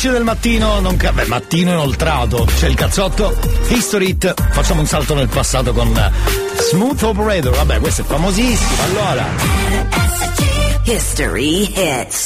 11 del mattino, mattino inoltrato, c'è il cazzotto History Hit, facciamo un salto nel passato con Smooth Operator, vabbè questo è famosissimo, allora History Hits.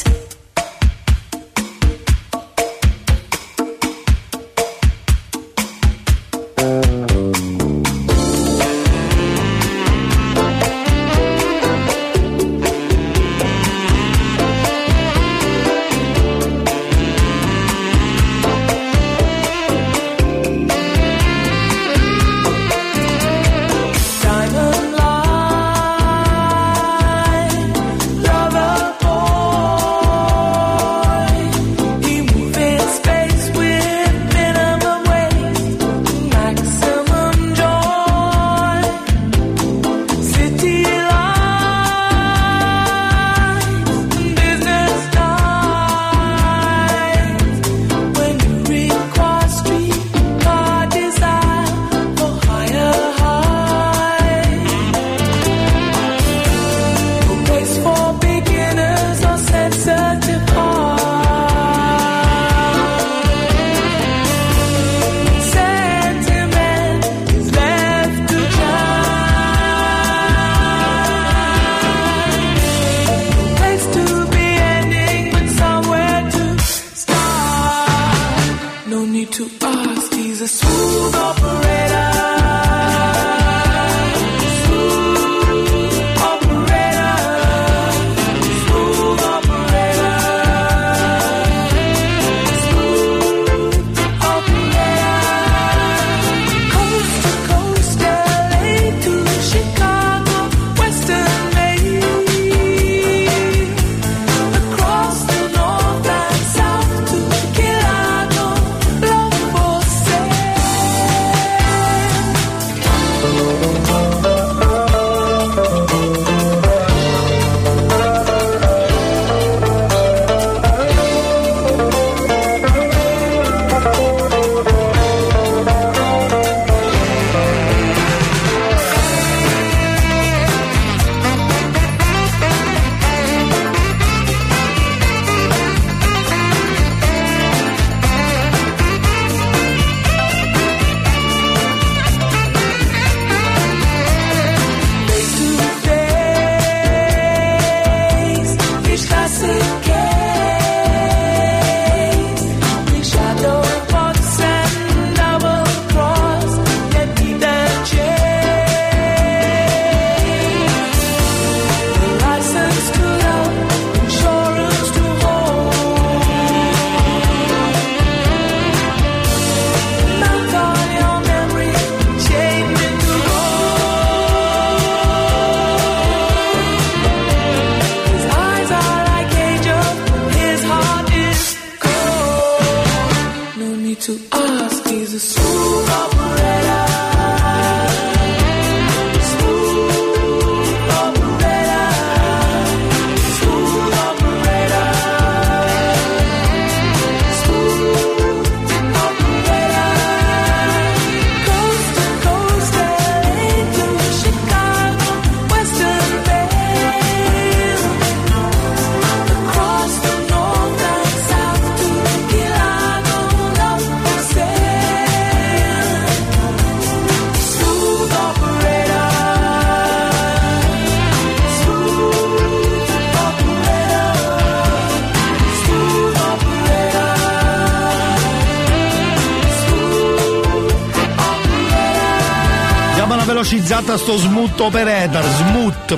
velocizzata sto smooth operator, smooth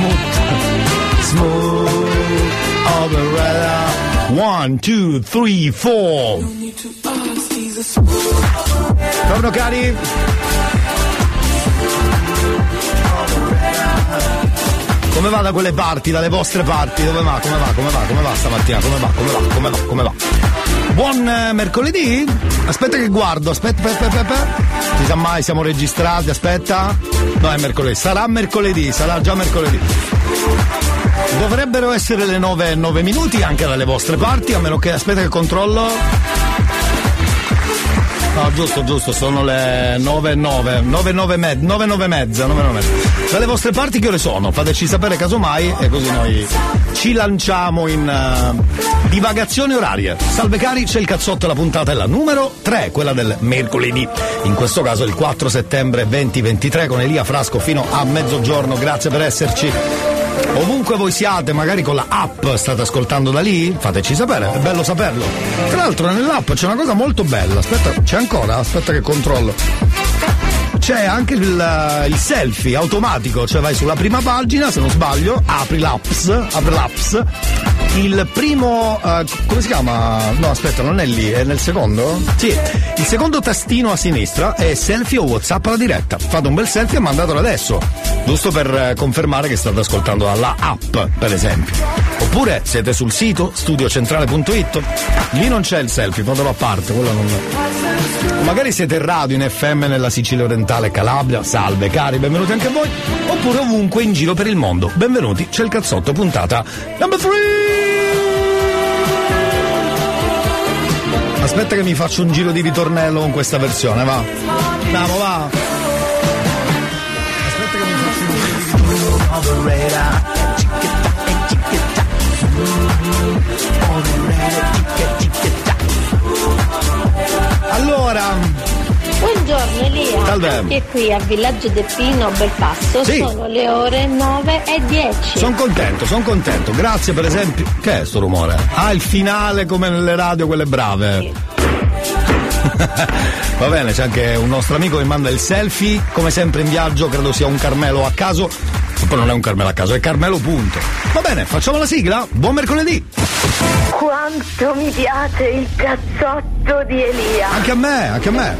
operator. 1, 2, 3, 4. Torno cari. Come va da quelle parti, dalle vostre parti? Dove va? Come va stamattina? Come va? Buon mercoledì? Aspetta che guardo, aspetta. Si sa mai, siamo registrati, aspetta. No, è mercoledì, sarà già mercoledì. Dovrebbero essere le 9:09 anche dalle vostre parti, a meno che, aspetta che controllo. No, giusto, sono le 9:09 mezza. Dalle vostre parti che ore sono? Fateci sapere casomai e così noi ci lanciamo in divagazioni orarie. Salve cari, c'è il cazzotto, la puntata è la numero 3, quella del mercoledì, in questo caso il 4 settembre 2023, con Elia Frasco fino a mezzogiorno. Grazie per esserci ovunque voi siate, magari con la app state ascoltando da lì, fateci sapere, è bello saperlo. Tra l'altro nell'app c'è una cosa molto bella, aspetta, c'è ancora? Aspetta che controllo. C'è anche il selfie automatico, cioè vai sulla prima pagina, se non sbaglio, apri l'apps, il primo, come si chiama? No, aspetta, non è lì, è nel secondo? Sì, il secondo tastino a sinistra è selfie o WhatsApp alla diretta. Fate un bel selfie e mandatelo adesso, giusto per confermare che state ascoltando dalla app, per esempio. Oppure siete sul sito studiocentrale.it, lì non c'è il selfie, fatelo a parte, quello non. Magari siete in radio in FM nella Sicilia orientale, Calabria, salve cari, benvenuti anche a voi, oppure ovunque in giro per il mondo, benvenuti, c'è il cazzotto, puntata number 3. Aspetta che mi faccio un giro di ritornello con questa versione, va. Andiamo, va. Aspetta che mi faccio un giro di ritornello. Allora, buongiorno Elia. Salve. Anche qui a Villaggio del Pino, Belpasso, sì. Sono le ore 9:10. Sono contento. Grazie per esempio. Che è sto rumore? Ah, il finale come nelle radio quelle brave. Sì. Va bene, c'è anche un nostro amico che manda il selfie, come sempre in viaggio, credo sia un Carmelo a caso. Poi non è un Carmelo a caso, è Carmelo punto. Va bene, facciamo la sigla. Buon mercoledì. Quanto mi piace il cazzotto di Elia. Anche a me.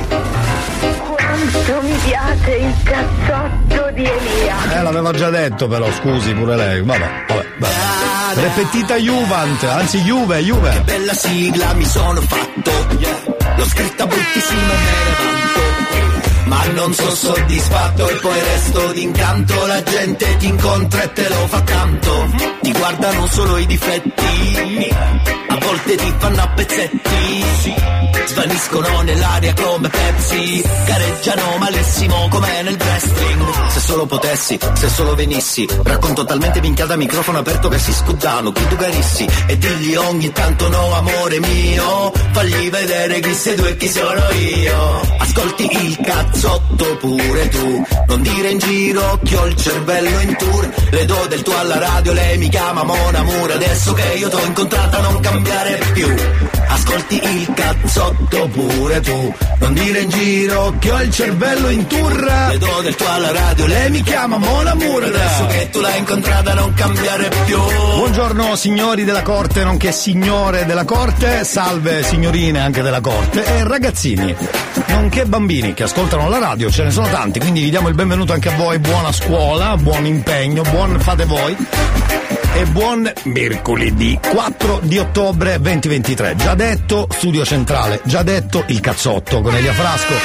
Quanto mi piace il cazzotto di Elia. L'aveva già detto però, scusi pure lei. Vabbè. Repetita Juvent, anzi Juve. Che bella sigla mi sono fatto. L'ho scritta bruttissima e me ne vanto. Ma non sono soddisfatto e poi resto d'incanto. La gente ti incontra e te lo fa tanto. Ti guardano solo i difetti, a volte ti fanno a pezzetti. Svaniscono nell'aria come Pepsi, gareggiano malissimo come nel wrestling. Se solo potessi, se solo venissi, racconto talmente minchiata a microfono aperto che si scudano chi tu carissi. E digli ogni tanto no amore mio, fagli vedere chi sei tu e chi sono io. Ascolti il cazzotto pure tu, non dire in giro che ho il cervello in tour. Le do del tuo alla radio, lei mi chiama Mon Amour. Adesso che io t'ho incontrata non cambiare più. Ascolti il cazzotto pure tu, non dire in giro che ho il cervello in tour. Le do del tuo alla radio, lei mi chiama Mon Amour. Adesso che tu l'hai incontrata non cambiare più. Buongiorno signori della corte, nonché signore della corte, salve signorine anche della corte e ragazzini, nonché bambini che ascoltano la radio, ce ne sono tanti, quindi vi diamo il benvenuto anche a voi. Buona scuola, buon impegno, buon fate voi e buon mercoledì 4 di ottobre 2023. Già detto Studio Centrale, già detto il cazzotto con Elia Frasco.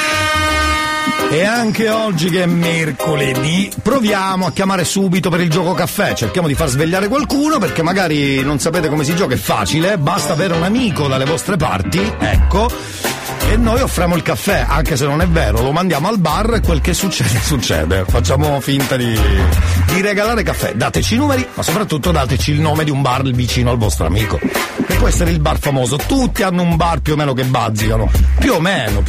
E anche oggi che è mercoledì proviamo a chiamare subito per il gioco caffè, cerchiamo di far svegliare qualcuno perché magari non sapete come si gioca, è facile, basta avere un amico dalle vostre parti, ecco, e noi offriamo il caffè, anche se non è vero, lo mandiamo al bar e quel che succede, facciamo finta di regalare caffè. Dateci i numeri, ma soprattutto dateci il nome di un bar vicino al vostro amico, che può essere il bar famoso, tutti hanno un bar più o meno che bazzicano, più o meno.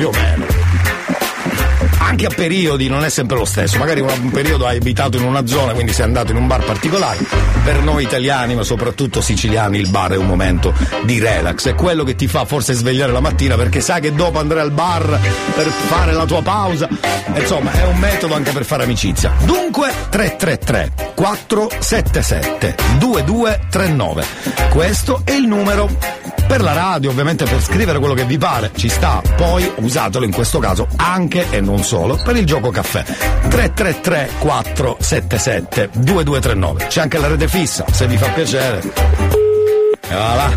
Anche a periodi, non è sempre lo stesso, magari un periodo hai abitato in una zona, quindi sei andato in un bar particolare. Per noi italiani, ma soprattutto siciliani, il bar è un momento di relax, è quello che ti fa forse svegliare la mattina perché sai che dopo andrai al bar per fare la tua pausa, insomma è un metodo anche per fare amicizia. Dunque 333 477 2239, questo è il numero. Per la radio, ovviamente, per scrivere quello che vi pare, ci sta, poi usatelo in questo caso anche e non solo per il gioco caffè. 333 477 2239. C'è anche la rete fissa, se vi fa piacere. E voilà.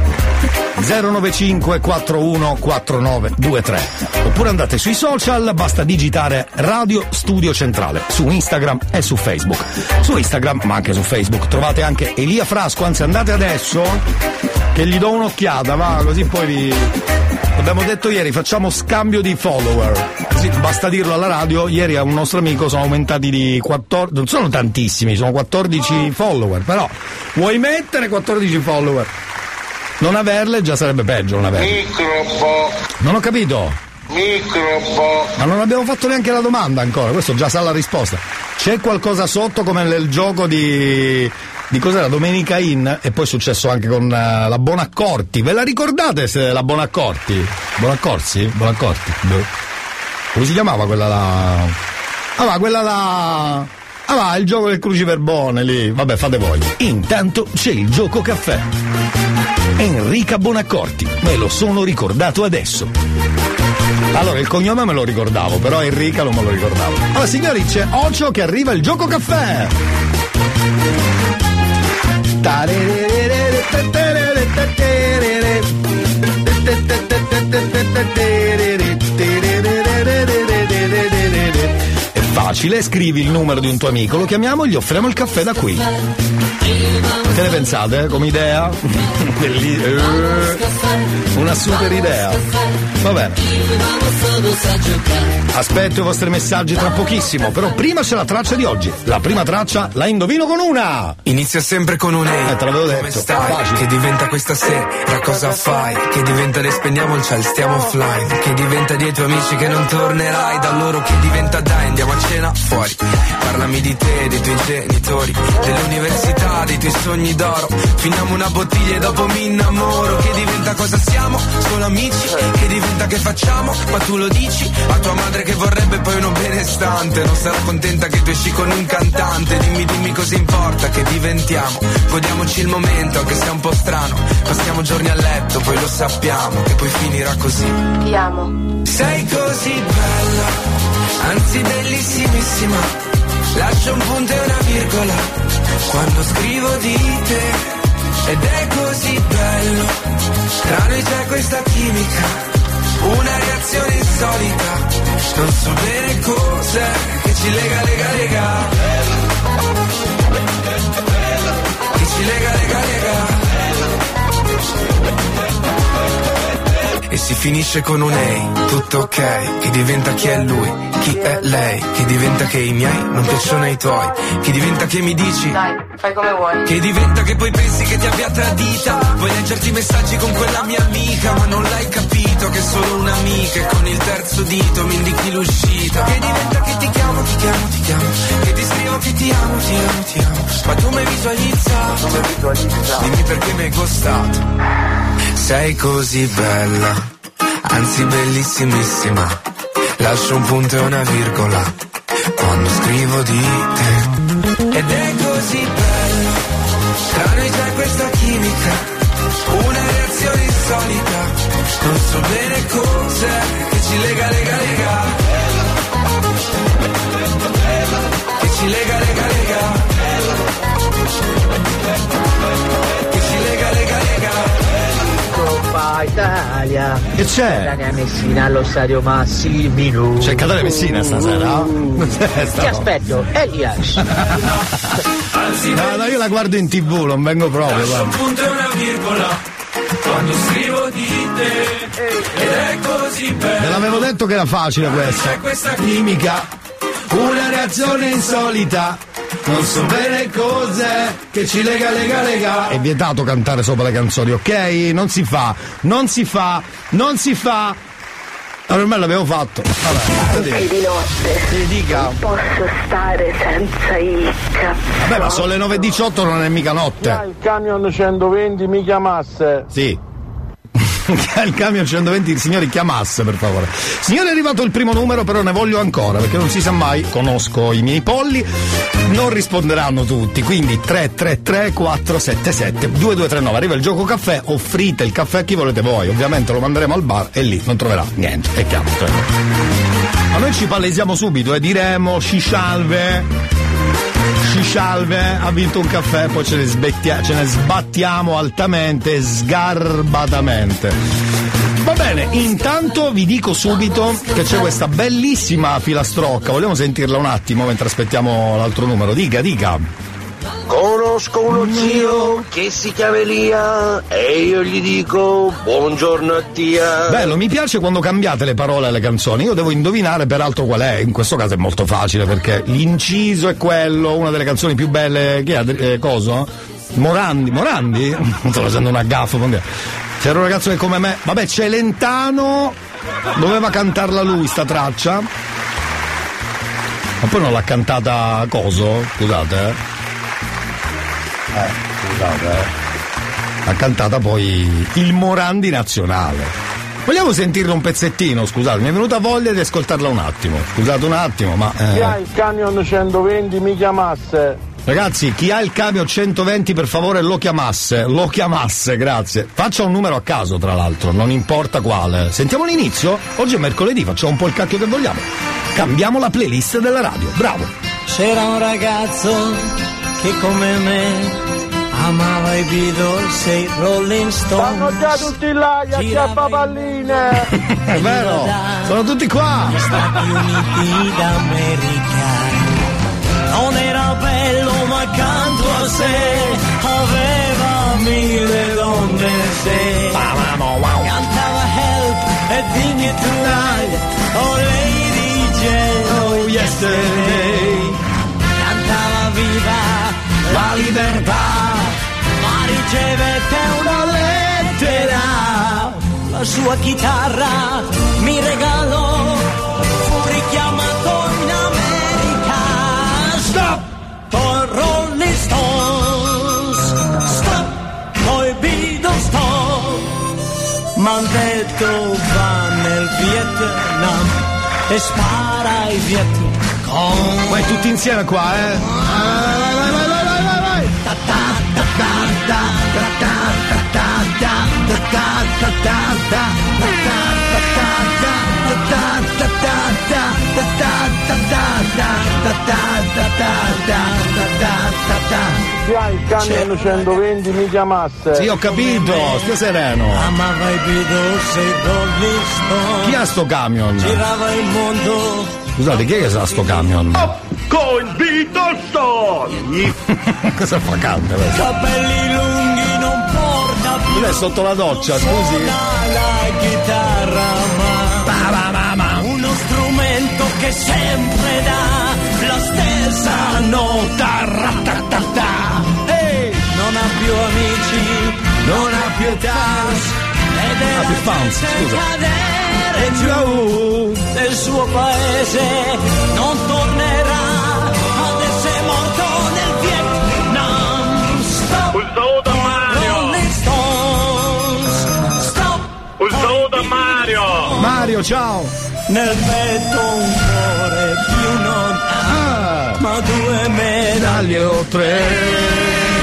095 41 4923. Oppure andate sui social, basta digitare Radio Studio Centrale su Instagram e su Facebook. Su Instagram, ma anche su Facebook, trovate anche Elia Frasco, anzi andate adesso che gli do un'occhiata, va, così poi vi Abbiamo detto ieri, facciamo scambio di follower. Sì, basta dirlo alla radio, ieri a un nostro amico sono aumentati di 14, non sono tantissimi, sono 14 follower, però vuoi mettere 14 follower? Non averle già sarebbe peggio, non averle. Microbo. Non ho capito. Microbo. Ma non abbiamo fatto neanche la domanda ancora, questo già sa la risposta. C'è qualcosa sotto come nel gioco di cos'era? Domenica In, e poi è successo anche con la Bonaccorti. Ve la ricordate se la Bonaccorti? Bonaccorsi? Bonaccorti? Come si chiamava quella là? Ah va, quella là. Ah va, il gioco del cruciverbone lì. Vabbè, fate voi. Intanto c'è il gioco caffè. Enrica Bonaccorti, me lo sono ricordato adesso. Allora, il cognome me lo ricordavo, però Enrica non me lo ricordavo. Allora, signori, c'è Ocio che arriva il gioco caffè. È facile, scrivi il numero di un tuo amico, lo chiamiamo e gli offriamo il caffè da qui. Che ne pensate? Come idea? Una super idea. Va bene. Aspetto i vostri messaggi tra pochissimo, però prima c'è la traccia di oggi. La prima traccia la indovino con una. Inizia sempre con un E. Te l'avevo detto. Come stai? Che diventa questa sera? Cosa fai? Che diventa ne spendiamo il ciel, stiamo offline. Che diventa dei tuoi amici che non tornerai da loro. Che diventa dai, andiamo a cena fuori. Parlami di te, dei tuoi genitori, dell'università, dei tuoi sogni d'oro. Finiamo una bottiglia e dopo mi innamoro. Che diventa cosa siamo? Solo amici. Che diventa che facciamo? Ma tu lo dici a tua madre che vorrebbe poi uno benestante. Non sarà contenta che tu esci con un cantante. Dimmi cosa importa che diventiamo. Godiamoci il momento anche se è un po' strano. Passiamo giorni a letto, poi lo sappiamo che poi finirà così. Ti amo. Sei così bella, anzi bellissimissima. Lascio un punto e una virgola quando scrivo di te. Ed è così bello, tra noi c'è questa chimica, una reazione insolita. Non so bene cos'è che ci lega. Che ci lega. E si finisce con un ehi, tutto ok. Che diventa chi è lui, chi è lei. Che diventa che i miei non piacciono ai tuoi. Che diventa che mi dici Dai, fai come vuoi. che diventa che poi pensi che ti abbia tradita. Vuoi leggerti i messaggi con quella mia amica, ma non l'hai capito che è solo un'amica. E con il terzo dito mi indichi l'uscita. Che diventa che ti chiamo. Che ti scrivo che ti amo. Ma tu mi hai visualizzato. Dimmi perché mi hai costato. Sei così bella, anzi bellissimissima. Lascio un punto e una virgola quando scrivo di te. Ed è così bello, tra noi c'è questa chimica, una reazione insolita. Non so bene cos'è che ci lega. Che ci lega. Che ci lega. Coppa Italia. Che c'è? Catania Messina allo stadio Massimino. C'è Catania Messina stasera? Ti aspetto, Elias. No, io la guardo in TV, non vengo proprio. Lascio un punto e una virgola quando scrivo di te. Ed è così bello. Ve l'avevo detto che era facile questa. C'è questa Chimica, una reazione insolita. Non so bene cos'è che ci lega. È vietato cantare sopra le canzoni, ok? Non si fa. Allora, ormai l'avevo fatto. Vabbè, Anche di notte. ti dica. Non posso stare senza il caffè. Vabbè, ma sono le 9:18, non è mica notte. Il camion 120 mi chiamasse. Sì. Il camion 120, signori, chiamasse per favore. Signore, è arrivato il primo numero, però ne voglio ancora perché non si sa mai, conosco i miei polli, non risponderanno tutti, quindi 333 477 2239. Arriva il gioco caffè, offrite il caffè a chi volete voi, ovviamente lo manderemo al bar e lì non troverà niente, è chiaro. Ma noi ci palesiamo subito e diremo Scisalve ha vinto un caffè, poi ce ne sbattiamo altamente, sgarbatamente. Va bene, intanto vi dico subito che c'è questa bellissima filastrocca, vogliamo sentirla un attimo mentre aspettiamo l'altro numero, dica. Con conosco uno zio che si chiama Elia e io gli dico buongiorno a tia. Bello, mi piace quando cambiate le parole alle canzoni. Io devo indovinare peraltro qual è. In questo caso è molto facile perché l'inciso è quello, una delle canzoni più belle. Che è coso? Morandi? Non sto facendo una gaffa. C'era un ragazzo che come me. Vabbè, Celentano doveva cantarla lui sta traccia. Ma poi non l'ha cantata coso? Scusate. L'ha cantata poi il Morandi nazionale. Vogliamo sentirne un pezzettino? Scusate, mi è venuta voglia di ascoltarla un attimo. Scusate un attimo, ma. Chi ha il camion 120 mi chiamasse. Ragazzi, chi ha il camion 120 per favore lo chiamasse, grazie. Faccia un numero a caso, tra l'altro, non importa quale. Sentiamo l'inizio? Oggi è mercoledì, facciamo un po' il cacchio che vogliamo. Cambiamo la playlist della radio, bravo. C'era un ragazzo che come me amava i Beatles e i Rolling Stones. Stanno già tutti là, gli acchiappapalline. È vero, sono tutti qua. Negli Stati Uniti d'America. Non era bello ma accanto a sé aveva 1000 donne se cantava Help e Think It Tonight, oh Lady Jane, oh Yesterday, cantava Viva la libertà, ma ricevette una lettera, la sua chitarra mi regalò, fu richiamato in America. Stop! For Rolling Stones, stop! Poi Beatles stop! M'han detto va nel Vietnam e spara ai Vietcong. Vai tutti insieme qua, vai. Chi ha il camion 120 mi chiamasse. Sì, ho capito, stia sereno. Amava i Beatles e i Rolling Stones. Chi ha sto camion? Girava il mondo. Scusate, chi è che sa sto camion? Con Beatles. Cosa fa canta? Capelli lunghi non porta più. Lui è sotto la doccia, scusi. Suona la chitarra ma uno strumento che sempre dà la stessa nota. Hey! Non ha più amici, non ha più età ed è più fans, scusa. cadere giù nel suo paese non tornerà ad essere morto nel Vietnam. Stop! Un saluto a Mario. Rolling Stones. Stop! Un saluto a Mario. Mario, ciao. Nel petto un cuore più non ha, ma 2 medaglie o 3.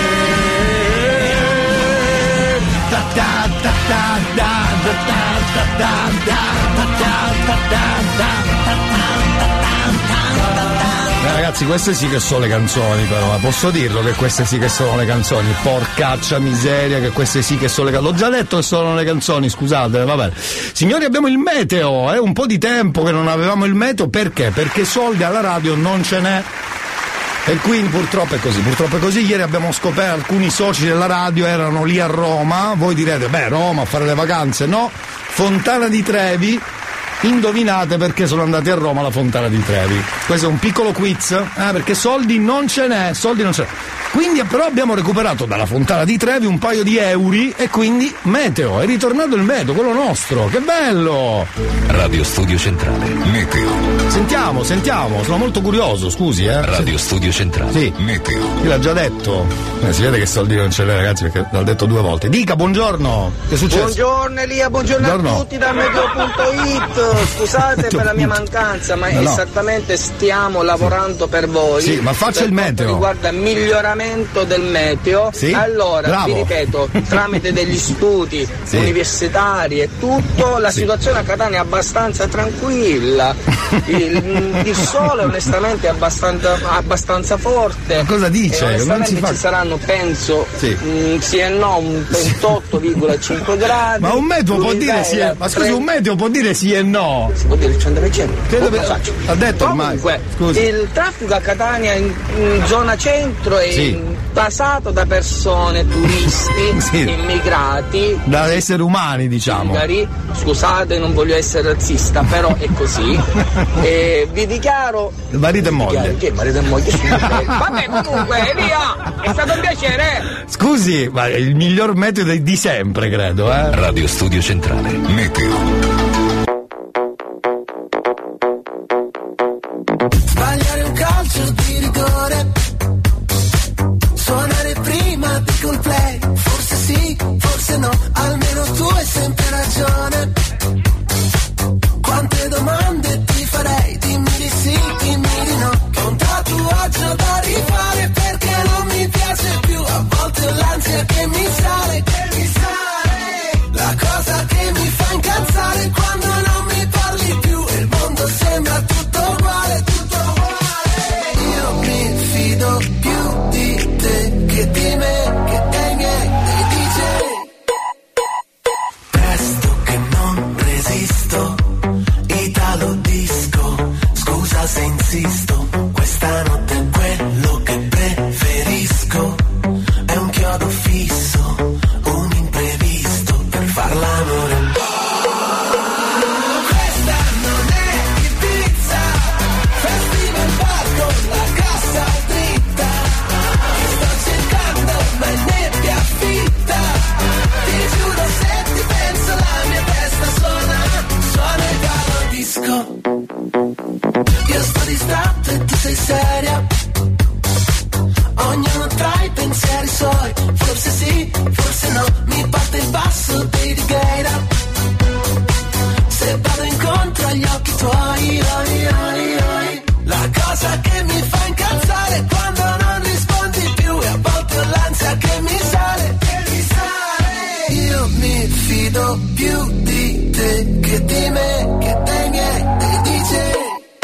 Ragazzi, queste sì che sono le canzoni, però posso dirlo che queste sì che sono le canzoni. Porcaccia miseria, che queste sì che sono le canzoni. L'ho già detto che sono le canzoni, scusate, vabbè. Signori, abbiamo il meteo, è un po' di tempo che non avevamo il meteo, perché? Perché soldi alla radio non ce n'è. E quindi purtroppo è così, ieri abbiamo scoperto, alcuni soci della radio erano lì a Roma, voi direte, Roma a fare le vacanze, no, Fontana di Trevi, indovinate perché sono andati a Roma alla Fontana di Trevi, questo è un piccolo quiz, perché soldi non ce n'è, quindi però abbiamo recuperato dalla Fontana di Trevi un paio di euro e quindi meteo, è ritornato il meteo, quello nostro, che bello! Radio Studio Centrale, meteo. Sentiamo, sono molto curioso, scusi, Radio Studio Centrale, sì. Meteo. Io l'ho già detto, si vede che soldi non ce l'hai, ragazzi, perché l'ho detto 2 volte. Dica, buongiorno, che è successo? Buongiorno Elia, buongiorno a tutti da meteo.it. Scusate per la mia mancanza, ma esattamente stiamo lavorando per voi. Sì, ma faccia il meteo. Riguarda miglioramento del meteo. Sì? Allora, bravo. Vi ripeto, tramite degli studi universitari e tutto, la situazione a Catania è abbastanza tranquilla. Il sole onestamente è abbastanza forte. Ma cosa dice? Onestamente ci saranno, penso, sì e no, un 28,5 gradi. Ma un meteo può dire sì e... Ma scusi, un meteo può dire sì e no? Si può dire il 100%. Ha detto ormai. Comunque, il traffico a Catania in zona centro è basato da persone, turisti, immigrati, da esseri umani, diciamo. Scusate, non voglio essere razzista, però è così. Vi dichiaro marito e moglie. Che marito e moglie? Vabbè, comunque, via! È stato un piacere. Scusi, ma è il miglior metodo di sempre, credo, Radio Studio Centrale, Meteo. Sbagliare un calcio di rigore, suonare prima di Coldplay, forse sì, forse no, almeno tu hai sempre ragione. Quante domande ti farei, dimmi di sì, dimmi di no. Ho un tatuaggio da rifare perché non mi piace più, a volte ho l'ansia che mi sale, la cosa che mi fa incazzare quando non mi parli più e il mondo sembra tutto uguale, io mi fido più di te che di me, che dei miei, dei DJ. Presto che non resisto, Italo disco, scusa se insisto, questa notte è quello che preferisco, è un chiodo fisso, un imprevisto per far l'amore. Questa non è Ibiza, festival bar con la cassa dritta, ti sto cercando ma è nebbia fitta, ti giuro se ti penso la mia testa suona il ballo disco. Io sto distratto e tu sei seria, ognuno tra i pensieri suoi, forse sì, forse no, mi parte il basso dei Righeira, se vado incontro agli occhi tuoi, la cosa che mi fa incazzare è quando non rispondi più e a volte ho l'ansia che mi sale, io mi fido più di te che di me, che dei miei, dei DJ.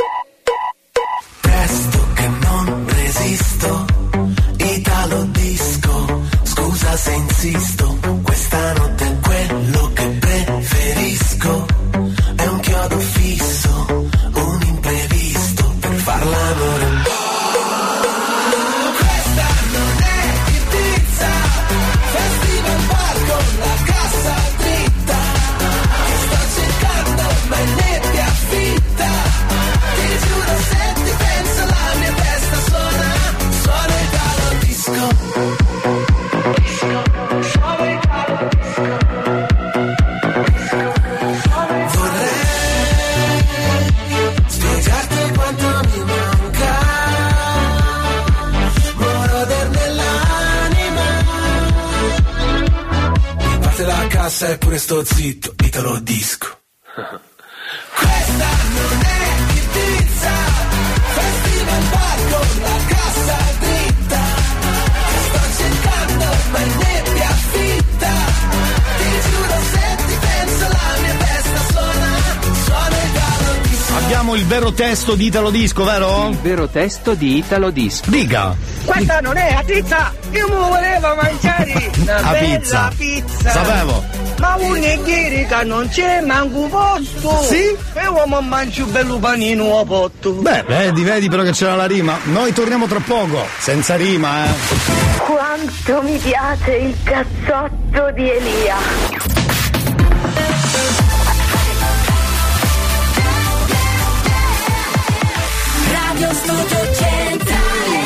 Presto che non resisto, Italo disco, scusa se insisto, questa notte è quello che preferisco, è un chiodo fisso, un imprevisto per far l'amore. Questa non è Ibiza, festival bar con la cassa dritta, ti sto cercando ma è nebbia fitta, ti giuro se ti penso la mia testa suona il ballo disco. Eppure sto zitto, Italo disco. Questa non è Ibiza, festival bar con la cassa dritta, ti sto cercando ma è nebbia fitta, ti giuro se ti penso la mia testa suona il ballo disco. Abbiamo il vero testo di Italo disco, vero? Il vero testo di Italo disco. Dica. Questa non è la pizza, io mi volevo mangiare una bella pizza. Sapevo. Ma una chirica non c'è manco posto. Sì? E uomo mangio un bello panino a potto. Beh, vedi però che c'era la rima. Noi torniamo tra poco, senza rima, Quanto mi piace il cazzotto di Elia. Radio Studio Centrale.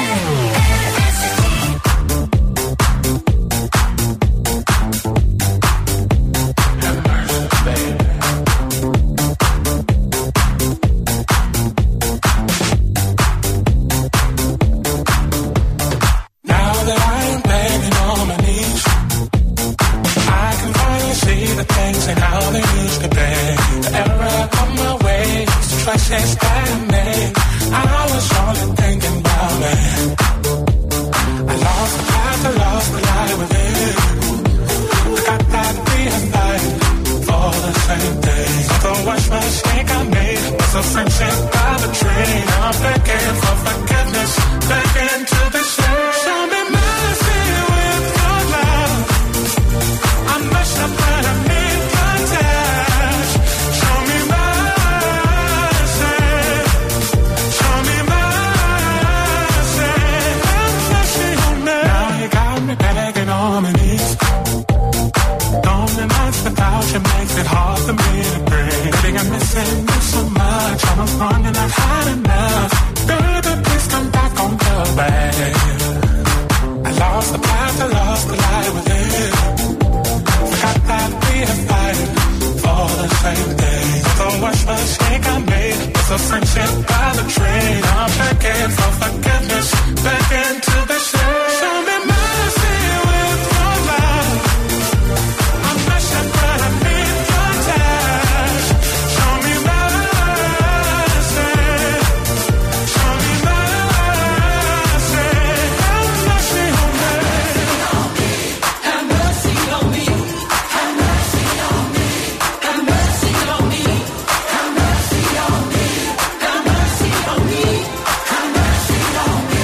Choices that I made, I was only thinking about me. I lost the path, I lost the light within. I got that day and night for the same day. So don't watch my mistake I made. It's a friendship by the train. I'm begging for forgiveness, begging to be saved. Show me mercy with your love. I'm messed up but I need your touch. Show me mercy. Show me mercy. Have mercy on me. Now you got me begging on my knees. Lonely nights without you makes it hard for me to breathe. Baby, I'm missing you so much. I'm running, I've had enough. Baby, please come back on the way. I lost the path, I lost the light within. Forgot that we have fighted for the same day. The worst mistake I made was a friendship by the train. I'm begging for forgiveness, begging to be saved. Show me mercy with your love. I'm messed up but I need your touch. Show me mercy. Show me mercy. Have mercy on me. Have mercy on me. Have mercy on me. Have mercy on me. Have mercy on me. Have mercy on me. Have mercy on me.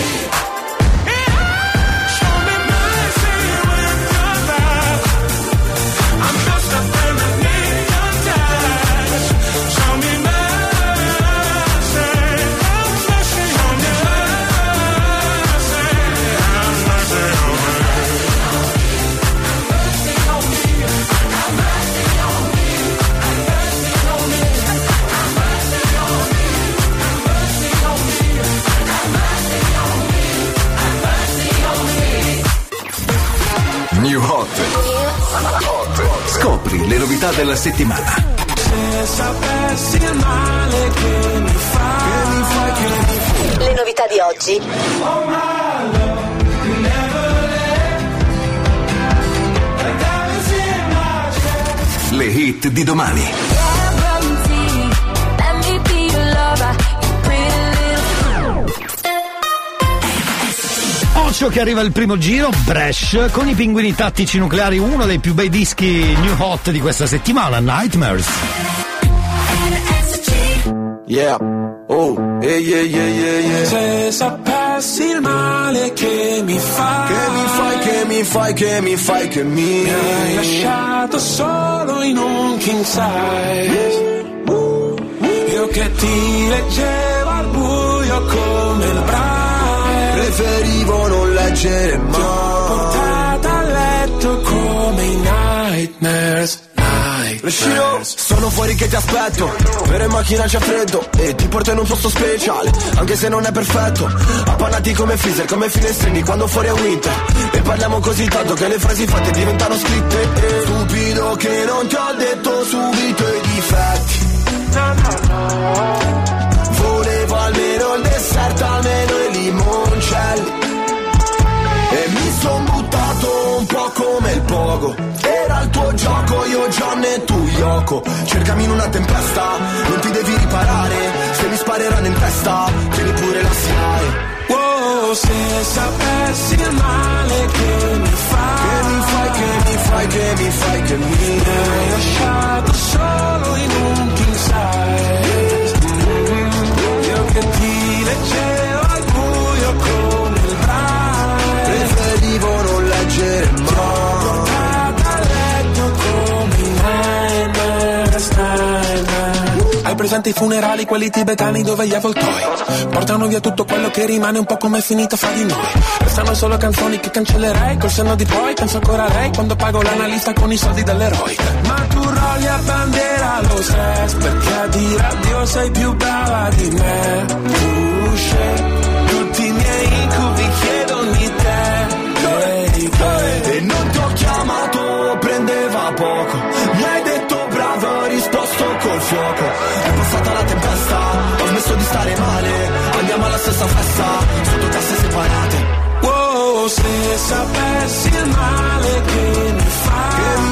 Show me mercy with your love. I'm messed up and I need your touch. Show me mercy. Have mercy on me. Have mercy on me. New Hot. Scopri le novità della settimana. Se sapessi il male che mi fai. Le novità di oggi. Le hit di domani. Occhio che arriva il primo giro, Bresh, con i Pinguini Tattici Nucleari, uno dei più bei dischi new hot di questa settimana, Nightmares. Yeah, oh, yeah, yeah, yeah, yeah, yeah. Se sapessi il male che mi fai. Che mi hai lasciato solo in un king size. Io che ti leggevo al buio come il Braille. Preferivo non leggere mai. Ti ho portato a letto come i Nightmares. Sono fuori che ti aspetto, vero in macchina c'è freddo e ti porto in un posto speciale, anche se non è perfetto. Appannati come freezer, come finestrini quando fuori è winter. E parliamo così tanto che le frasi fatte diventano scritte. Stupido che non ti ho detto subito i difetti. Volevo almeno il dessert, almeno i limoncelli. E mi son buttato un po' come il pogo. Era il tuo gioco, io John e tu Yoko. Cercami in una tempesta, non ti devi riparare. Se mi spareranno in testa, tieni pure la SIAE. Oh, se sapessi il male che mi fai. Che mi hai lasciato solo in un king size. Io che ti leggevo al buio come il Braille. Preferivo non leggere mai. Hai presente i funerali, quelli tibetani dove gli avvoltoi portano via tutto quello che rimane, un po' come è finita fra di noi. Restano solo canzoni che cancellerei, col senno di poi penso ancora a lei quando pago l'analista con i soldi dell'eroe. Ma tu rolli a bandiera lo stress, perché a dire addio sei più brava di me. Tu scegli tutti i miei incubi, chiedono di te. E non ti ho chiamato, prendeva poco. Mi hai detto bravo, ho risposto col fuoco. È passata la tempesta, ho smesso di stare male. Andiamo alla stessa festa, sotto casse separate. Wow, se sapessi il male che mi fai.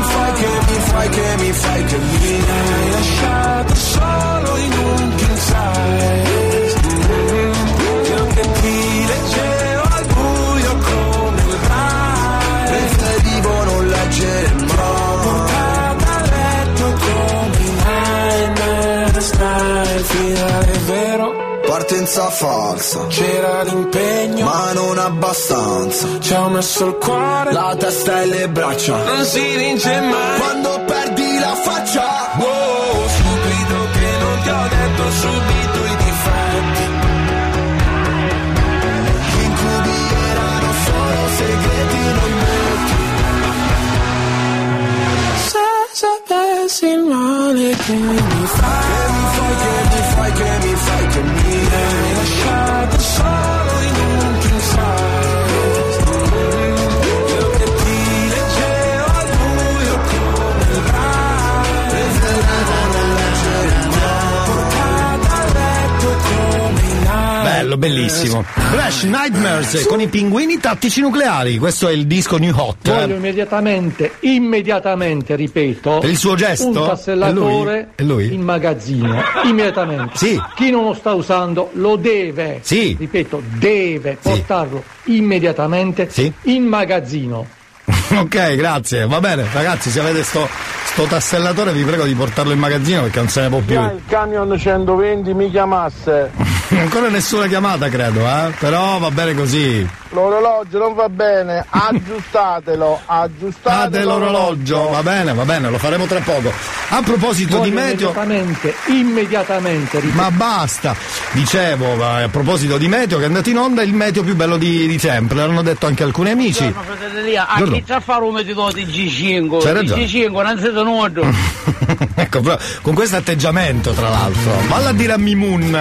Che mi hai lasciato solo in un king size. Io che ti leggevo al buio come il Braille. Preferivo non leggere mai. Portata a letto come i Nightmares, partenza falsa. C'era l'impegno, ma non abbastanza. ci ho messo il cuore, La testa e le braccia, non si vince mai. quando perdi la faccia. Wow, stupido che non ti ho detto subito i difetti. Incubi erano solo segreti non detti. Se sapessi il male che mi fai, che mi hai lasciato solo in un king size. Io che ti leggevo al buio come il portata a letto come i night. Bello, bellissimo. Flash Nightmares con i pinguini tattici nucleari. Questo è il disco New Hot. Voglio immediatamente, ripeto, Per il suo gesto? un tassellatore È lui? in magazzino, immediatamente. Sì. Chi non lo sta usando lo deve, Sì. ripeto, deve portarlo immediatamente in magazzino. Ok, grazie. Va bene, ragazzi, se avete sto tassellatore vi prego di portarlo in magazzino perché non se ne può più. Il camion 120 mi chiamasse. Ancora nessuna chiamata, credo, però va bene così. L'orologio non va bene, aggiustatelo, aggiustate l'orologio. Va bene, lo faremo tra poco. A proposito di meteo. Immediatamente. Ripeto. Ma basta. Dicevo, a proposito di meteo, che è andato in onda il meteo più bello di sempre. L'hanno detto anche alcuni amici. A chi c'ha fare un meteo di G5? C'hai ragione. G5 non siete nudo. Ecco, con questo atteggiamento, tra l'altro. Valla a dire a Mimun.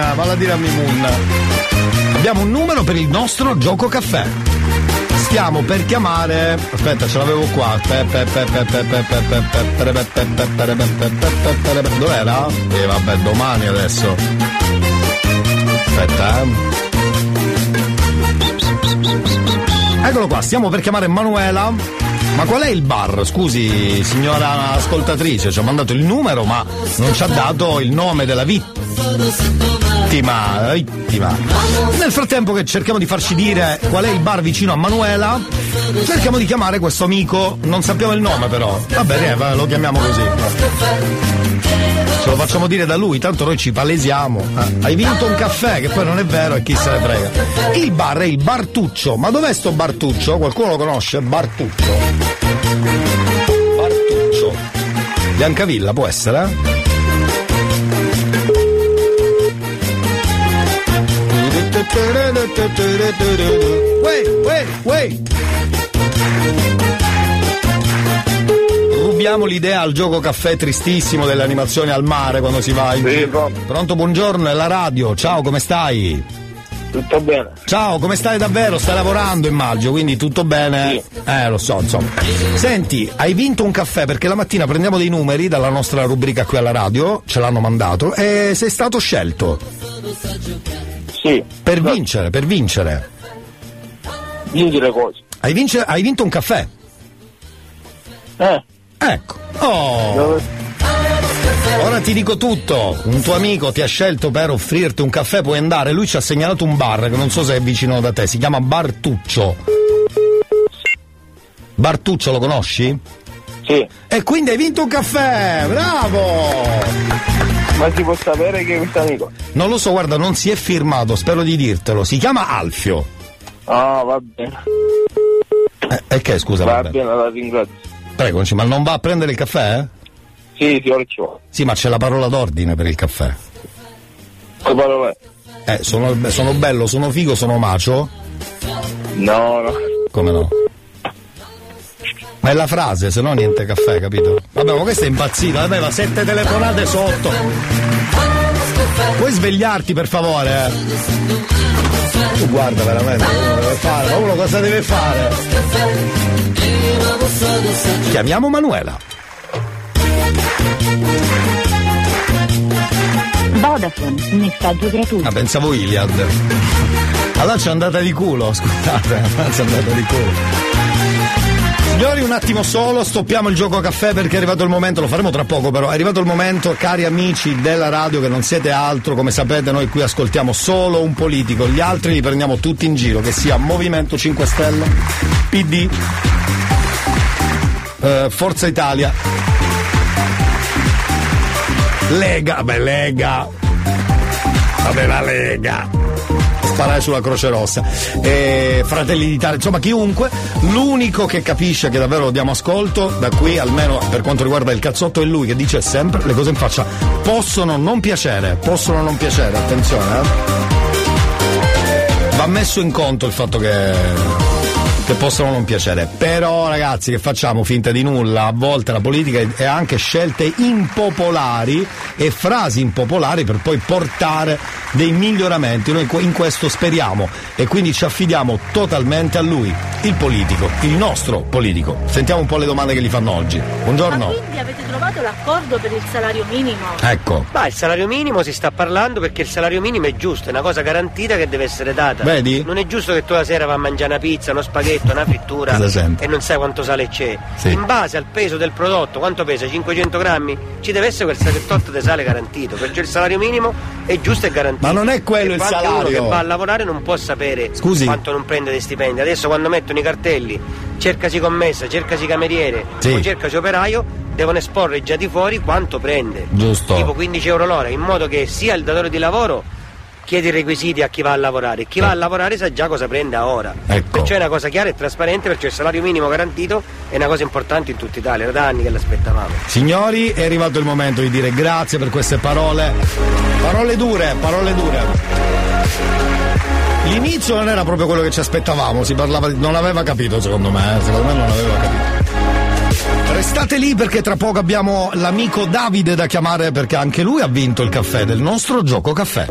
Abbiamo un numero per il nostro gioco caffè. Stiamo per chiamare. Aspetta, ce l'avevo qua. Dov'era? Vabbè, domani adesso. Aspetta, Eccolo qua, stiamo per chiamare Manuela. Ma qual è il bar? Scusi, signora ascoltatrice, ci ha mandato il numero, ma non ci ha dato il nome della vittima. Nel frattempo che cerchiamo di farci dire qual è il bar vicino a Manuela, cerchiamo di chiamare questo amico, non sappiamo il nome però. Va bene, lo chiamiamo così. Ce lo facciamo dire da lui, tanto noi ci palesiamo. Hai vinto un caffè, che poi non è vero e chi se ne frega. Il bar è il Bartuccio. Ma dov'è sto Bartuccio? Qualcuno lo conosce? Bartuccio. Biancavilla può essere, Wait. Rubiamo l'idea al gioco caffè tristissimo delle animazioni al mare quando si va in giro. Pronto, buongiorno, è la radio. Ciao, come stai? Tutto bene. Ciao, come stai davvero? Stai lavorando, immagino, quindi tutto bene? Sì. Lo so, insomma. Senti, hai vinto un caffè perché la mattina prendiamo dei numeri dalla nostra rubrica qui alla radio, ce l'hanno mandato, e sei stato scelto. Sì. Per vincere. Vincere cosa? Hai vinto un caffè. Ecco. Oh. Ora ti dico tutto. Un tuo amico ti ha scelto per offrirti un caffè, puoi andare. Lui ci ha segnalato un bar che non so se è vicino da te, si chiama Bartuccio. Bartuccio lo conosci? Sì. E quindi hai vinto un caffè, bravo! Ma si può sapere che è questo amico? Non lo so, guarda, non si è firmato, spero di dirtelo. Si chiama Alfio. Ah, va bene. E che, scusa? Va bene, la ringrazio. Prego, ma non va a prendere il caffè? Sì, ora ci vuole. Sì, ma c'è la parola d'ordine per il caffè. Che parola è? Sono bello, sono figo, sono macio? No. Come no? Ma è la frase, se no niente caffè, capito? Vabbè, ma questa è impazzita, aveva 7 telefonate sotto. Puoi svegliarti, per favore? Tu guarda veramente, uno deve fare, ma uno cosa deve fare? Chiamiamo Manuela. Vodafone, messaggio gratuito. Pensavo Iliad. Allora c'è andata di culo, scusate, c'è andata di culo. Signori, un attimo solo, stoppiamo il gioco caffè perché è arrivato il momento, lo faremo tra poco però, è arrivato il momento, cari amici della radio, che non siete altro, come sapete noi qui ascoltiamo solo un politico, gli altri li prendiamo tutti in giro, che sia Movimento 5 Stelle, PD, Forza Italia, Lega, della Lega, sparare sulla Croce Rossa, Fratelli d'Italia, insomma chiunque. L'unico che capisce che davvero diamo ascolto da qui, almeno per quanto riguarda il cazzotto, è lui, che dice sempre le cose in faccia. Possono non piacere, attenzione, va messo in conto il fatto che possono non piacere. Però ragazzi, che facciamo finta di nulla? A volte la politica è anche scelte impopolari e frasi impopolari per poi portare dei miglioramenti. Noi in questo speriamo e quindi ci affidiamo totalmente a lui, il politico, il nostro politico. Sentiamo un po' le domande che gli fanno oggi. Buongiorno. Ma quindi avete trovato l'accordo per il salario minimo? Ecco. Ma il salario minimo si sta parlando perché il salario minimo è giusto, è una cosa garantita che deve essere data. Vedi? Non è giusto che tu la sera vai a mangiare una pizza, uno spaghetto, una frittura e non sai quanto sale c'è. Sì. In base al peso del prodotto, quanto pesa? 500 grammi? Ci deve essere quel tot di sale garantito, perciò il salario minimo è giusto e garantito. Ma non è quello il salario. Uno che va a lavorare non può sapere quanto non prende dei stipendi. Adesso quando mettono i cartelli, cercasi commessa, cercasi cameriere o cercasi operaio, devono esporre già di fuori quanto prende. Giusto. Tipo 15 euro l'ora, in modo che sia il datore di lavoro chiede i requisiti a chi va a lavorare, chi va a lavorare sa già cosa prende a ora. Ecco. Perciò è una cosa chiara e trasparente, perciò il salario minimo garantito è una cosa importante in tutta Italia, era da anni che l'aspettavamo. Signori, è arrivato il momento di dire grazie per queste parole dure. L'inizio non era proprio quello che ci aspettavamo, si parlava non aveva capito secondo me non aveva capito. Restate lì perché tra poco abbiamo l'amico Davide da chiamare, perché anche lui ha vinto il caffè del nostro Gioco Caffè.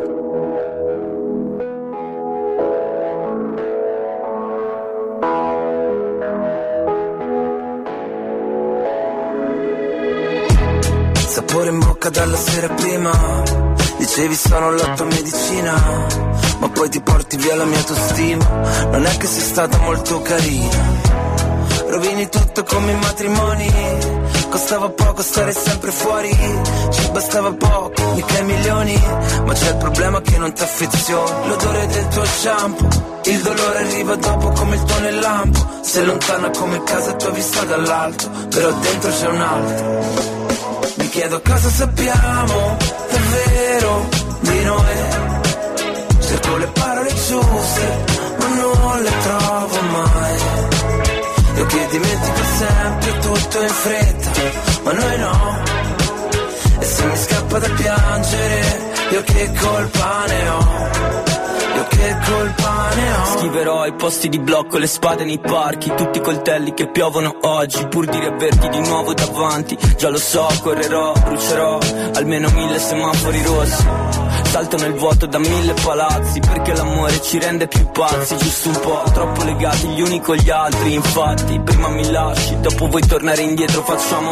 Sapore in bocca dalla sera prima, dicevi sono la tua medicina, ma poi ti porti via la mia autostima. Non è che sei stata molto carina, rovini tutto come i matrimoni. Costava poco stare sempre fuori, ci bastava poco, mica i milioni. Ma c'è il problema che non ti affezioni, l'odore del tuo shampoo, il dolore arriva dopo come il tuo nel lampo. Sei lontana come casa tua vista dall'alto, però dentro c'è un altro. Mi chiedo cosa sappiamo davvero di noi, cerco le parole giuste ma non le trovo mai. Io che dimentico sempre tutto in fretta, ma noi no. E se mi scappa da piangere, io che colpa ne ho? Io che colpa ne ho? Scriverò ai posti di blocco, le spade nei parchi, tutti i coltelli che piovono oggi, pur di riaverti di nuovo davanti. Già lo so, correrò, brucerò almeno 1000 semafori rossi. Salto nel vuoto da 1000 palazzi, perché l'amore ci rende più pazzi. Giusto un po', troppo legati gli uni con gli altri. Infatti, prima mi lasci, dopo vuoi tornare indietro, facciamo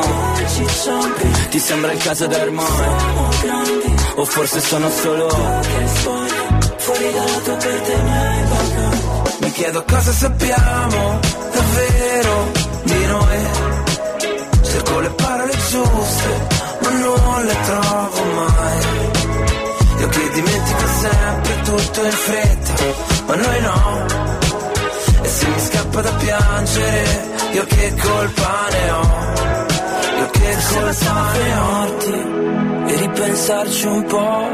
ti sembra il caso da ormai? O forse sono solo fuori dalla tua parte miei bagagli. Mi chiedo cosa sappiamo davvero di noi, cerco le parole giuste ma non le trovo mai. Io che dimentico sempre tutto in fretta, ma noi no. E se mi scappa da piangere, io che colpa ne ho? Io che colpa ne ho? E ripensarci un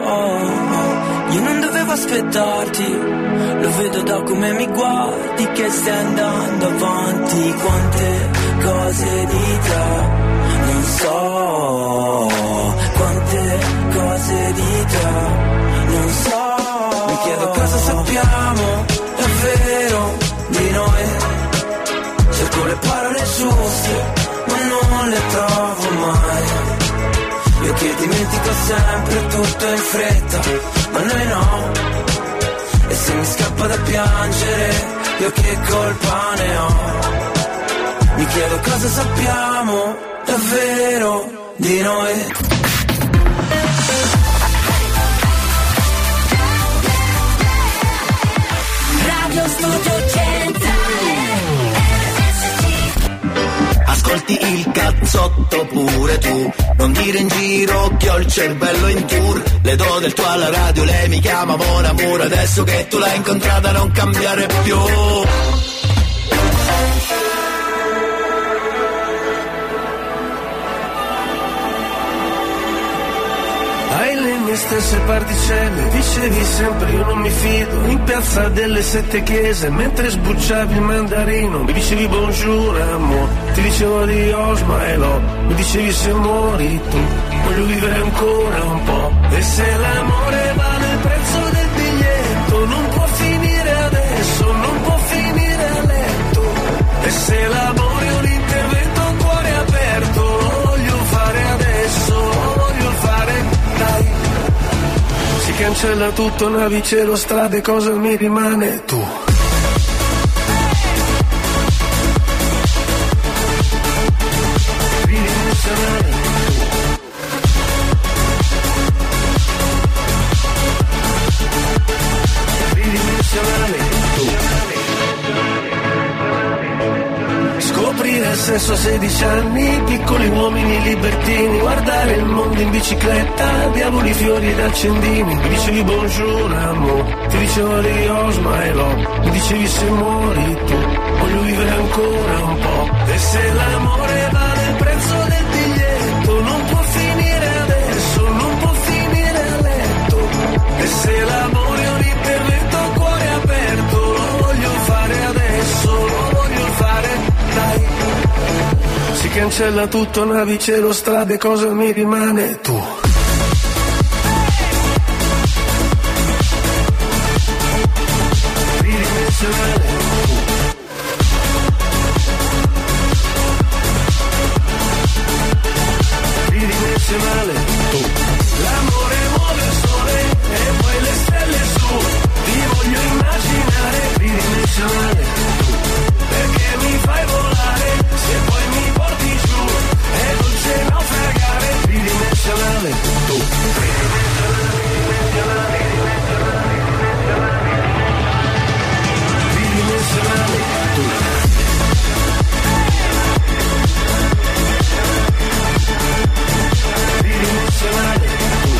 po', io non dovevo aspettarti, lo vedo da come mi guardi che stai andando avanti. Quante cose di te non so, quante cose di te non so. Mi chiedo cosa sappiamo davvero di noi, cerco le parole giuste ma non le trovo mai. Io che dimentico sempre tutto in fretta, ma noi no. E se mi scappa da piangere, io che colpa ne ho? Mi chiedo cosa sappiamo davvero di noi. Radio Studio Centrale. Ascolti il cazzotto pure tu, non dire in giro che ho il cervello in tour. Le do del tuo alla radio, lei mi chiama Mon Amour. Adesso che tu l'hai incontrata non cambiare più. I live mie stesse particelle. Dicevi sempre io non mi fido, in piazza delle 7 chiese, mentre sbucciavi il mandarino. Mi dicevi bonjour amore, ti dicevo adios my love. Mi dicevi se muori tu, voglio vivere ancora un po'. E se l'amore vale il prezzo del biglietto, non può finire adesso, non può finire a letto. E se l'amore è un intervento a cuore aperto, lo voglio fare adesso, lo voglio fare, dai. Si cancella tutto, navi, cielo, strade, cosa mi rimane? Tu. Scoprire il sesso a 16 anni, piccoli uomini libertini, guardare il mondo in bicicletta, diavoli, fiori ed accendini. Mi dicevi bonjour amore, ti dicevo adios my love. Mi dicevi se muori tu, voglio vivere ancora un po'. E se l'amore vale il prezzo del biglietto, non può finire adesso, non può finire a letto. E se l'amore è un intervento a cuore aperto, lo voglio fare adesso, lo voglio fare, dai. Si cancella tutto, navi, cielo, strade, cosa mi rimane? Tu. Ridimensionale. Ridimensionale. Tu. L'amore muove il sole e poi le stelle su. Ti voglio immaginare. Ridimensionale. Perché mi fai volare, se poi mi porti giù, è dolce naufragare. Ridimensionale. Tu. Ridimensionale. Tu. Ridimensionale. Tu.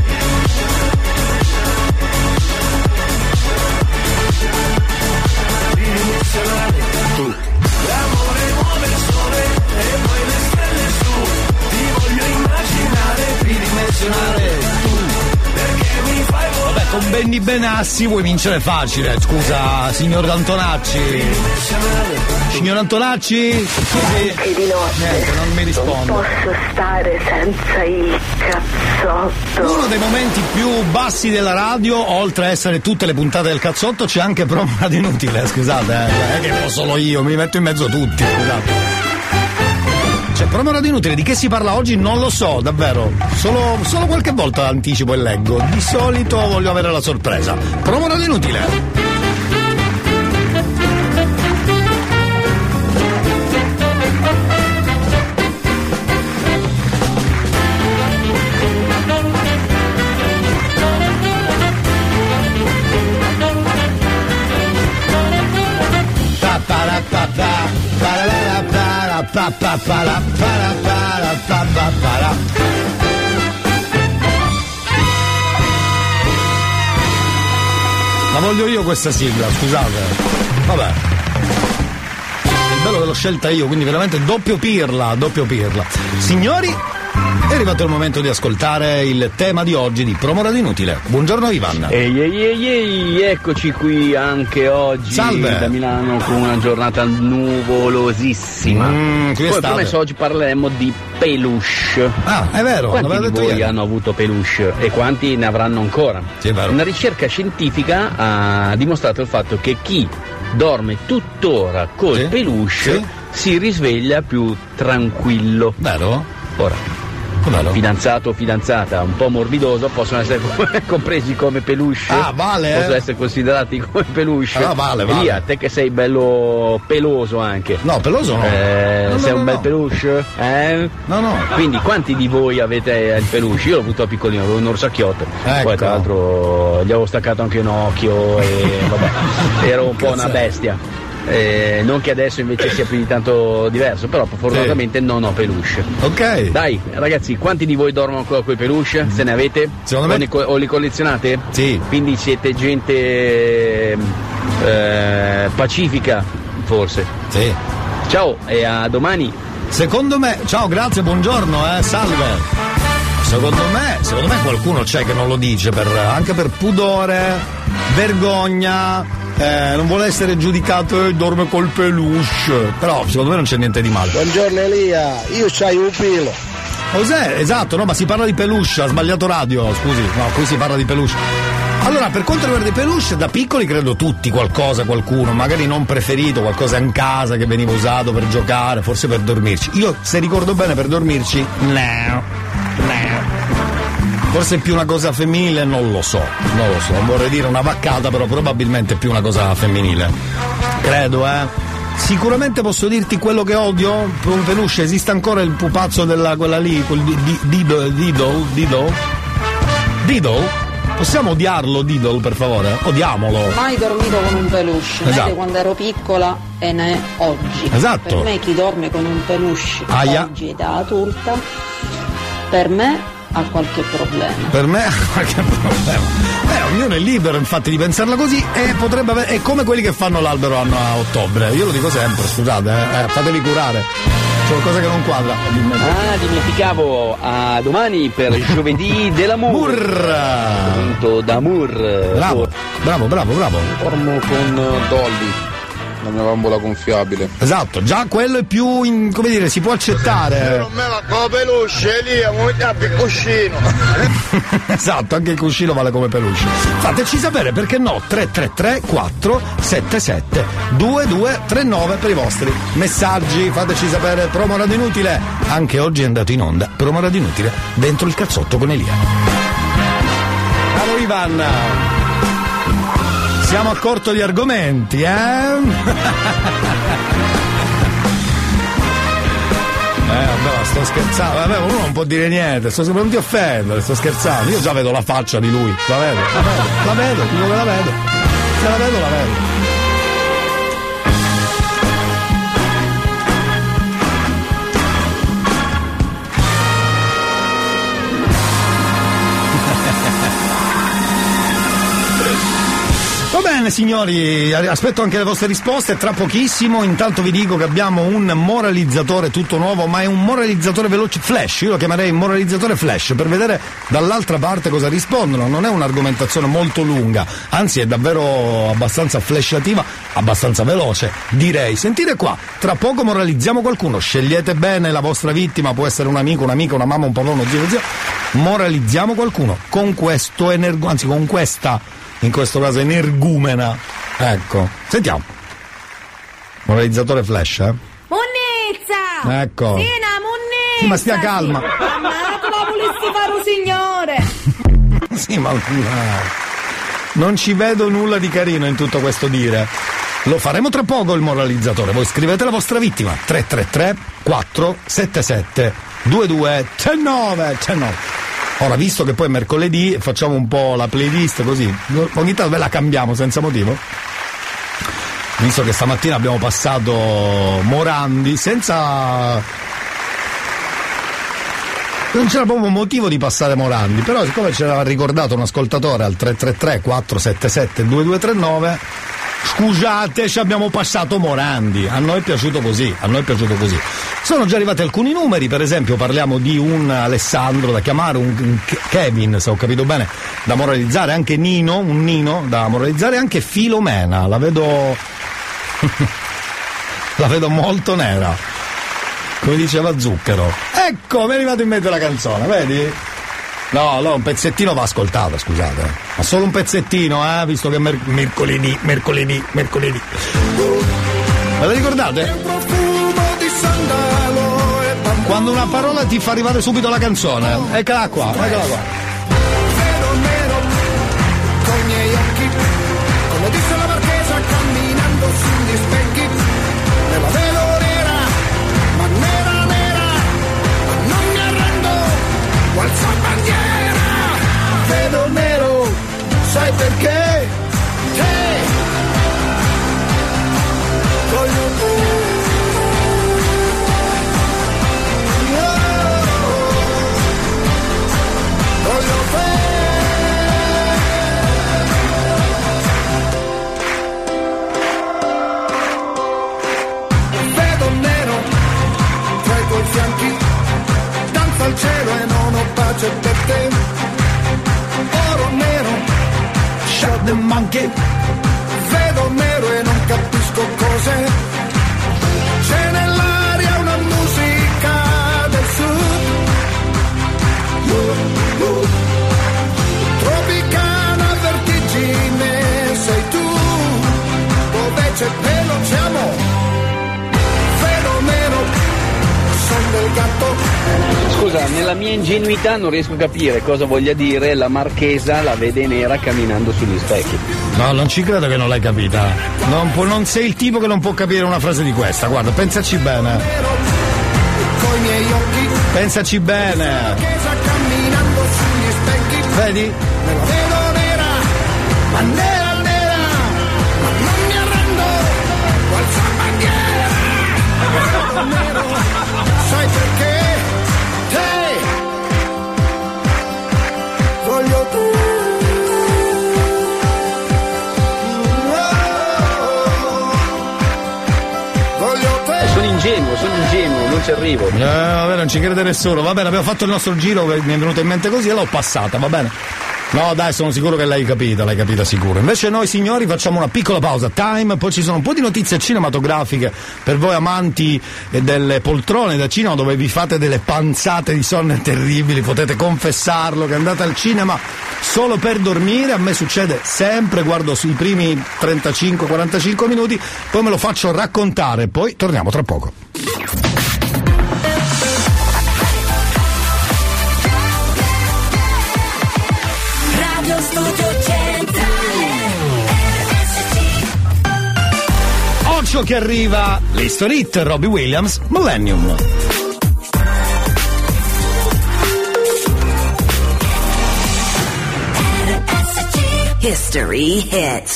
Ridimensionale. Tu. L'amore muove il sole e poi le stelle su. Ti voglio immaginare. Tridimensionale. Tu. Perché mi fai volare. Vabbè, con Benny Benassi vuoi vincere facile. Scusa, signor Antonacci. Signor Antonacci? Anche di notte. Niente, non mi risponde. Non posso stare senza il cazzotto. Uno dei momenti più bassi della radio, oltre a essere tutte le puntate del cazzotto, c'è anche Promo Radio Inutile, scusate, è che non solo io, mi metto in mezzo tutti, scusate. Cioè, Promo Radio Inutile, di che si parla oggi non lo so, davvero. Solo qualche volta anticipo e leggo. Di solito voglio avere la sorpresa. Promo Radio Inutile. La voglio io questa sigla, scusate. Vabbè. Il bello che l'ho scelta io, quindi veramente doppio pirla. Signori, è arrivato il momento di ascoltare il tema di oggi di Promo Radio Inutile. Buongiorno Ivan. Ehi, eccoci qui anche oggi. Salve. Da Milano con una giornata nuvolosissima. Qui Poi promesso oggi parleremo di peluche. Ah, è vero. Quanti di voi hanno avuto peluche e quanti ne avranno ancora? Sì, è vero. Una ricerca scientifica ha dimostrato il fatto che chi dorme tuttora col peluche si risveglia più tranquillo. Vero? Ora, bello. Fidanzato o fidanzata un po' morbidoso possono essere compresi come peluche. Ah, vale. Possono essere considerati come peluche. Ah, vale. Elia, te che sei bello peloso anche. No, peloso no. Sei un bel peluche? No. Quindi quanti di voi avete il peluche? Io l'ho avuto piccolino, avevo un orsacchiotto. Ecco. Poi tra l'altro gli avevo staccato anche un occhio e vabbè. Ero un po' una bestia. Non che adesso invece sia più di tanto diverso, però fortunatamente non ho peluche. Ok. Dai ragazzi, quanti di voi dormono ancora con i peluche? Se ne avete? Secondo me... o li collezionate? Sì. Quindi siete gente pacifica, forse. Sì. Ciao e a domani. Secondo me, ciao, grazie, buongiorno, salve. secondo me qualcuno c'è che non lo dice anche per pudore, vergogna, non vuole essere giudicato dorme col peluche, però secondo me non c'è niente di male. Buongiorno Elia, io c'hai un pilo. Cos'è? Esatto, no, ma si parla di peluche, ha sbagliato radio, scusi, no, qui si parla di peluche. Allora, per quanto riguarda i peluche, da piccoli credo tutti qualcuno, magari non preferito, qualcosa in casa che veniva usato per giocare, forse per dormirci. Io, se ricordo bene, per dormirci, no. Forse è più una cosa femminile, non lo so, non vorrei dire una vaccata, però probabilmente è più una cosa femminile. Credo, Sicuramente posso dirti quello che odio, un peluche, esiste ancora il pupazzo quella lì, quel Dido? Possiamo odiarlo, Diddle, per favore? Odiamolo. Mai dormito con un peluche, esatto. Quando ero piccola e ne oggi. Esatto. Per me chi dorme con un peluche oggi è da adulta, per me ha qualche problema. Per me ha qualche problema. Ognuno è libero infatti di pensarla così e potrebbe avere. È come quelli che fanno l'albero a ottobre. Io lo dico sempre, scusate, fatevi curare. C'è qualcosa che non quadra. Dimenticavo, a domani per il giovedì dell'amour. Punto d'amour. Bravo. Dormo con Dolly, la mia bambola gonfiabile. Esatto, già quello è più come dire, si può accettare. Non me la come peluche, lì il cuscino. Esatto, anche il cuscino vale come peluche. Fateci sapere, perché no? 333 477 2239 per i vostri messaggi. Fateci sapere. Promo Radio Inutile, anche oggi è andato in onda Promo Radio Inutile dentro il cazzotto con Elia. Bravo Ivan. Siamo a corto di argomenti, vabbè, sto scherzando, vabbè, uno non può dire niente, non ti offendere, sto scherzando, io già vedo la faccia di lui, la vedo, dico che la vedo, se la vedo, la vedo. Va bene signori, aspetto anche le vostre risposte tra pochissimo. Intanto vi dico che abbiamo un moralizzatore tutto nuovo, ma è un moralizzatore veloce flash, io lo chiamerei moralizzatore flash, per vedere dall'altra parte cosa rispondono. Non è un'argomentazione molto lunga, anzi è davvero abbastanza flashativa, abbastanza veloce direi. Sentite qua, tra poco moralizziamo qualcuno, scegliete bene la vostra vittima, può essere un amico, un'amica, una mamma, un papà, uno zio. Moralizziamo qualcuno con questo con questa, in questo caso energumena. Ecco, sentiamo. Moralizzatore flash, Munnizza! Ecco. Sina, Munnizza! Sì, ma stia calma. Ma tu la volessi fare un signore! Sì, ma non ci vedo nulla di carino in tutto questo dire. Lo faremo tra poco il moralizzatore. Voi scrivete la vostra vittima. 333 477 2239. Ora, visto che poi è mercoledì, facciamo un po' la playlist così, ogni tanto ve la cambiamo senza motivo. Visto che stamattina abbiamo passato Morandi senza... Non c'era proprio motivo di passare Morandi, però siccome ce l'aveva ricordato un ascoltatore al 333 477 2239, scusate, ci abbiamo passato Morandi. A noi è piaciuto così, Sono già arrivati alcuni numeri, per esempio parliamo di un Alessandro da chiamare, un Kevin, se ho capito bene, da moralizzare, anche Nino, un Nino da moralizzare, anche Filomena, la vedo molto nera, come diceva Zucchero. Ecco, mi è arrivato in mente la canzone, vedi? No, un pezzettino va ascoltato, scusate. Ma solo un pezzettino, visto che è mercoledì. Ve la ricordate? Quando una parola ti fa arrivare subito la canzone. Eccola qua. Con i miei occhi, come disse la Marchesa camminando sugli specchi, me la vedo nera, ma non mi arrendo, alzo bandiera, vedo nero, sai perché? Te, voglio bianchi, vedo nero e non capisco cos'è. C'è nell'aria una musica del sud, tropicana vertigine sei tu, dove c'è pelo c'è amore, vedo nero, son del gatto. Scusa, nella mia ingenuità non riesco a capire cosa voglia dire la marchesa la vede nera camminando sugli specchi. No, non ci credo che non l'hai capita. Non sei il tipo che non può capire una frase di questa. Guarda, pensaci bene. Pensaci bene. Vedi? Me la vedo nera, ma nera, nera, ma non mi arrendo, alza bandiera. Nero, sai perché? Te, voglio te. Sono ingenuo, non ci arrivo. Vabbè, non ci crede nessuno. Va bene, abbiamo fatto il nostro giro, mi è venuto in mente così e l'ho passata, va bene? No, dai, sono sicuro che l'hai capita sicuro. Invece noi, signori, facciamo una piccola pausa, time, poi ci sono un po' di notizie cinematografiche per voi amanti delle poltrone da cinema dove vi fate delle panzate di sonno terribili, potete confessarlo che andate al cinema solo per dormire. A me succede sempre, guardo sui primi 35-45 minuti, poi me lo faccio raccontare, poi torniamo tra poco. Occhio che arriva l'History Hit, Robbie Williams, Millennium. History Hits.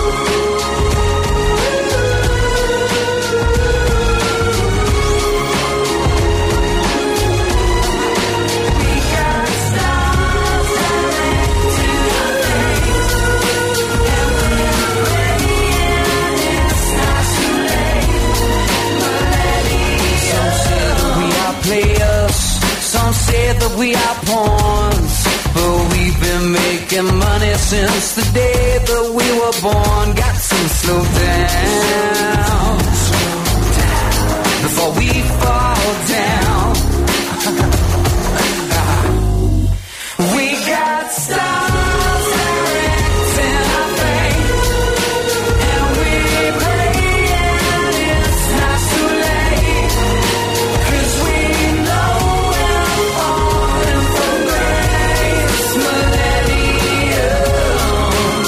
Some say that we are pawns, but we've been making money since the day that we were born. Got to slow down before we fall down. We got stars directing our fate, and we pray and it's not too late, 'cause we know we're falling from grace. Millennium.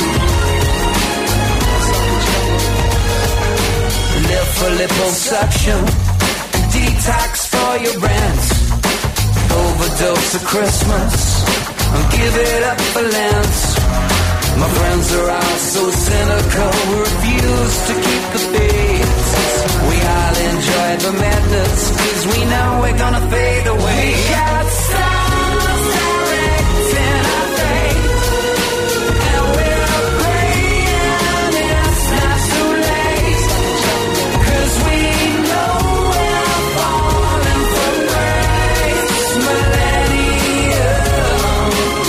Live for liposuction, detox for your rent, overdose of Christmas, give it up for Lent. My friends are all so cynical, we refuse to keep the faith. We all enjoy the madness, 'cause we know we're gonna fade away. We got stars directing our fate, and we're praying it's not too late, 'cause we know we're falling from grace. Millennium.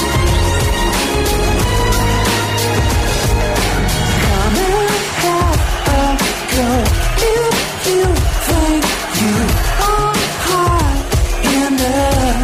Come and have a go if you think you are hot enough.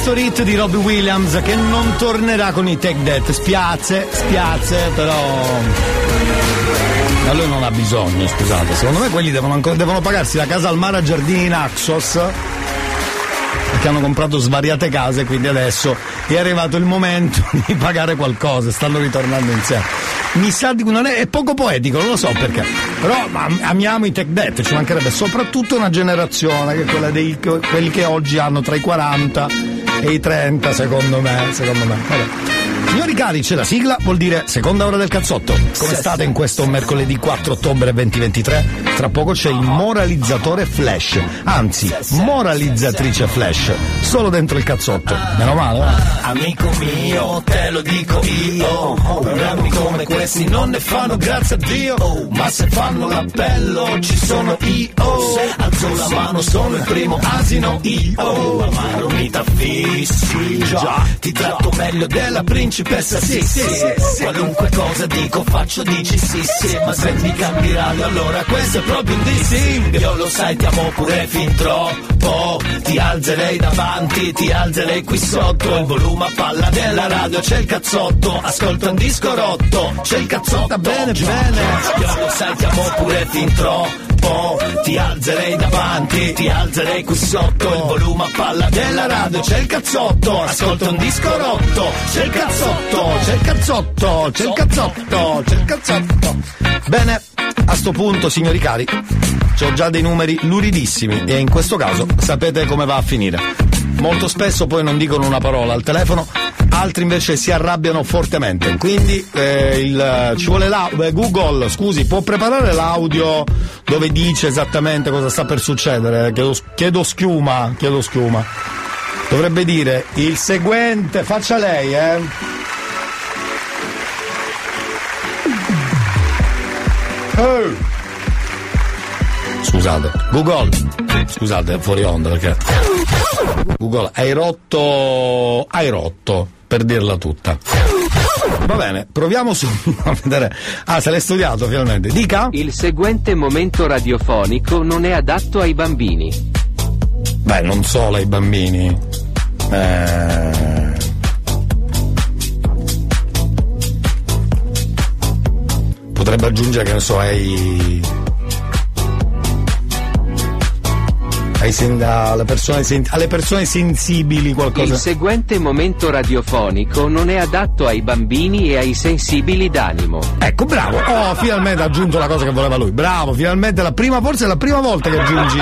History Hit di Robbie Williams che non tornerà con i Take That. Spiace, però ma lui non ha bisogno, scusate. Secondo me quelli devono pagarsi la casa al mare a Giardini in Naxos, perché hanno comprato svariate case, quindi adesso è arrivato il momento di pagare qualcosa, stanno ritornando insieme. Mi sa di non è poco poetico, non lo so perché, però amiamo i Take That, ci mancherebbe, soprattutto una generazione che è quella dei quelli che oggi hanno tra i 40 e i 30, secondo me. Vabbè. Signori cari, c'è la sigla, vuol dire seconda ora del cazzotto. Come state in questo mercoledì 4 ottobre 2023? Tra poco c'è il moralizzatore Flash, anzi, moralizzatrice Flash, solo dentro il cazzotto. Meno male, eh? Amico mio, te lo dico io, programmi come questi non ne fanno grazie a Dio, ma se fanno l'appello ci sono io, alzo la mano, sono il primo asino io, amaro mi t'affissi, già, ti tratto meglio della principessa, sì, qualunque cosa dico faccio dici sì, ma se mi cambi radio allora questo è proprio un dissing, io lo sai ti amo pure fin troppo, ti alzerei davanti, ti alzerei qui sotto, il volume a palla della radio, c'è il cazzotto, ascolta un disco rotto, c'è il cazzotto, bene, io lo sai ti amo pure fin troppo, ti alzerei davanti, ti alzerei qui sotto, il volume a palla della radio, c'è il cazzotto, ascolta un disco rotto, c'è il cazzotto. Bene, a sto punto, signori cari, c'ho già dei numeri luridissimi e in questo caso sapete come va a finire. Molto spesso poi non dicono una parola al telefono, altri invece si arrabbiano fortemente, quindi ci vuole Google, scusi, può preparare l'audio dove dice esattamente cosa sta per succedere? Chiedo schiuma. Dovrebbe dire il seguente, faccia lei, Scusate, Google, scusate, fuori onda perché Google hai rotto, per dirla tutta. Va bene, proviamo a vedere. Ah, se l'hai studiato finalmente. Dica. Il seguente momento radiofonico non è adatto ai bambini. Beh, non solo ai bambini. Potrebbe aggiungere, che ne so, alle persone sensibili qualcosa. Il seguente momento radiofonico non è adatto ai bambini e ai sensibili d'animo. Ecco, bravo. Oh, finalmente ha aggiunto la cosa che voleva lui. Bravo, finalmente forse è la prima volta che aggiungi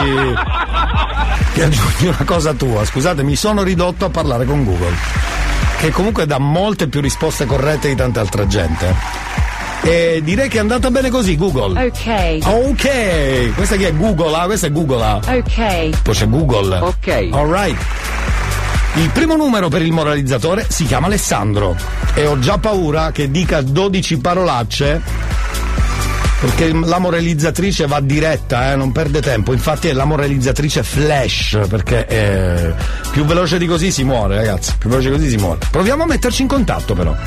una cosa tua. Scusate, mi sono ridotto a parlare con Google, che comunque dà molte più risposte corrette di tanta altra gente. E direi che è andata bene così, Google. Ok. Questa chi è? Google? Questa è Google. Ok. Poi c'è Google. Ok. Alright. Il primo numero per il moralizzatore si chiama Alessandro e ho già paura che dica 12 parolacce, perché la moralizzatrice va diretta, non perde tempo. Infatti è la moralizzatrice Flash, perché più veloce di così si muore, ragazzi. Più veloce di così si muore. Proviamo a metterci in contatto, però.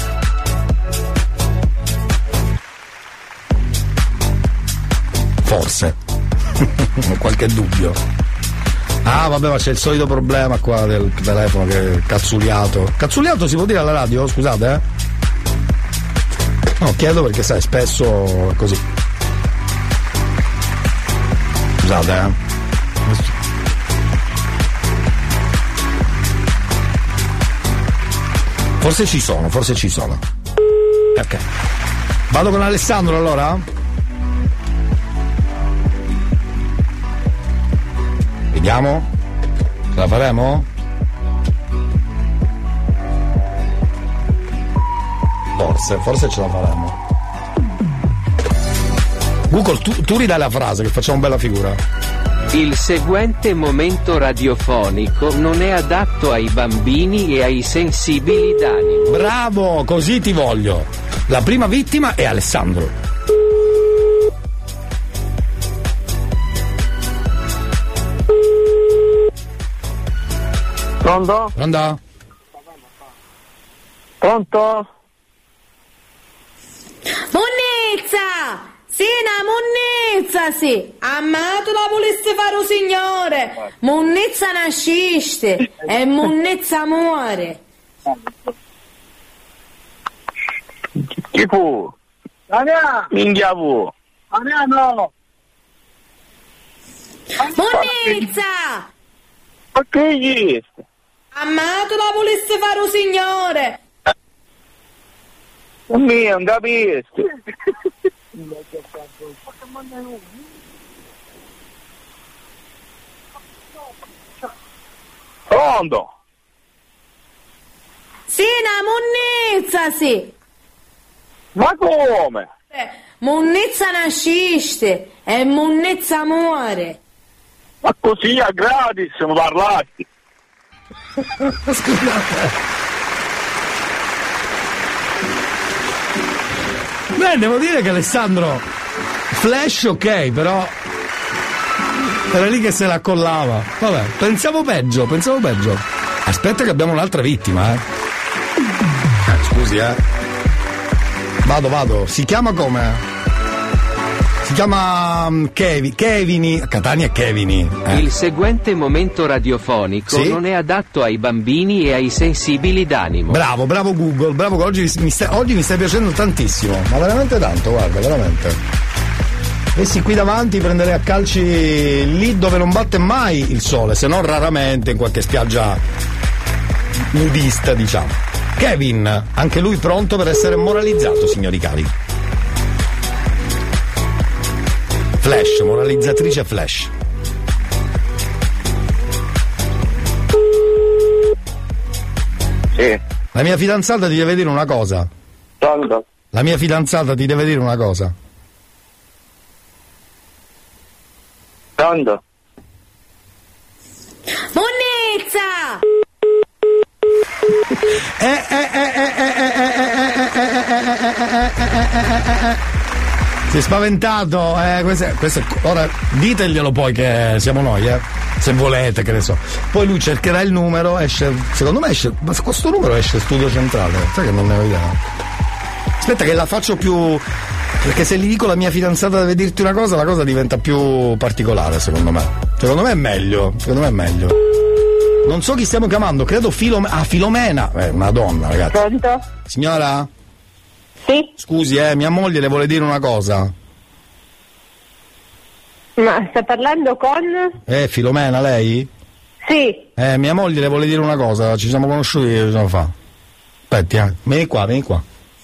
Forse. Ho qualche dubbio. Ah, vabbè, ma c'è il solito problema qua del telefono che è cazzuliato. Cazzuliato si può dire alla radio? Scusate, No, chiedo perché sai, spesso è così. Scusate, Forse ci sono. Ok. Vado con Alessandro allora? Vediamo? Ce la faremo? Forse ce la faremo. Google, tu ridai la frase che facciamo bella figura. Il seguente momento radiofonico non è adatto ai bambini e ai sensibili d'animo. Bravo, così ti voglio. La prima vittima è Alessandro. Pronto? Monnezza! Sì, una munnizza, sì. Amato la volesse fare un signore. Munnizza nasciste e munnizza muore. Chi fu? Minchia fu. No. Munnizza! Ma che è? Amato la volesse fare un signore. Mio, non capisco. Pronto? Sì, una munnizza, sì. Ma come? Munnizza nasciste e munnizza muore. Ma così a gratis mi parlati? Scusate. Beh, devo dire che Alessandro Flash ok, però era lì che se la collava. Vabbè, pensavo peggio. Aspetta che abbiamo un'altra vittima, scusi, Vado. Si chiama come? Si chiama Kevini. Catania è Kevini. Il seguente momento radiofonico non è adatto ai bambini e ai sensibili d'animo. Bravo Google, bravo che oggi mi stai piacendo tantissimo, ma veramente tanto, guarda, veramente. Avessi qui davanti, prenderei a calci lì dove non batte mai il sole, se non raramente in qualche spiaggia nudista, diciamo. Kevin, anche lui pronto per essere moralizzato, signori cari. Flash, moralizzatrice Flash. Sì. La mia fidanzata ti deve dire una cosa. Pronto? La mia fidanzata ti deve dire una cosa. Pronto? Munnizza! Si è spaventato, questo ora diteglielo poi che siamo noi, se volete, che ne so. Poi lui cercherà il numero, secondo me esce, ma questo numero esce Studio Centrale, sai che non ne ho idea. Aspetta che la faccio più, perché se gli dico la mia fidanzata deve dirti una cosa, la cosa diventa più particolare, secondo me. Secondo me è meglio. Non so chi stiamo chiamando, credo Filomena, una donna, ragazzi. Pronto? Signora? Sì? Scusi, mia moglie le vuole dire una cosa. Ma sta parlando con? Filomena, lei? Sì. Mia moglie le vuole dire una cosa, ci siamo conosciuti che giorno fa. Aspetti, vieni qua. Munnizza!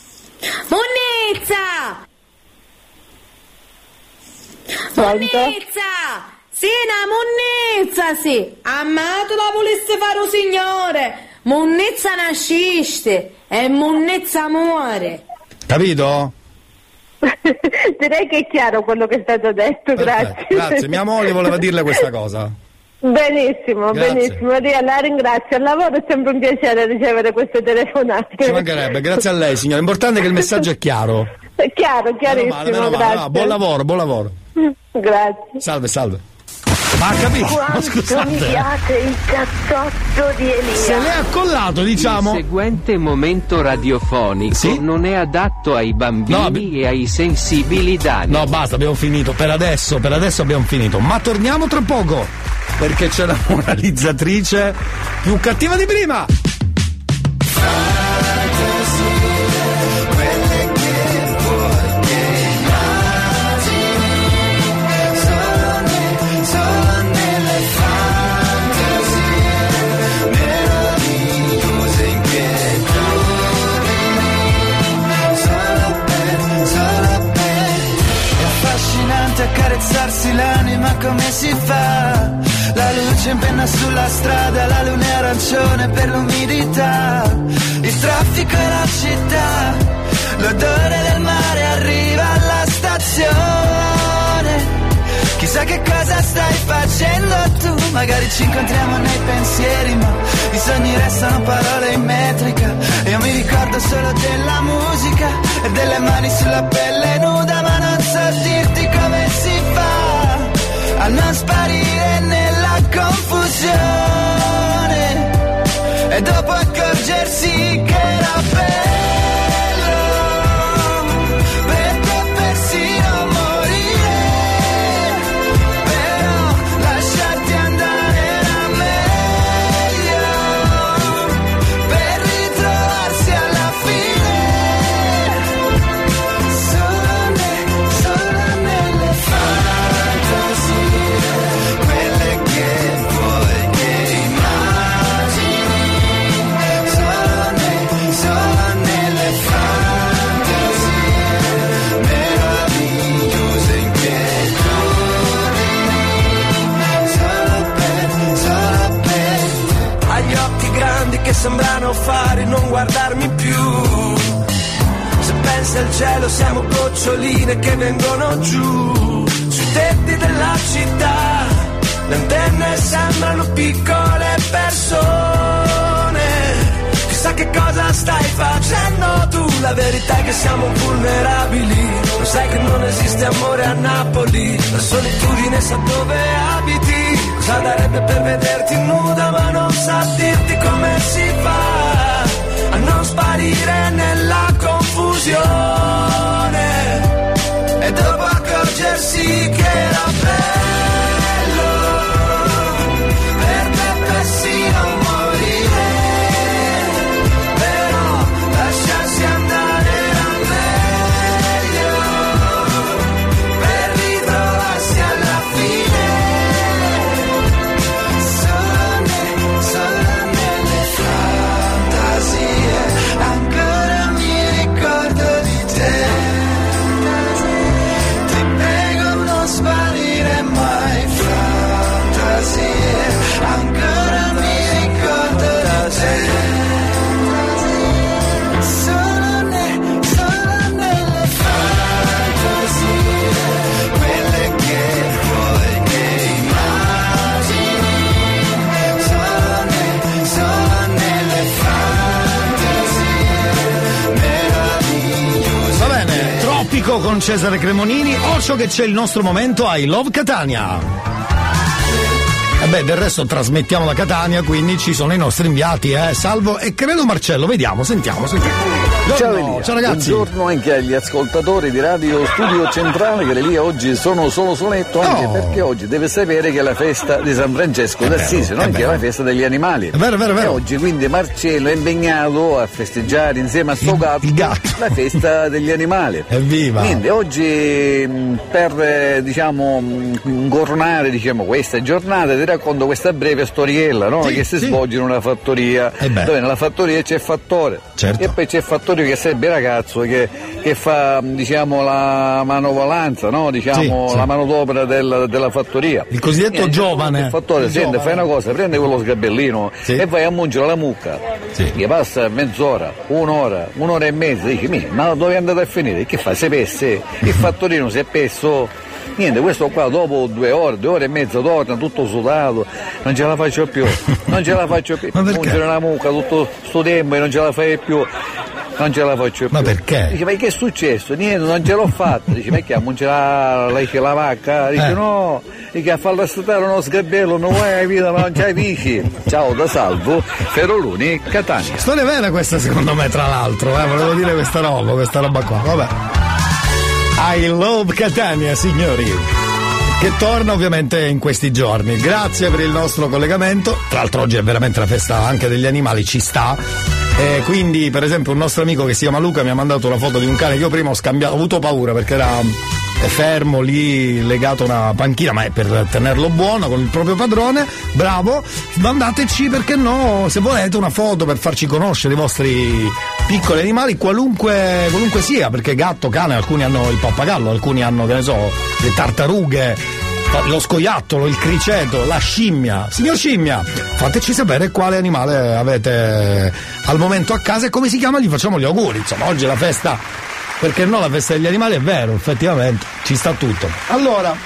Munnizza! Sì, una munnizza, sì. Amato la volesse fare un signore. Munnizza nasciste e munnizza muore. Capito? Direi che è chiaro quello che è stato detto. Perfetto, grazie. Mia moglie voleva dirle questa cosa. Benissimo. Io la ringrazio. Al lavoro è sempre un piacere ricevere queste telefonate. Ci mancherebbe, grazie a lei, signora. L'importante è che il messaggio è chiaro. È chiaro, chiarissimo. Meno male. No, buon lavoro. Grazie. Salve. Ma ha capito? Quanto mi piace il cazzotto di Elia. Se l'è accollato, diciamo. Il seguente momento radiofonico non è adatto ai bambini e ai sensibili d'animo. No, basta, abbiamo finito. Per adesso abbiamo finito. Ma torniamo tra poco, perché c'è la moralizzatrice più cattiva di prima. Accarezzarsi l'anima come si fa? La luce in penna sulla strada, la luna è arancione per l'umidità, il traffico e la città, l'odore del mare arriva alla stazione. Chissà che cosa stai facendo tu, magari ci incontriamo nei pensieri, ma i sogni restano parole in metrica. E io mi ricordo solo della musica e delle mani sulla pelle nuda, ma non so dirti come si fa a non sparire nella confusione e dopo accorgersi che era bello, perché persino sembrano fari, non guardarmi più. Se pensi al cielo siamo goccioline che vengono giù. Sui tetti della città le antenne sembrano piccole persone. Chissà che cosa stai facendo tu. La verità è che siamo vulnerabili. Lo sai che non esiste amore a Napoli. La solitudine sa dove abiti. Cosa darebbe per vederti nuda, ma non sa dirti come si fa a non sparire nella confusione. E dopo accorgersi che era bello per te persino morire, però lasciarsi andare era meglio per ritrovarsi alla fine. Solo nelle fantasie ancora mi ricordo di te. Ti prego non sparire mai, fantasie ancora mi ricordo di te. Solo nelle fantasie, quelle che vuoi che immagini. Solo nelle fantasie meravigliose. Va bene, Tropico con Cesare Cremonini. Occhio che c'è il nostro momento I Love Catania. Vabbè, del resto trasmettiamo da Catania, quindi ci sono i nostri inviati, Salvo e credo Marcello. Vediamo, sentiamo. Ciao Elia, ciao ragazzi. Buongiorno anche agli ascoltatori di Radio Studio Centrale, che Elia oggi sono solo soletto, anche perché oggi deve sapere che è la festa di San Francesco d'Assisi, non che è la festa degli animali. È vero. E oggi quindi Marcello è impegnato a festeggiare insieme a suo gatto la festa degli animali. Evviva! Quindi oggi per incoronare questa giornata ti racconto questa breve storiella, no? Che si svolge in una fattoria, dove nella fattoria c'è il fattore, e poi c'è il fattore che sarebbe il ragazzo che fa la manovalanza, no? La manodopera della fattoria, il cosiddetto giovane. Il fattore sente, fai una cosa, prende quello sgabellino e vai a mungere la mucca, che passa mezz'ora, un'ora e mezza, dici ma dove è andato a finire? Che fa? Si pesse, il fattorino si è pesso. Niente, questo qua dopo 2 ore e mezza torna tutto sudato, non ce la faccio più. Mungere la mucca tutto sto tempo e non ce la fai più. Non ce la faccio più. Ma perché? Dice, ma che è successo? Niente, non ce l'ho fatta. Dice, ma che a mungere la vacca? Dice, no, che a farla statare uno sgabello, non vuoi capire, ma non c'hai amici. Ciao da Salvo, Feroluni, Catania. Storia vera questa secondo me, tra l'altro, volevo dire questa roba qua, vabbè. I Love Catania, signori, che torna ovviamente in questi giorni. Grazie per il nostro collegamento. Tra l'altro oggi è veramente la festa anche degli animali, ci sta. Quindi per esempio un nostro amico che si chiama Luca mi ha mandato una foto di un cane che io prima ho avuto paura perché era fermo lì legato a una panchina, ma è per tenerlo buono con il proprio padrone. Bravo, mandateci, perché no, se volete, una foto per farci conoscere i vostri piccoli animali, qualunque sia, perché gatto, cane, alcuni hanno il pappagallo, alcuni hanno, che ne so, le tartarughe, lo scoiattolo, il criceto, la scimmia. Signor Scimmia, fateci sapere quale animale avete al momento a casa e come si chiama, gli facciamo gli auguri. Insomma, oggi è la festa, perché no, la festa degli animali, è vero, effettivamente ci sta tutto. Allora,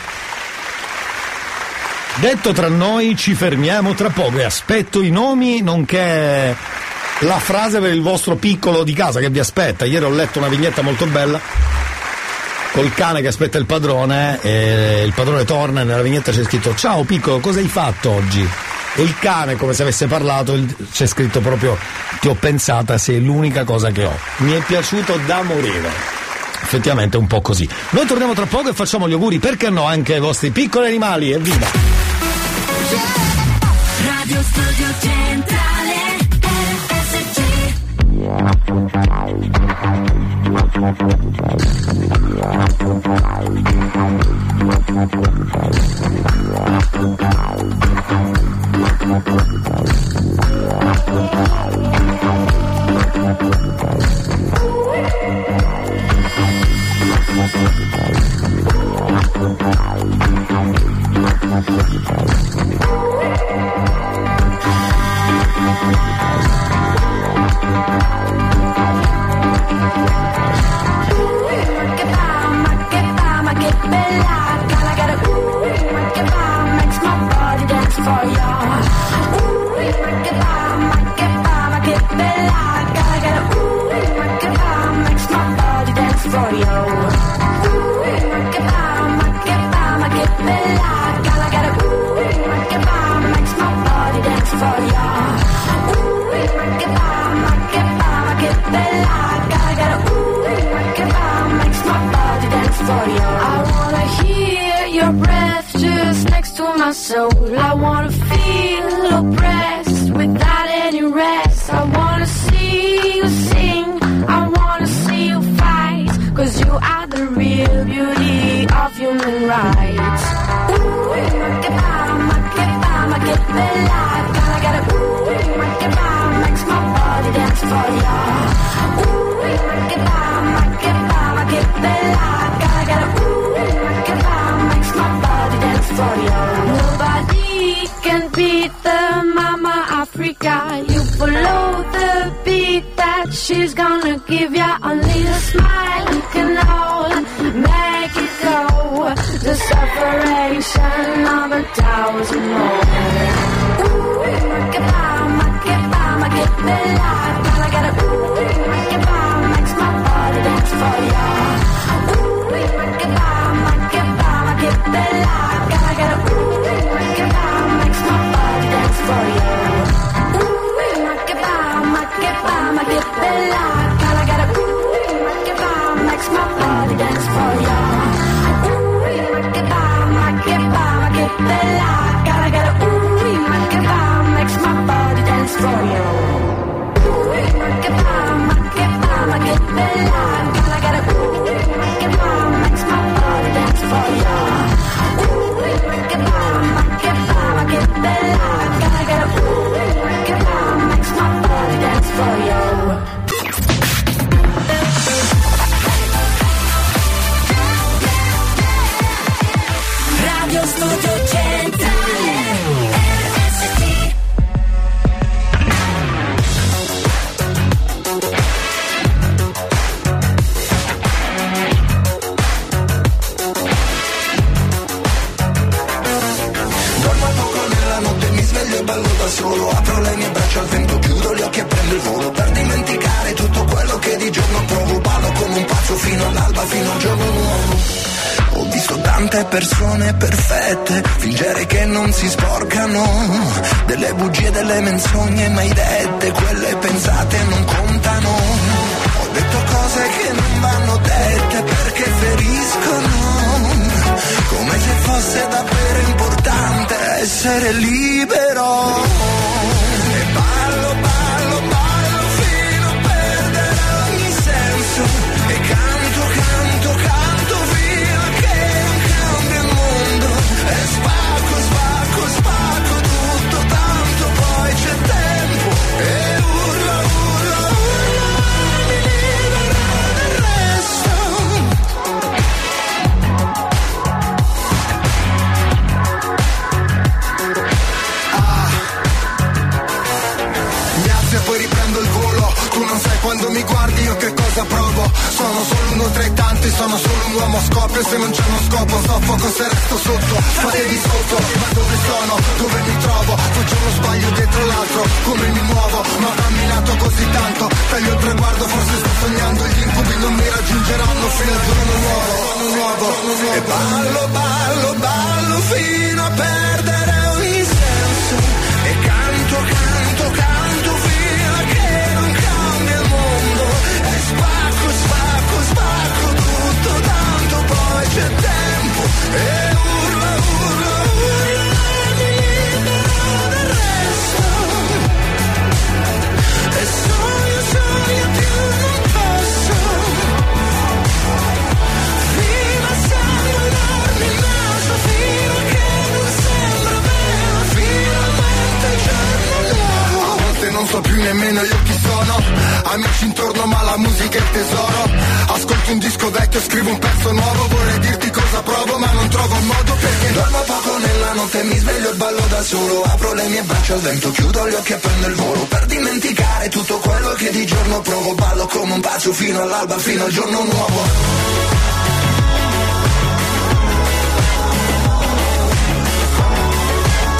detto tra noi, ci fermiamo tra poco e aspetto i nomi nonché la frase per il vostro piccolo di casa che vi aspetta. Ieri ho letto una vignetta molto bella col cane che aspetta il padrone e il padrone torna e nella vignetta c'è scritto: ciao piccolo, cosa hai fatto oggi? E il cane, come se avesse parlato, c'è scritto proprio: ti ho pensata, sei l'unica cosa che ho. Mi è piaciuto da morire. Effettivamente è un po' così. Noi torniamo tra poco e facciamo gli auguri, perché no, anche ai vostri piccoli animali. Evviva! Radio Studio Centrale RSC. you. Ooh, ma che bella. Gotta get a ooh, ma che makes my body dance for you. Ooh, ma che bella. Gotta get a ooh, ma che makes my body dance for you. I wanna hear your breath just next to my soul. I wanna feel oppressed without any rest. I wanna see you sing, I wanna see you fight, 'cause you are the real beauty of human rights. Ooh, ma che bella. Gotta get a ooh, ma che makes my body dance for you. Ooh, ma che bella. Gotta get a ooh, ma che makes my body dance for you. Nobody can beat the Mama Africa. You follow the beat that she's gonna give ya. Only a smile you can hold, make it go. The separation of 1,000 more. Ooh, ma che bella. Gotta get a ooh, ma che makes my body dance for ya. Ooh, ma che bella. Gotta get a ooh, ma che makes my body dance for you. Ooh, ma che bella. Gotta get a ooh, ma che makes my body dance for you. Ooh, ma che bella. Gotta get a ooh, ma che makes my body dance for you. Ooh, ma che bella. Gotta get a ooh, ma che makes my body dance for you. Ooh, ma che bella. Gotta get a ooh, ma che makes my body dance for you. Radio Studio Centrale RSC. Dormo poco nella notte, mi sveglio e ballo da solo. Apro le mie braccia al vento, chiudo gli occhi e prendo il volo. Per dimenticare tutto quello che di giorno provo. Ballo come un pazzo fino all'alba, fino al giorno nuovo. Ho visto tante persone perfette fingere che non si sporcano, delle bugie, delle menzogne mai dette, quelle pensate non contano. Ho detto cose che non vanno dette perché feriscono, come se fosse davvero importante essere libero. E ballo fino a perdere ogni senso, e canto fino a che non cambia il mondo. E spacco tutto, tanto poi c'è tempo. E urlo, mi libererò del resto. Mi alzo e poi riprendo il volo. Tu non sai quando mi guardi io che cosa provo. Sono solo uno tra i tanti, sono solo un uomo a scoppio. Se non c'è uno scopo soffoco se resto sotto. Fatevi sotto, ma dove sono? Dove mi trovo? Faccio uno sbaglio dietro l'altro, come mi muovo? Ma ho camminato così tanto, taglio il traguardo, forse sto sognando. Gli incubi non mi raggiungeranno fino al giorno nuovo. E ballo fino a perdere ogni senso. E canto fino a che non cambia il mondo. E spacco tutto, tanto poi c'è tempo. E urlo, mi libero del resto. E sogno più non posso, fino a sanguinarmi il naso, fino a che non sembra vero, finalmente il giorno nuovo. A volte non so più nemmeno io chi sono, amici intorno ma la musica è il tesoro. Ascolto un disco vecchio, scrivo un pezzo nuovo, vorrei dirti cosa provo ma non trovo un modo, perché dormo poco nella notte, mi sveglio e ballo da solo. Apro le mie braccia al vento, chiudo gli occhi e prendo il volo. Per dimenticare tutto quello che di giorno provo. Ballo come un pazzo fino all'alba, fino al giorno nuovo.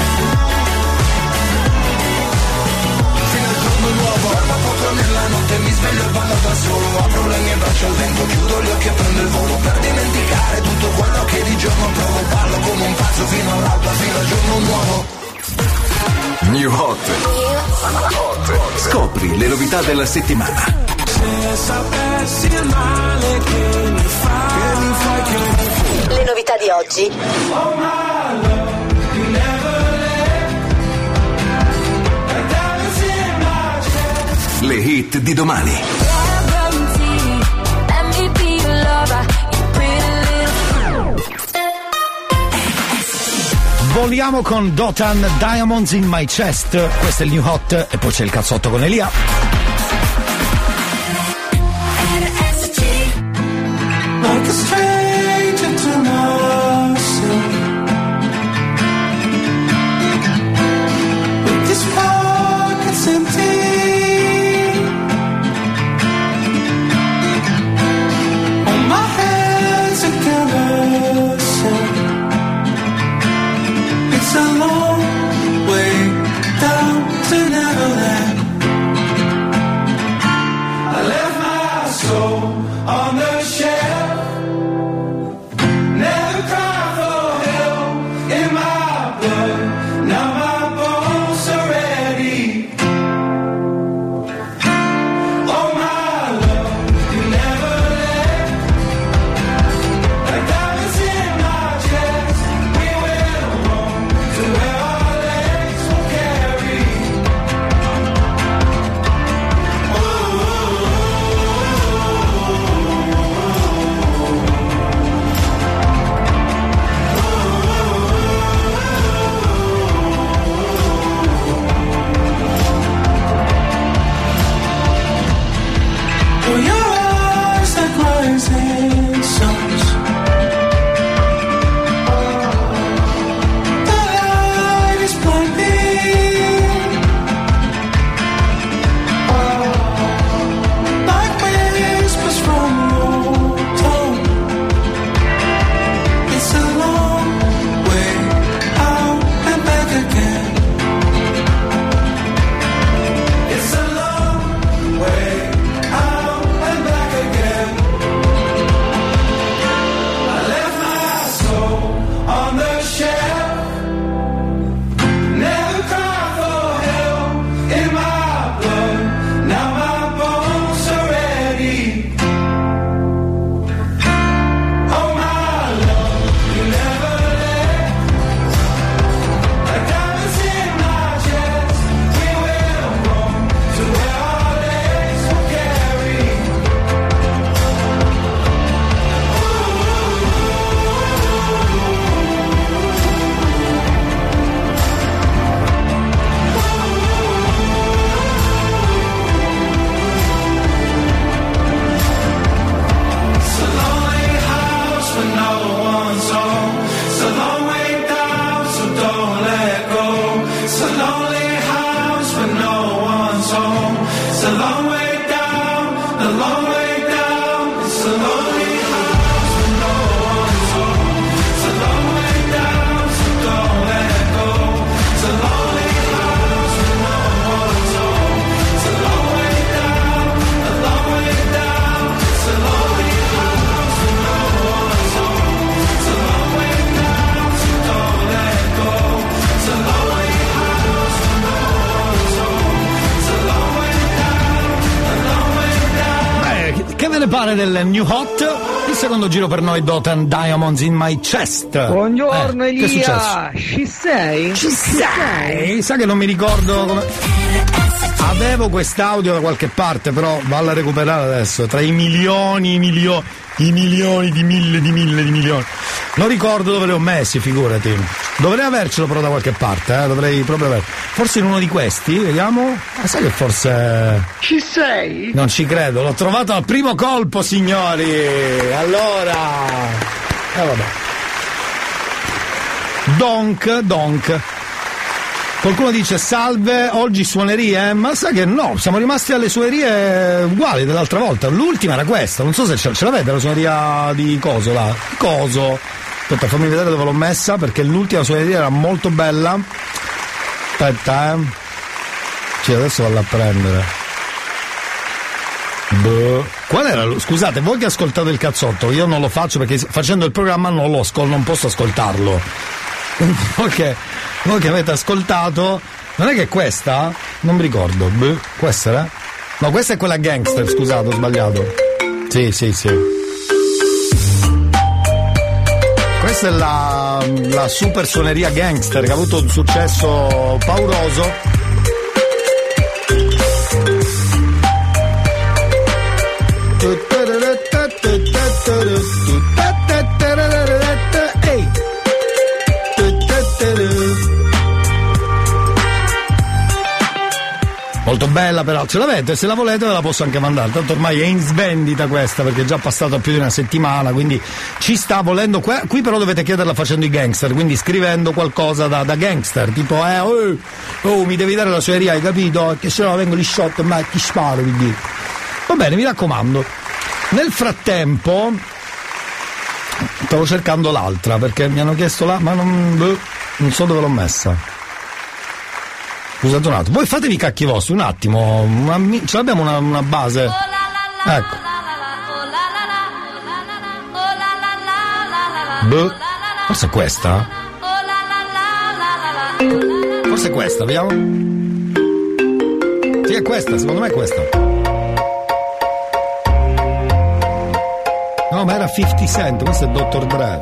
Nella notte mi sveglio e ballo da solo, apro le mie braccia al vento, chiudo gli occhi e prendo il volo per dimenticare tutto quello che di giorno provo. Ballo come un pazzo fino all'alba, fino al giorno nuovo. New Hot. Scopri le novità della settimana. Se sapessi il male che mi fai, Le novità di oggi. Oh my love, you never let. Le hit di domani. Voliamo con Dotan, Diamonds in My Chest. Questo è il New Hot e poi c'è il cazzotto con Elia. Like a stranger to myself, with these pockets empty, on my hands a carousel. It's a long way down to Neverland. I left my soul on the shelf. Pare del New Hot, il secondo giro per noi, Dotan, Diamonds in My Chest. Buongiorno Elia, ci sei? Sa che non mi ricordo come... Avevo quest'audio da qualche parte, però valla a recuperare adesso, tra i milioni di milioni. Non ricordo dove li ho messi, figurati. Dovrei avercelo però da qualche parte, dovrei proprio aver. Forse in uno di questi, vediamo. Sai che forse. Ci sei? Non ci credo, l'ho trovato al primo colpo, signori. Allora. Vabbè. Donk. Qualcuno dice salve, oggi suonerie, ma sa che no, siamo rimasti alle suonerie uguali dell'altra volta. L'ultima era questa, non so se ce l'avete la suoneria di coso là. Coso. Aspetta, fammi vedere dove l'ho messa, perché l'ultima suoneria era molto bella. Aspetta, Sì, adesso vado a prendere. Qual era? Scusate, voi che ascoltate il cazzotto, io non lo faccio perché facendo il programma non posso ascoltarlo. Voi che avete ascoltato, non è che questa? Non mi ricordo. Questa era? No, questa è quella gangster, scusate, ho sbagliato. Sì. Questa è la super suoneria gangster che ha avuto un successo pauroso. Molto bella però, ce l'avete? Se la volete ve la posso anche mandare, tanto ormai è in svendita questa perché è già passata più di una settimana, quindi ci sta volendo. Qui però dovete chiederla facendo i gangster, quindi scrivendo qualcosa da gangster, tipo mi devi dare la suoneria, hai capito? Che se no vengo lì shot ma ti sparo, quindi. Va bene, mi raccomando. Nel frattempo stavo cercando l'altra perché mi hanno chiesto ma non so dove l'ho messa. Scusate un attimo, voi fatevi i cacchi vostri, un attimo, ce l'abbiamo una base. Ecco. Forse è questa? Forse è questa, vediamo. Sì, è questa, secondo me è questa. No, ma era 50 Cent, questo è Dr. Dre.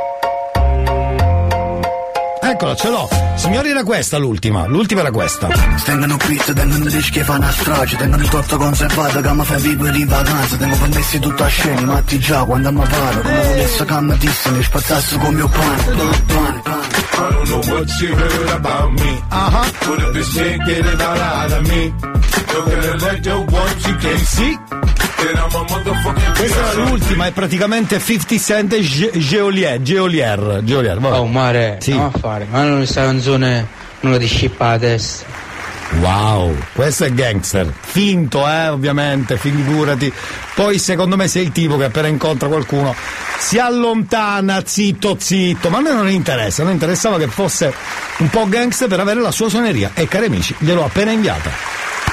Eccola, ce l'ho. Signori, era questa l'ultima era questa. Stengono pizza, tengono dischi e fanno a strage, tengono tutto conservato che mi fa vivere in vacanza, tengo permessi tutto a scena, matti già quando mi paro, come volesse che mi disse, mi spazzasse con mio pane. I don't know what you heard about me. But if this shit get it out of me, you're gonna let your want you can't see. Questa è l'ultima, è praticamente 50 Cent e Geolier. Oh mare, sì. No, a fare, ma non questa canzone non la ti scippa la testa. Wow, questo è gangster, finto ovviamente, figurati. Poi secondo me sei il tipo che appena incontra qualcuno si allontana zitto, ma a me non interessa, non interessava che fosse un po' gangster per avere la sua suoneria e cari amici, gliel'ho appena inviata.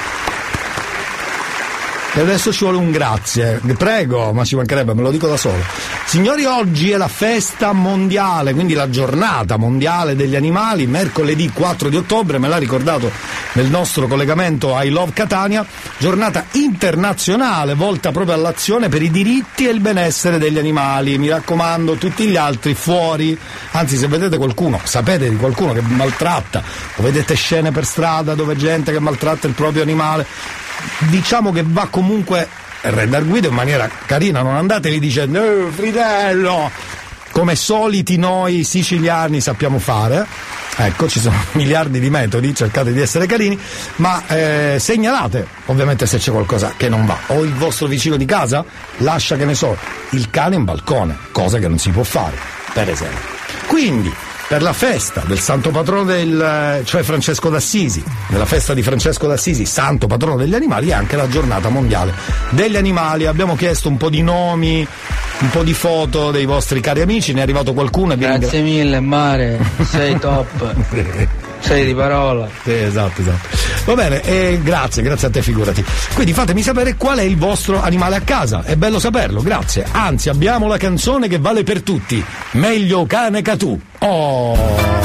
E adesso ci vuole un grazie, prego, ma ci mancherebbe, me lo dico da solo. Signori, oggi è la festa mondiale, quindi la giornata mondiale degli animali, mercoledì 4 di ottobre, me l'ha ricordato nel nostro collegamento I Love Catania, giornata internazionale volta proprio all'azione per i diritti e il benessere degli animali. Mi raccomando, tutti gli altri fuori, anzi se vedete qualcuno, sapete di qualcuno che maltratta, o vedete scene per strada dove gente che maltratta il proprio animale, diciamo che va comunque rendere guida in maniera carina, non andate lì dicendo fratello, come soliti noi siciliani sappiamo fare. Ecco, ci sono miliardi di metodi, cercate di essere carini, ma segnalate ovviamente se c'è qualcosa che non va, o il vostro vicino di casa lascia, che ne so, il cane in balcone, cosa che non si può fare, per esempio. Quindi per la festa del santo patrono cioè Francesco d'Assisi, nella festa di Francesco d'Assisi, santo patrono degli animali, è anche la giornata mondiale degli animali. Abbiamo chiesto un po' di nomi, un po' di foto dei vostri cari amici, ne è arrivato qualcuno. Grazie mille Mare, sei top. Sei di parola. Sì, esatto. Va bene, grazie a te, figurati. Quindi fatemi sapere qual è il vostro animale a casa, è bello saperlo, grazie. Anzi, abbiamo la canzone che vale per tutti, Meglio cane che tu. Oh,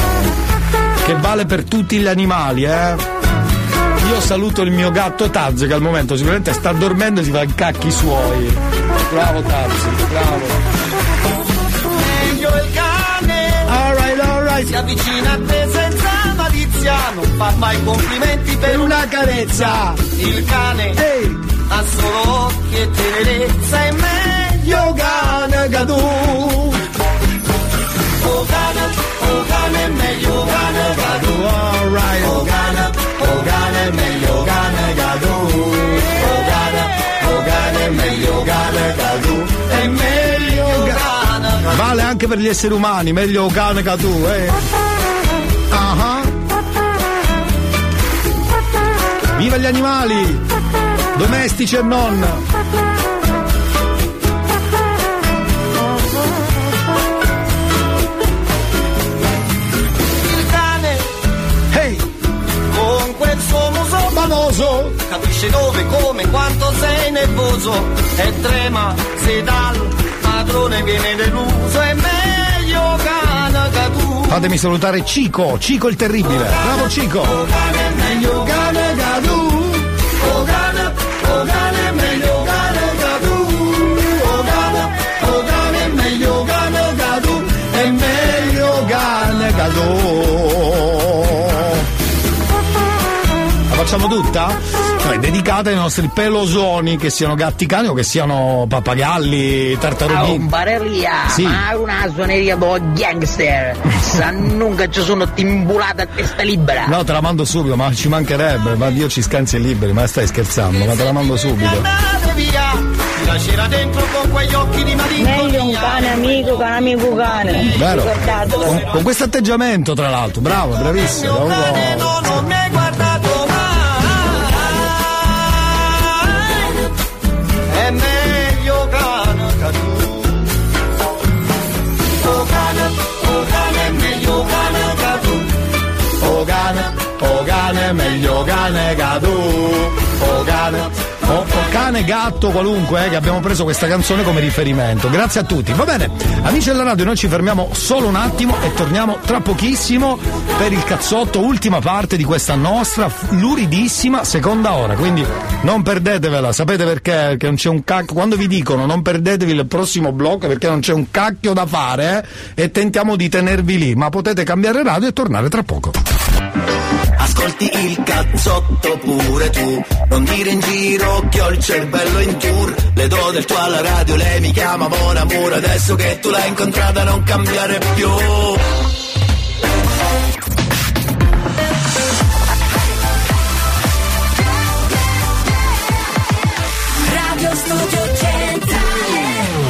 che vale per tutti gli animali, Io saluto il mio gatto Taz, che al momento sicuramente sta dormendo e si fa i cacchi suoi. Bravo Taz, bravo. Meglio il cane, alright, si avvicina a te senza malizia, non fa mai complimenti per una carezza. Il cane ha solo occhi e tenerezza, è meglio cane che tu. Oh cane, meglio cane che tu. Alright, oh cane, meglio cane che tu. Oh cane, meglio cane che tu. È meglio cane. Vale anche per gli esseri umani, meglio cane che tu, Viva gli animali, domestici e non. Il cane, con quel suo muso famoso. Capisce dove, come, quanto sei nervoso. E trema, se dal padrone viene deluso. È meglio cane che tu. Fatemi salutare Cico il terribile. Bravo Cico. O cane è meglio cane che tu. O cane è meglio cane che tu. O cane è meglio cane che tu. È meglio cane che tu. La facciamo tutta? Cioè, dedicata ai nostri pelosoni, che siano gatti cani o che siano pappagalli, tartarughini. Un bareria, sì. Ma una suoneria do gangster. Nunca ci sono timbulata a testa libera. No, te la mando subito, ma ci mancherebbe, ma Dio ci scansi e liberi, ma stai scherzando, ma te la mando subito. Andate via, ti lascerà dentro con quegli occhi di malinconia. Meglio un cane amico che un amico cane. Vero. Ricordatelo. Con questo atteggiamento, tra l'altro, bravo, bravissimo. Non mi hai guardato mai. È meglio cane che tu. O cane è meglio cane che tu. O cane è meglio cane che tu. O cane, gatto, qualunque, che abbiamo preso questa canzone come riferimento. Grazie a tutti. Va bene, amici della radio, noi ci fermiamo solo un attimo e torniamo tra pochissimo per il cazzotto, ultima parte di questa nostra luridissima seconda ora. Quindi non perdetevela, sapete perché? Perché non c'è un cacchio. Quando vi dicono non perdetevi il prossimo blocco, perché non c'è un cacchio da fare, e tentiamo di tenervi lì, ma potete cambiare radio e tornare tra poco. Ascolti il cazzotto pure tu, non dire in giro che ho il cervello in tour. Le do del tuo alla radio, lei mi chiama Mon Amour. Adesso che tu l'hai incontrata non cambiare più. Radio Studio Centrale.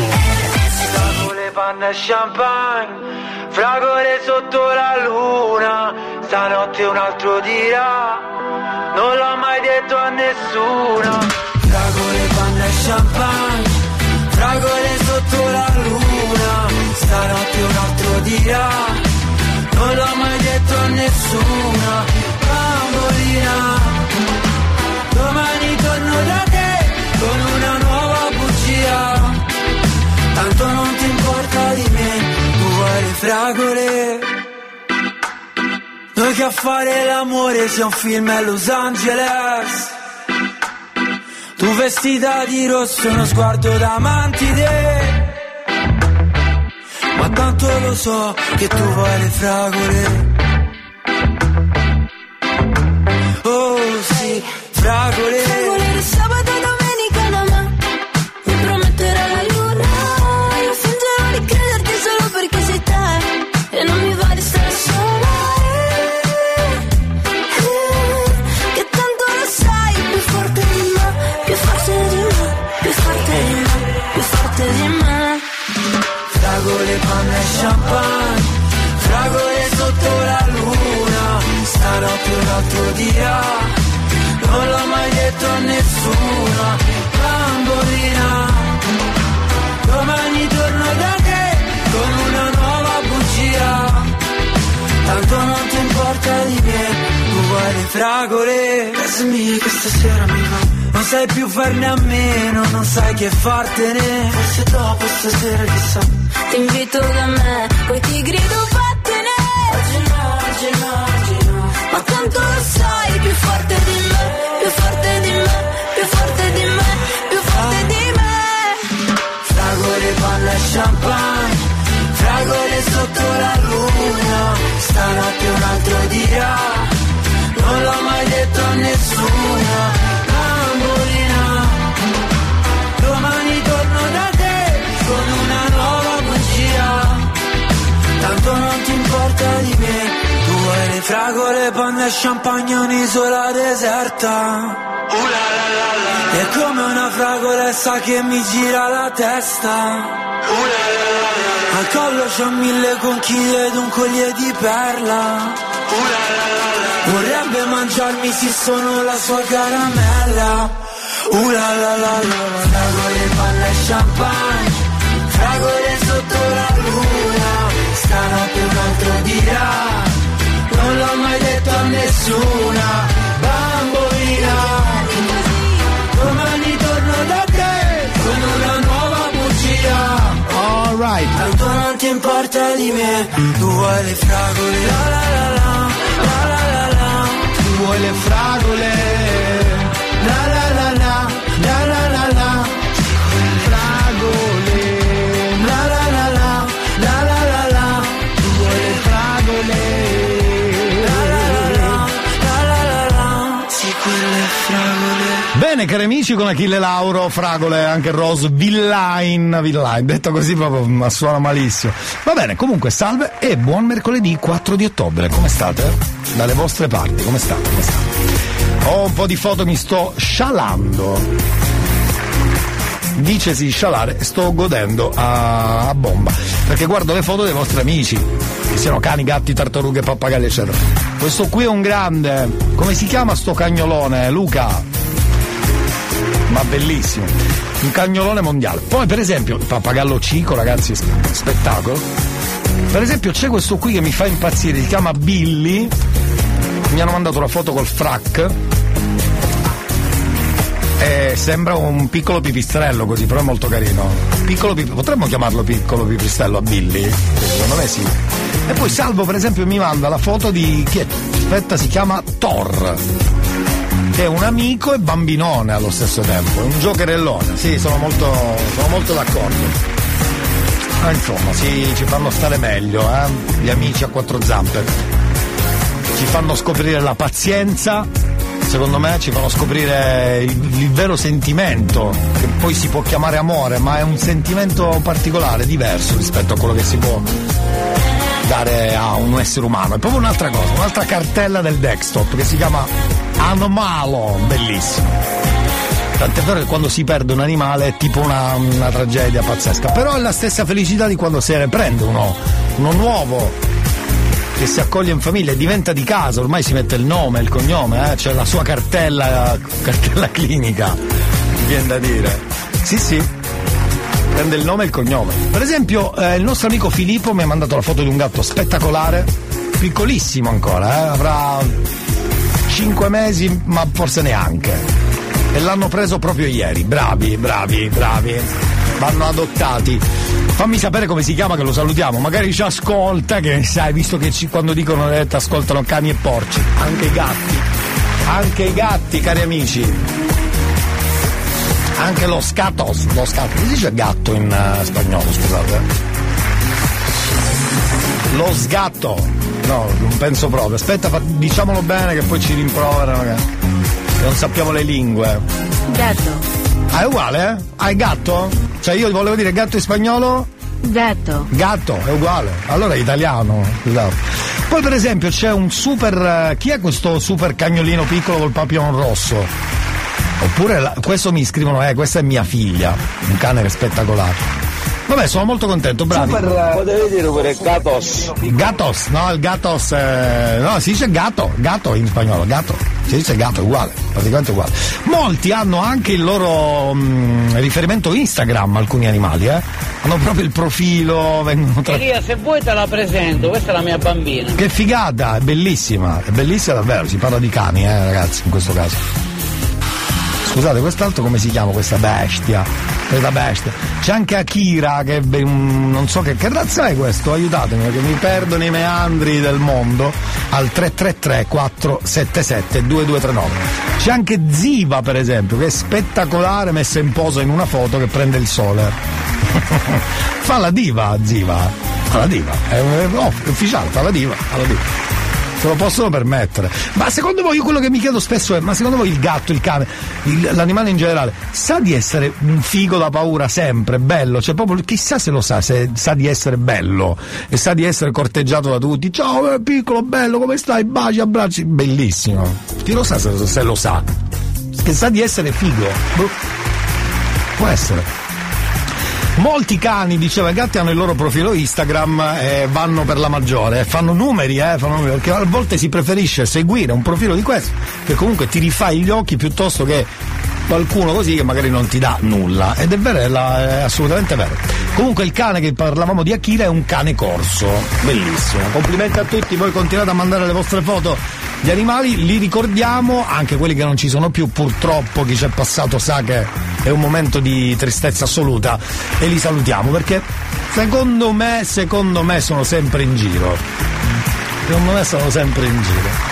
Le panne e champagne, fragole sotto la luna. Stanotte un altro dirà, non l'ho mai detto a nessuno. Fragole, panna e champagne, fragole sotto la luna. Stanotte un altro dirà, non l'ho mai detto a nessuno. Bambolina, domani torno da te con una nuova bugia. Tanto non ti importa di me, tu vuoi le fragole. Noi che a fare l'amore sia un film a Los Angeles. Tu vestita di rosso, uno sguardo da mantide. Ma tanto lo so che tu vuoi le fragole. Oh sì, fragole. Fragole di sabato e domenica da me. Mi prometterai la luna. Io fingerò di crederti solo perché sei te. E non mi va di stare sola. Fragole, panna e champagne, fragole sotto la luna. Stanotte un altro dirà, non l'ho mai detto a nessuno. Bambolina, domani torno da te con una nuova bugia. Tanto non ti importa di me, tu vuoi le fragole. Casa mia che stasera mi va. Non sai più farne a meno, non sai che fartene. Forse dopo stasera chissà. Ti invito da me, poi ti grido vattene. Oggi no. Ma tanto lo sai, più forte di me, più forte di me, più forte di me, più forte di me. Fragole, panna e champagne, fragole sotto la luna. Stanotte un altro dirà, non l'ho mai detto a nessuno. Bambolina, domani torno da te con una nuova bugia. Tanto non ti importa di me, tu vuoi le fragole, panna e champagne, un'isola deserta. E come una fragolessa che mi gira la testa. Al collo c'ho 1000 conchiglie ed un collier di perla. Vorrebbe mangiarmi se sono la sua caramella. Fragole, panna e champagne, fragole sotto la luna. Stanotte un altro dirà, non l'ho mai detto a nessuna. Bambolina, parte di me. Tu vuoi le fragole, la la la la, la la la la. Tu vuoi le fragole, la la la la, la la la la. Fragole, la la la la, la la la la. Tu vuoi le fragole, la la la la, la la la la. Sì, quelle fragole. Bene, cari amici, con Achille Lauro, fragole, anche Rose, Villain, detto così proprio ma suona malissimo. Va bene, comunque salve e buon mercoledì 4 di ottobre, come state? Dalle vostre parti, come state? Ho un po' di foto, mi sto scialando. Dicesi scialare, sto godendo a bomba, perché guardo le foto dei vostri amici, che siano cani, gatti, tartarughe, pappagalli, eccetera. Questo qui è un grande, come si chiama sto cagnolone, Luca? Ma bellissimo, un cagnolone mondiale. Poi per esempio il pappagallo Cico, ragazzi, spettacolo. Per esempio c'è questo qui che mi fa impazzire, si chiama Billy, mi hanno mandato la foto col frac e sembra un piccolo pipistrello così, però è molto carino. Potremmo chiamarlo piccolo pipistrello a Billy? Secondo me sì. E poi Salvo per esempio mi manda la foto di chi è? Aspetta, si chiama Thor, che è un amico e bambinone allo stesso tempo, è un giocherellone. Sì, sono molto d'accordo. Ma insomma, sì, ci fanno stare meglio, gli amici a quattro zampe. Ci fanno scoprire la pazienza, secondo me ci fanno scoprire il vero sentimento, che poi si può chiamare amore, ma è un sentimento particolare, diverso rispetto a quello che si può dare a un essere umano. È proprio un'altra cosa, un'altra cartella del desktop che si chiama Anomalo, bellissimo. Tant'è vero che quando si perde un animale è tipo una tragedia pazzesca, però è la stessa felicità di quando se ne prende uno nuovo che si accoglie in famiglia e diventa di casa, ormai si mette il nome, il cognome, c'è la sua cartella clinica, viene da dire. Sì, prende il nome e il cognome. Per esempio il nostro amico Filippo mi ha mandato la foto di un gatto spettacolare, piccolissimo ancora, avrà 5 mesi ma forse neanche, e l'hanno preso proprio ieri. Bravi, vanno adottati. Fammi sapere come si chiama, che lo salutiamo, magari ci ascolta, che sai, visto che quando dicono ascoltano cani e porci, anche i gatti, cari amici, anche lo scatto, si dice gatto in spagnolo, scusate, lo sgatto, no, non penso proprio, aspetta, diciamolo bene che poi ci rimproverano che non sappiamo le lingue. Gatto. Ah, è uguale, eh? Ah, è gatto? Cioè io volevo dire gatto in spagnolo? Gatto. Gatto, è uguale. Allora è italiano, scusate. Poi per esempio c'è un super, chi è questo super cagnolino piccolo col papillon rosso? Oppure questo mi scrivono, questa è mia figlia, un cane spettacolare. Vabbè, sono molto contento, bravi. Potevi dire pure gatos. Gatos, no, il gatos, no, si dice gatto in spagnolo, gatto. Si dice gatto, è uguale, praticamente uguale. Molti hanno anche il loro riferimento Instagram, alcuni animali, hanno proprio il profilo, vengono Elia, se vuoi te la presento, questa è la mia bambina. Che figata, è bellissima davvero, si parla di cani, ragazzi, in questo caso. Scusate, quest'altro come si chiama questa bestia? Questa bestia. C'è anche Akira che non so che razza è questo, aiutatemi perché mi perdo nei meandri del mondo, al 333 477 2239. C'è anche Ziva per esempio, che è spettacolare, messa in posa in una foto che prende il sole. Fa la diva Ziva, è ufficiale, fa la diva. Se lo possono permettere. Ma secondo voi, io quello che mi chiedo spesso è: ma secondo voi il gatto, il cane, l'animale in generale sa di essere un figo da paura sempre, bello? Cioè proprio chissà se lo sa, se sa di essere bello e sa di essere corteggiato da tutti. Ciao piccolo bello, come stai? Baci, abbracci, bellissimo. Chi lo sa se lo sa? Che sa di essere figo. Può essere. Molti cani, diceva, i gatti hanno il loro profilo Instagram e vanno per la maggiore, fanno numeri, perché a volte si preferisce seguire un profilo di questo che comunque ti rifai gli occhi piuttosto che qualcuno così che magari non ti dà nulla, ed è vero, è assolutamente vero. Comunque il cane che parlavamo di Akira è un cane corso, bellissimo, complimenti a tutti, voi continuate a mandare le vostre foto Gli animali li ricordiamo, anche quelli che non ci sono più, purtroppo chi c'è passato sa che è un momento di tristezza assoluta, e li salutiamo perché secondo me sono sempre in giro. Secondo me sono sempre in giro.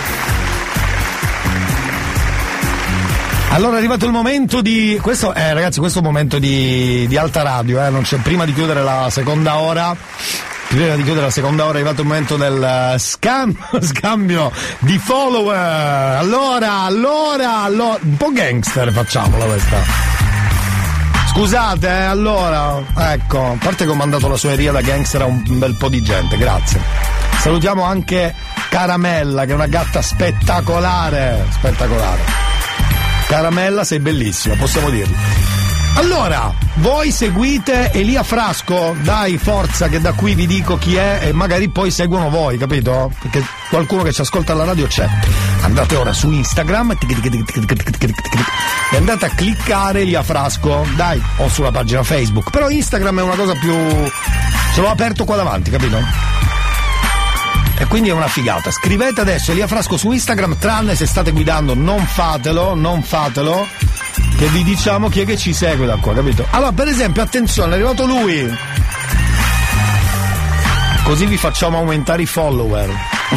Allora è arrivato il momento di questo ragazzi, questo è un momento di alta radio, non c'è, prima di chiudere la seconda ora è arrivato il momento del scambio di follower. Allora un po' gangster facciamola questa. Scusate, allora ecco, a parte che ho mandato la suoneria da gangster a un bel po' di gente, grazie. Salutiamo anche Caramella, che è una gatta spettacolare. Caramella, sei bellissima, possiamo dirlo. Allora, voi seguite Elia Frasco? Dai, forza, che da qui vi dico chi è e magari poi seguono voi, capito? Perché qualcuno che ci ascolta alla radio c'è. Andate ora su Instagram e andate a cliccare Elia Frasco, dai, o sulla pagina Facebook. Però Instagram è una cosa più... ce l'ho aperto qua davanti, capito? E quindi è una figata. Scrivete adesso Elia Frasco su Instagram, tranne se state guidando, non fatelo, che vi diciamo chi è che ci segue da qua, capito? Allora, per esempio, attenzione, è arrivato lui. Così vi facciamo aumentare i follower.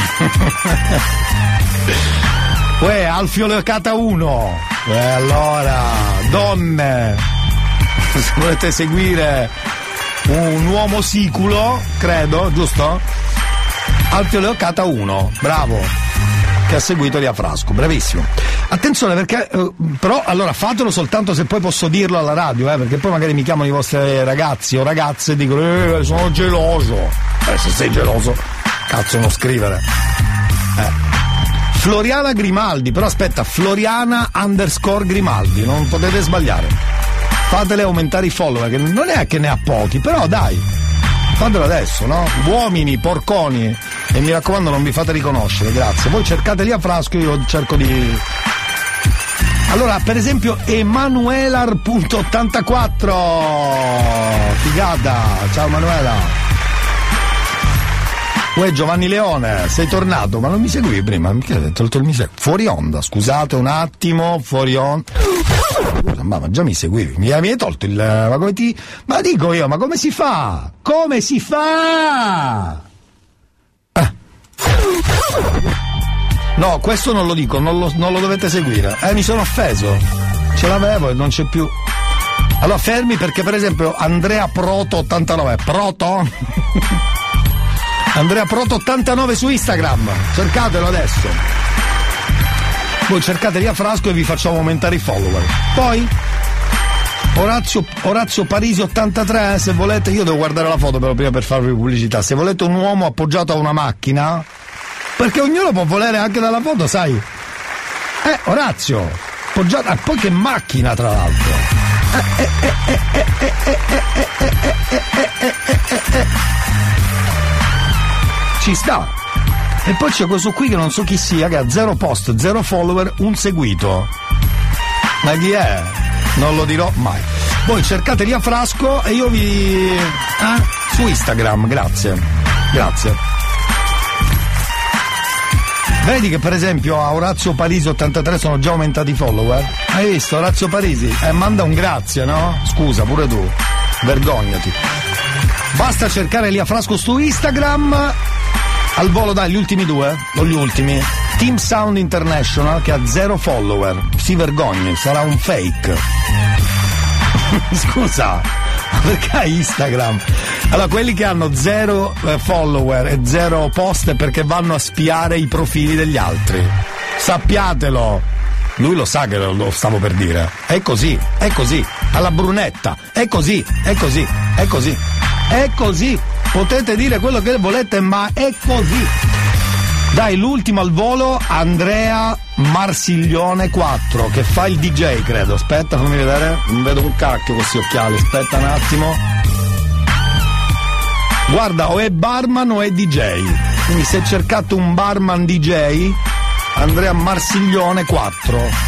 Uè, Alfio Leocata 1. Allora, donne, se volete seguire un uomo siculo, credo, giusto? Alfio Leocata 1, bravo, che ha seguito Elia Frasco, bravissimo. Attenzione perché, però, allora fatelo soltanto se poi posso dirlo alla radio, perché poi magari mi chiamano i vostri ragazzi o ragazze e dicono sono geloso. Se sei geloso, cazzo non scrivere. Floriana Grimaldi, però aspetta, Floriana_Grimaldi, non potete sbagliare. Fatele aumentare i follower, che non è che ne ha pochi, però dai, fatelo adesso, no? Uomini, porconi. E mi raccomando, non vi fate riconoscere, grazie. Voi cercate Elia Frasco, io cerco di... Allora, per esempio, Emanuelar.84. Figata, ciao Emanuela. Uè, Giovanni Leone, sei tornato, ma non mi seguivi prima? Mi hai detto il mi segui. Fuori onda, scusate un attimo, fuori onda. Ma già mi seguivi, mi hai tolto il... Ma come ti... Ma dico io, ma come si fa? Come si fa? No, questo non lo dico, non lo dovete seguire. Mi sono offeso. Ce l'avevo e non c'è più. Allora fermi, perché per esempio Andrea Proto 89. Proto? Andrea Proto 89 su Instagram. Cercatelo adesso. Voi cercate Elia Frasco e vi facciamo aumentare i follower. Poi Orazio Parisi 83, se volete, io devo guardare la foto però prima per farvi pubblicità. Se volete un uomo appoggiato a una macchina, perché ognuno può volere anche dalla foto, sai? Orazio, appoggiato, poi che macchina tra l'altro. Ci sta. E poi c'è questo qui che non so chi sia, che ha 0 post, 0 follower, 1 seguito. Ma chi è? Non lo dirò mai. Voi cercate Elia Frasco e io vi... su Instagram, grazie. Vedi che per esempio a Orazio Parisi 83 sono già aumentati i follower? Hai visto Orazio Parisi? Manda un grazie, no? Scusa, pure tu. Vergognati. Basta cercare Elia Frasco su Instagram. Al volo dai, gli ultimi 2, non gli ultimi. Team Sound International che ha 0 follower. Si vergogni, sarà un fake. Scusa, perché hai Instagram? Allora, quelli che hanno 0 follower e 0 post è perché vanno a spiare i profili degli altri. Sappiatelo. Lui lo sa che lo stavo per dire. È così. Alla Brunetta. È così. Potete dire quello che volete, ma è così. Dai, l'ultimo al volo, Andrea Marsiglione 4, che fa il DJ, credo. Aspetta, fammi vedere. Non vedo un cacchio con questi occhiali. Aspetta un attimo. Guarda, o è barman o è DJ. Quindi se cercate un barman DJ, Andrea Marsiglione 4.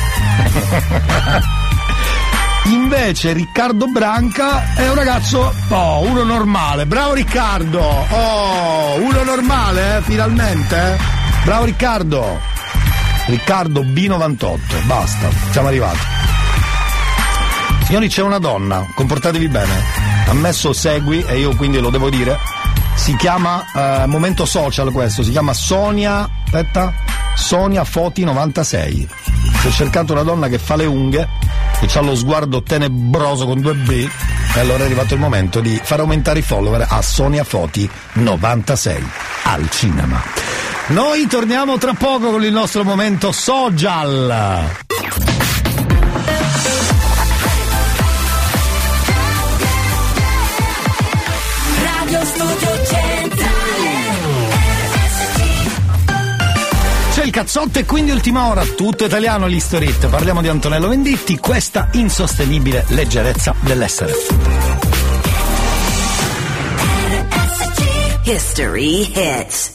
Invece Riccardo Branca è un ragazzo, uno normale. Bravo Riccardo. Uno normale, finalmente. Bravo Riccardo. Riccardo B98, basta, siamo arrivati. Signori, c'è una donna, comportatevi bene. Ha messo segui e io quindi lo devo dire. Si chiama momento social questo, si chiama Sonia Foti 96. Sto cercando una donna che fa le unghie, che ha lo sguardo tenebroso con 2 B, e allora è arrivato il momento di far aumentare i follower a Sonia Foti 96 al cinema. Noi torniamo tra poco con il nostro momento social. Radio Studio Centrale. C'è il cazzotto e quindi ultima ora, tutto italiano l'History Hit. Parliamo di Antonello Venditti, questa insostenibile leggerezza dell'essere. History Hits.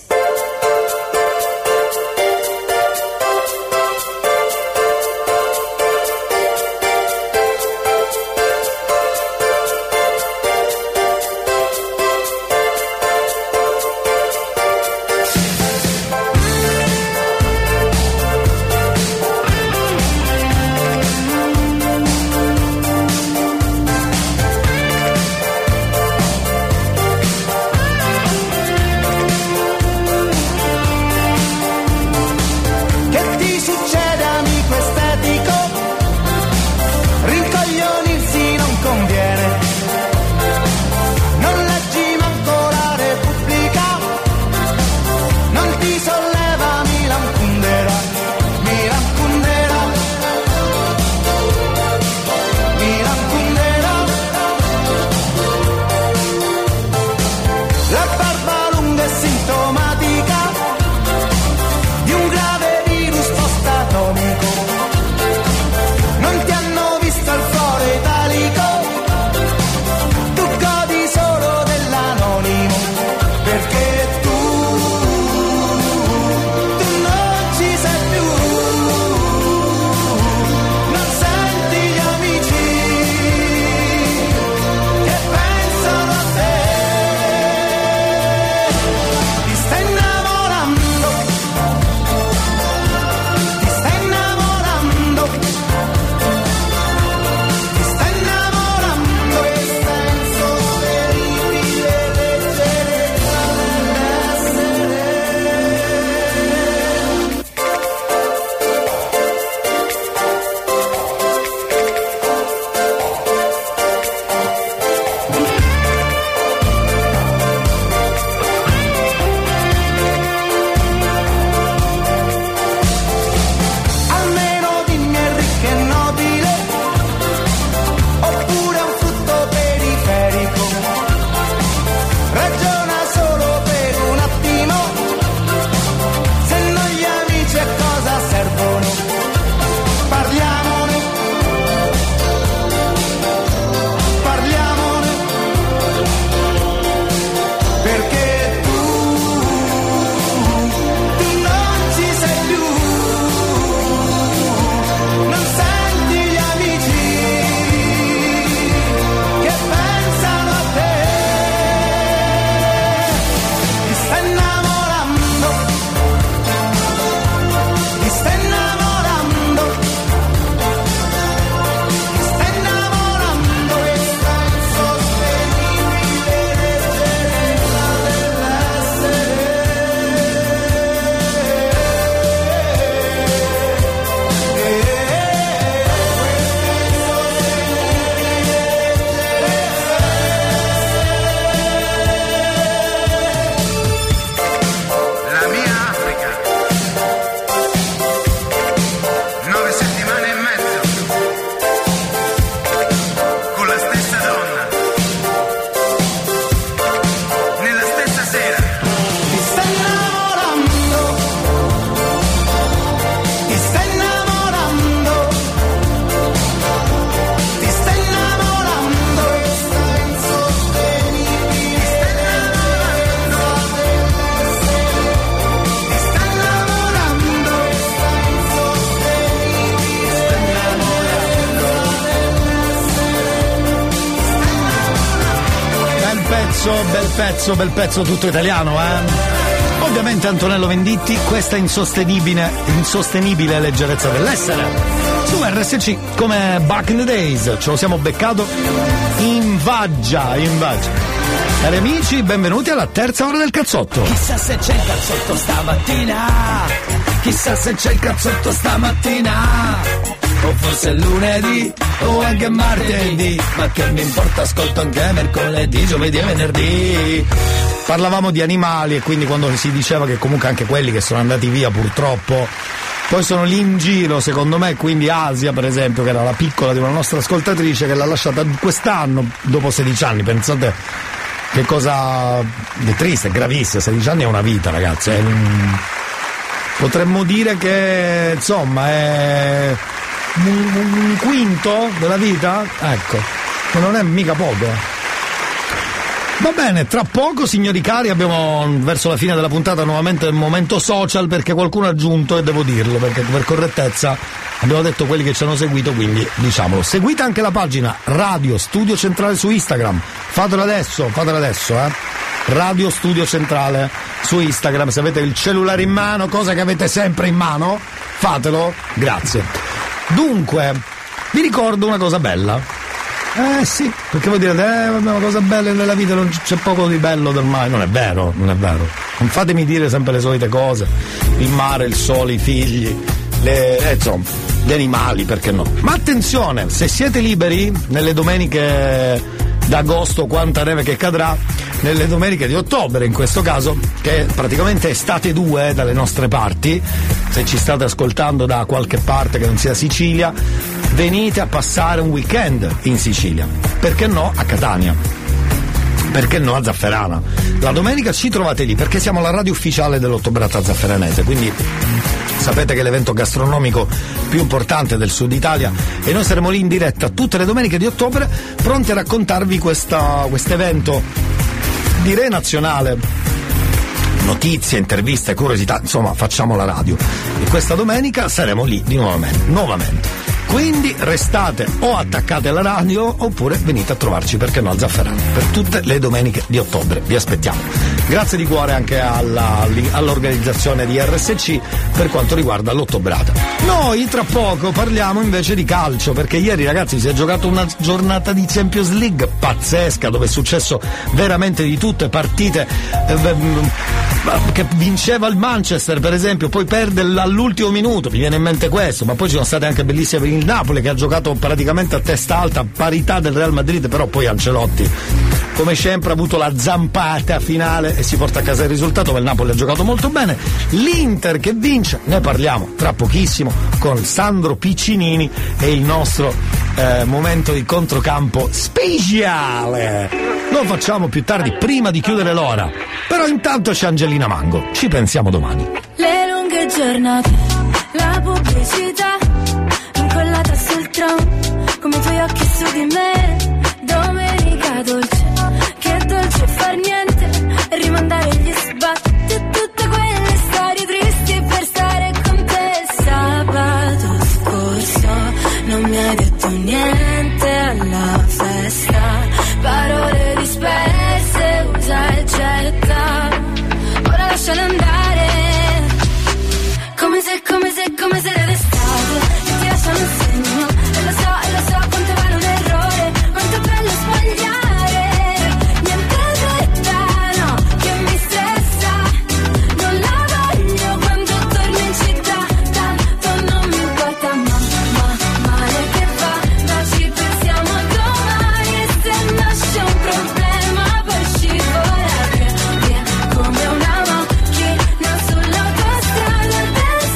Bel pezzo tutto italiano, Ovviamente Antonello Venditti, questa insostenibile leggerezza dell'essere. Su RSC, come back in the days, ce lo siamo beccato in vaggia. Cari amici, benvenuti alla terza ora del cazzotto. Chissà se c'è il cazzotto stamattina, o forse lunedì, o anche martedì, ma che mi importa, ascolto anche mercoledì, giovedì e venerdì. Parlavamo di animali e quindi quando si diceva che comunque anche quelli che sono andati via purtroppo poi sono lì in giro, secondo me, quindi Asia per esempio, che era la piccola di una nostra ascoltatrice che l'ha lasciata quest'anno dopo 16 anni, pensate che cosa di triste, gravissima, 16 anni è una vita, ragazzi, potremmo dire che insomma è un quinto della vita, ecco, che non è mica poco. Va bene, tra poco, signori cari, abbiamo verso la fine della puntata nuovamente il momento social, perché qualcuno ha aggiunto e devo dirlo, perché per correttezza abbiamo detto quelli che ci hanno seguito, quindi diciamolo. Seguite anche la pagina Radio Studio Centrale su Instagram, fatelo adesso, Radio Studio Centrale su Instagram, se avete il cellulare in mano, cosa che avete sempre in mano, fatelo, grazie. Dunque, vi ricordo una cosa bella. Sì, perché voi direte, vabbè, una cosa bella nella vita, non c'è poco di bello ormai. Non è vero. Non fatemi dire sempre le solite cose. Il mare, il sole, i figli, insomma, gli animali, perché no? Ma attenzione, se siete liberi, nelle domeniche d'agosto, quanta neve che cadrà, nelle domeniche di ottobre in questo caso, che praticamente è estate 2 dalle nostre parti, se ci state ascoltando da qualche parte che non sia Sicilia, venite a passare un weekend in Sicilia, perché no a Catania, perché no a Zafferana. La domenica ci trovate lì, perché siamo la radio ufficiale dell'Ottobrata zafferanese, quindi sapete che è l'evento gastronomico più importante del sud Italia e noi saremo lì in diretta tutte le domeniche di ottobre, pronti a raccontarvi questo evento, direi nazionale. Notizie, interviste, curiosità, insomma facciamo la radio e questa domenica saremo lì di nuovamente. Quindi restate o attaccate alla radio oppure venite a trovarci, perché no, a Zafferano per tutte le domeniche di ottobre. Vi aspettiamo. Grazie di cuore anche all'organizzazione di RSC per quanto riguarda l'ottobrata. Noi tra poco parliamo invece di calcio, perché ieri, ragazzi, si è giocato una giornata di Champions League pazzesca, dove è successo veramente di tutto, e partite che vinceva il Manchester per esempio, poi perde all'ultimo minuto, mi viene in mente questo, ma poi ci sono state anche bellissime per il Napoli, che ha giocato praticamente a testa alta, parità del Real Madrid, però poi Ancelotti come sempre ha avuto la zampata finale e si porta a casa il risultato, ma il Napoli ha giocato molto bene. L'Inter che vince, ne parliamo tra pochissimo con Sandro Piccinini e il nostro momento di controcampo speciale. Lo facciamo più tardi, prima di chiudere l'ora, però intanto c'è Angelina Mango, ci pensiamo domani. Le lunghe giornate, la pubblicità incollata sul tram, come i tuoi occhi su di me. Domenica dolce, che dolce far niente e rimandare gli sbatti e tutte quelle storie tristi per stare con te. Sabato scorso non mi hai detto niente alla festa, parole disperse, usa e getta, ora lasciale andare, come se era estate, e ti lasciano un segno, e lo so quanto vale un errore, quanto è bello sbagliare, niente fretta, no, che mi stressa, non la voglio quando torno in città, tanto non mi importa, male che va, ci pensiamo domani, e se nasce un problema poi scivola via, come una macchina sull'autostrada del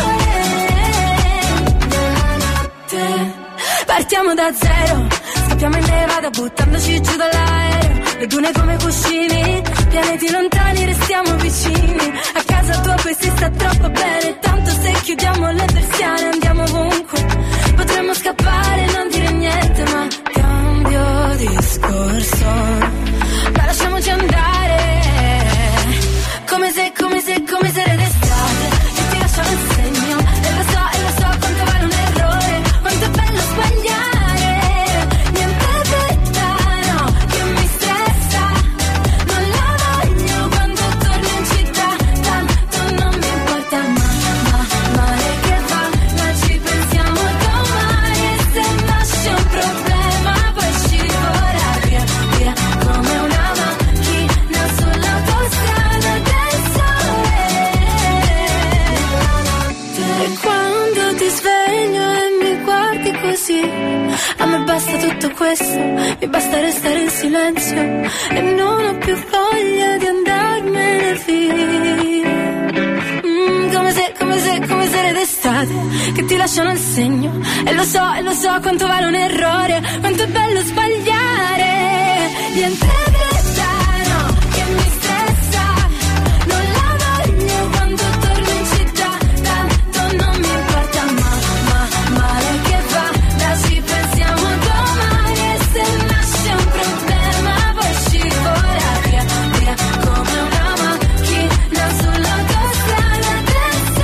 sole. Partiamo da zero, scappiamo in nevada buttandoci giù dall'aereo, le dune come cuscini, pianeti lontani restiamo vicini, a casa tua poi si sta troppo bene, tanto se chiudiamo le persiane andiamo ovunque, potremmo scappare e non dire niente, ma cambio discorso, ma lasciamoci andare, come se era d'estate, e ti lasciano il segno, e lo so quanto vale un errore, quanto è bello sbagliare, niente fretta, no, che mi stressa, non la voglio quando torno in città, così. A me basta tutto questo, mi basta restare in silenzio e non ho più voglia di andarmene via. Come se d'estate che ti lasciano il segno. E lo so quanto vale un errore, quanto è bello sbagliare. Niente no, che mi stressa, non la voglio quando torno in città. Tanto non mi importa male che vada, ci pensiamo domani. E se nasce un problema poi scivola via come una macchina sull'autostrada del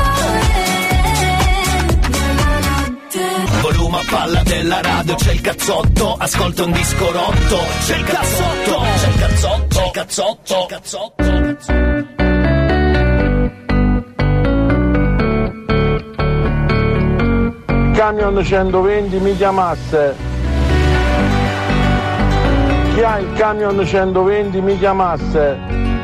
sole. Volume a palla della radio, c'è il cazzotto, ascolta un disco rotto. C'è il cazzotto, c'è il cazzotto, c'è il cazzotto, c'è il cazzotto. Camion 120 mi chiamasse. Chi ha il camion 120 mi chiamasse.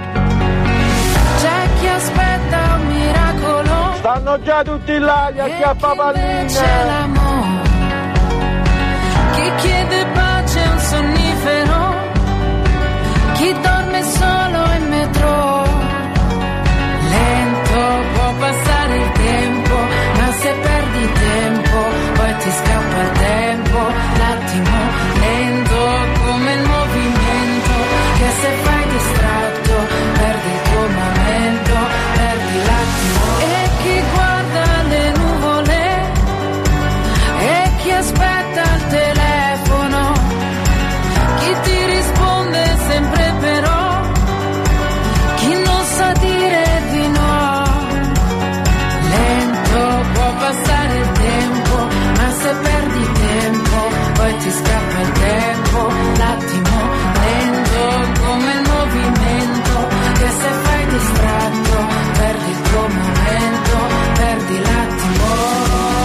C'è chi aspetta un miracolo, stanno già tutti là gli acchiappapalline. C'è l'amore, chi chiede pace è un sonnifero, chi dorme solo in metro. Lento può passare il tempo, ma se perdi tempo poi ti scappa il tempo. L'attimo lento come il movimento, che se fai distratto perdi il tuo momento, perdi l'attimo. E chi guarda le nuvole e chi aspetta il telefono, chi ti risponde sempre però, chi non sa dire di no. Lento può passare il tempo, ma se perdi tempo poi ti scappa il tempo. L'attimo lento come il movimento, che se fai distratto perdi il tuo momento, perdi l'attimo.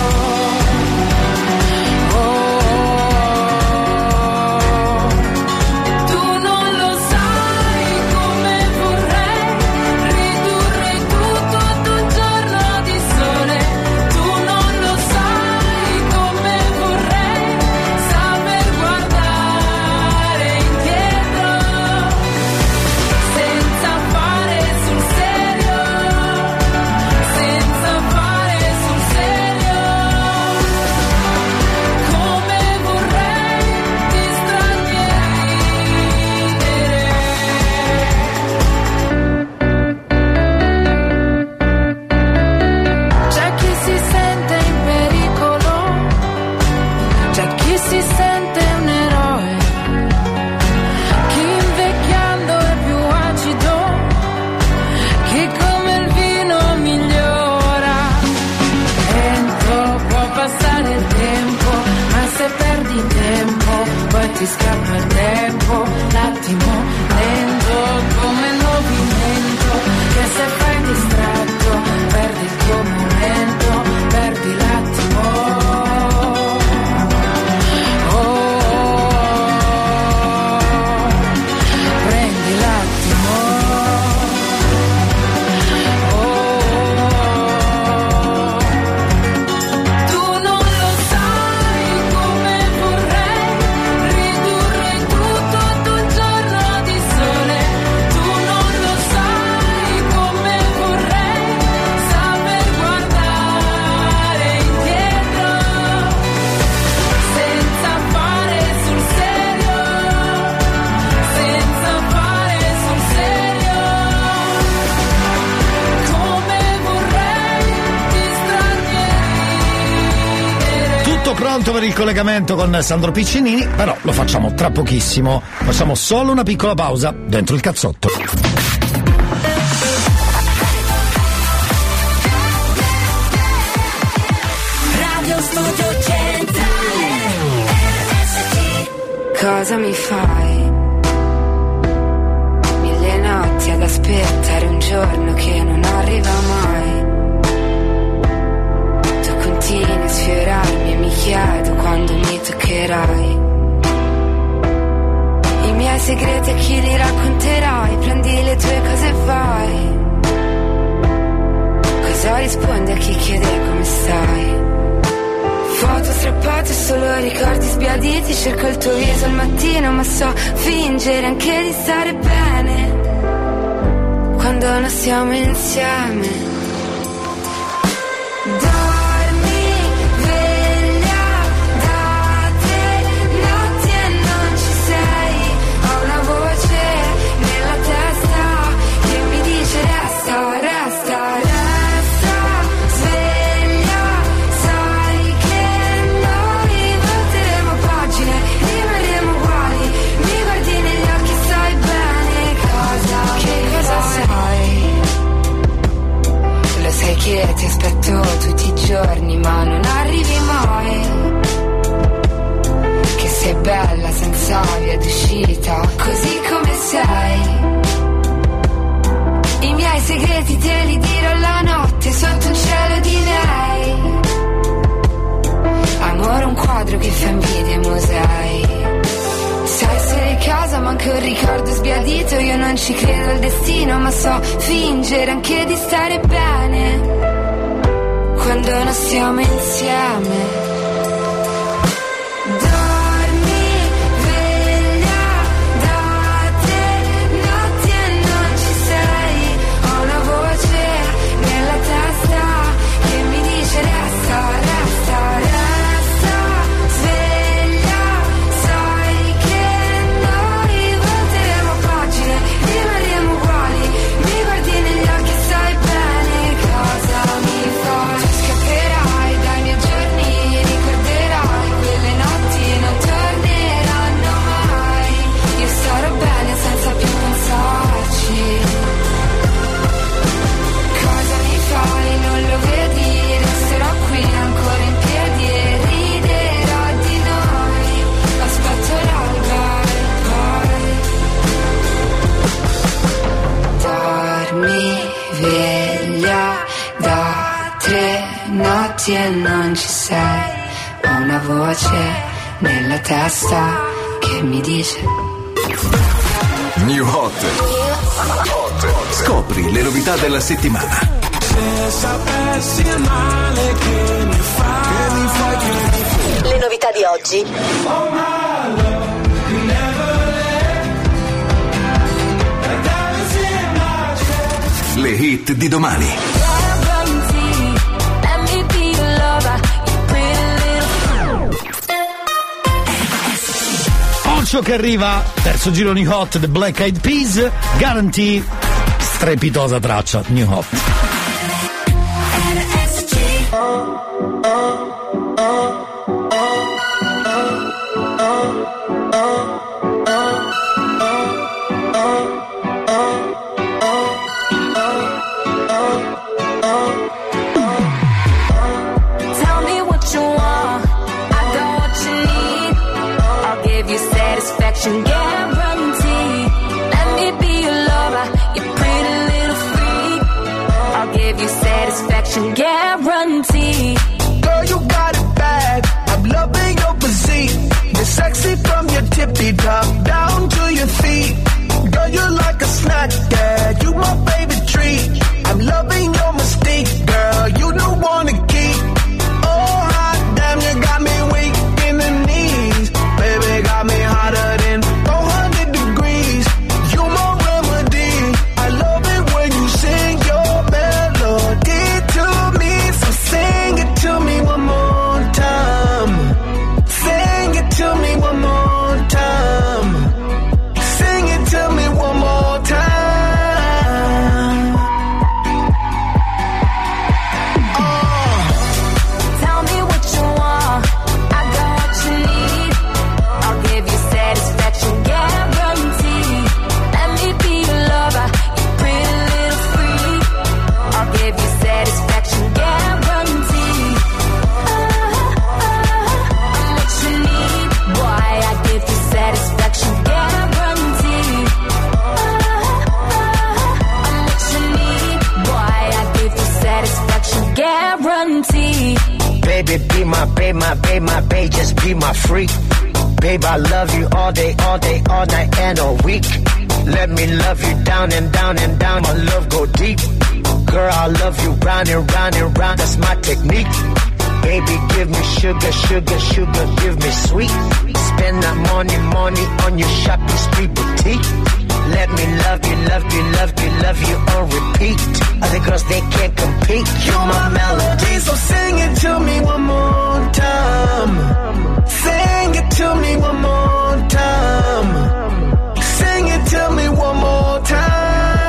Ti scappa il tempo, l'attimo lento come il movimento, che se fai distratto perdi il tuo momento, perdi l'attimo. Prendi l'attimo. Tu non lo sai come vorrei ridurre tutto un giorno di sole. Tu non lo sai come vorrei saper guardare indietro senza fare sul serio, senza fare sul serio. Come vorrei distrarmi e ridere. Tutto pronto per il collegamento con Sandro Piccinini, però lo facciamo tra pochissimo. Facciamo solo una piccola pausa dentro il cazzotto. Radio Studio Centrale. Cosa mi fai? 1000 notti ad aspettare un giorno che non arriva mai. Tu continui a sfiorarmi e mi chiedo quando mi toccherai. I miei segreti a chi li racconterai? Prendi le tue cose e vai. Cosa rispondi a chi chiede come stai? Foto strappate, solo ricordi sbiaditi. Cerco il tuo viso al mattino, ma so fingere anche di stare bene quando non siamo insieme. Che ti aspetto tutti i giorni ma non arrivi mai, che sei bella senza via d'uscita, così come sei. I miei segreti te li dirò la notte sotto un cielo di lei. Amore, un quadro che fa invidia ai musei. Sai, essere in casa manca un ricordo sbiadito. Io non ci credo al destino, ma so fingere anche di stare bene quando non siamo insieme. E non ci sei, ho una voce nella testa che mi dice New Hot. Scopri le novità della settimana. Se sapessi il male che mi fai. Le novità di oggi. Oh my love, you never let. Le hit di domani. Occhio che arriva, terzo giro New Hot, The Black Eyed Peas, Guarantee, strepitosa traccia, New Hot. Guarantee, let me be your lover, you pretty little freak. I'll give you satisfaction guarantee. Girl, you got it bad, I'm loving your physique. You're sexy from your tippy top down to your feet. Girl, you're like a snack, yeah, you my favorite treat. I'm loving your mystique, girl, you don't wanna keep. Oh, hot damn, you got me weak in the knees. Baby, got me hotter than 400 degrees. You my remedy. I love it when you sing your melody to me. So sing it to me one more time. Sing it to me one more time. Sing it to me one more time. Tell me what you want, I got what you need. I'll give you satisfaction guarantee. Let me be your lover, you pretty little freak. I'll give you satisfaction guarantee. I'm what you need, boy, I give you satisfaction guarantee. I'm what you need, boy, I give you satisfaction guarantee. Baby, be my babe, my babe, my babe, just be my freak. Babe, I love you all day, all night and all week. Let me love you down and down and down, my love go deep. Girl, I love you round and round and round, that's my technique. Baby, give me sugar, sugar, sugar, give me sweet. Spend that money, money on your shopping street boutique. Let me love you, love you, love you, love you on repeat. Other girls, they can't compete. You're my melody, so sing it to me one more time. Sing it to me one more time. Sing it to me one more time.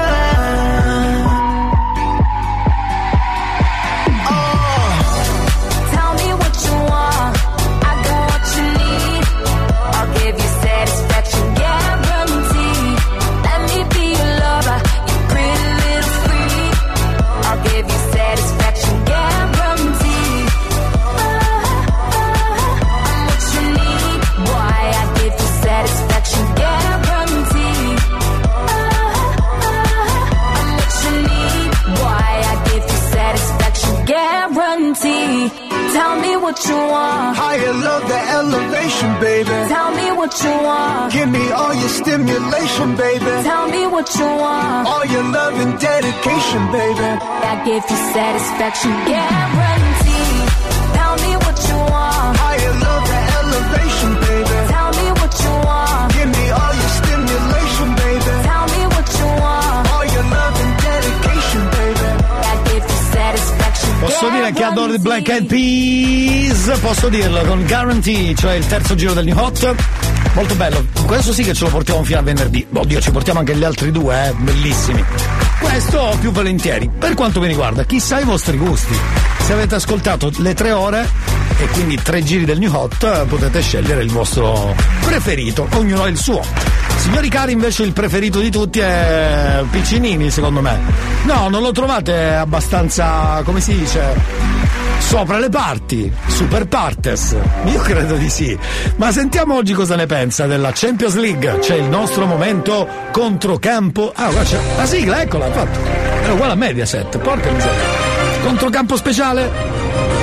Tell me what you want. Higher love, the elevation, baby. Tell me what you want. Give me all your stimulation, baby. Tell me what you want. All your love and dedication, baby. I give you satisfaction, guaranteed. Tell me what you want. Higher love, the elevation, baby. Tell me what you want. Give me all your stimulation, baby. Tell me what you want. All your love and dedication, baby. I give you satisfaction. Posso dire che adoro il Black Eyed Peas, posso dirlo, con Guarantee, cioè il terzo giro del New Hot, molto bello, questo sì che ce lo portiamo fino a venerdì, oddio ci portiamo anche gli altri due, bellissimi, questo più volentieri. Per quanto mi riguarda, chissà i vostri gusti, se avete ascoltato le 3 ore e quindi 3 giri del New Hot potete scegliere il vostro preferito, ognuno ha il suo. Signori cari, invece il preferito di tutti è Piccinini, secondo me. No, non lo trovate abbastanza, come si dice, sopra le parti, super partes? Io credo di sì. Ma sentiamo oggi cosa ne pensa della Champions League. C'è il nostro momento controcampo. Ah, guarda, c'è la sigla, eccola, fatto. È uguale a Mediaset, porca miseria. Controcampo speciale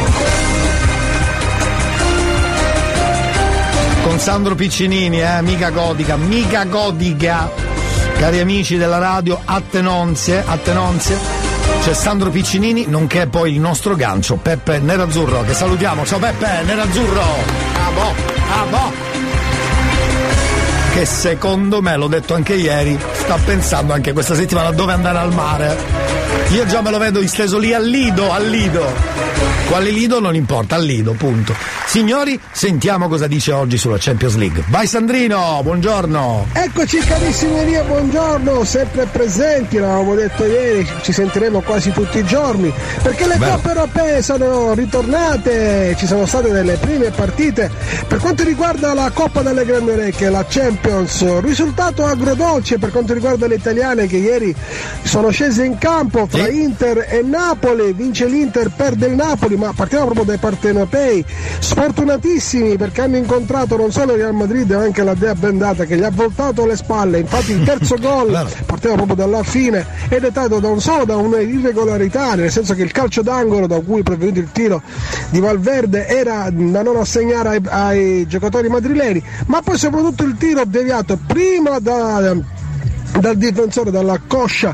con Sandro Piccinini, mica godica. Cari amici della radio, attenonzie. C'è Sandro Piccinini, nonché poi il nostro gancio, Peppe Nerazzurro, che salutiamo. Ciao Peppe Nerazzurro! Ah boh! Che secondo me, l'ho detto anche ieri, sta pensando anche questa settimana dove andare al mare. Io già me lo vedo steso lì al Lido. Quale Lido non importa, al Lido, punto. Signori, sentiamo cosa dice oggi sulla Champions League. Vai Sandrino, buongiorno. Eccoci carissimi Elia, buongiorno, sempre presenti, l'avevamo detto ieri, ci sentiremo quasi tutti i giorni, perché le coppe europee sono ritornate, ci sono state delle prime partite. Per quanto riguarda la Coppa delle Grandi Orecchie, la Champions, risultato agrodolce per quanto riguarda le italiane che ieri sono scese in campo fra Inter e Napoli, vince l'Inter, perde il Napoli, ma partiamo proprio dai partenopei. Sfortunatissimi perché hanno incontrato non solo il Real Madrid ma anche la Dea Bendata che gli ha voltato le spalle, infatti il terzo gol partiva proprio dalla fine ed è dato non solo da un'irregolarità, nel senso che il calcio d'angolo da cui è provenuto il tiro di Valverde era da non assegnare ai giocatori madrileni, ma poi soprattutto il tiro deviato prima dal difensore, dalla coscia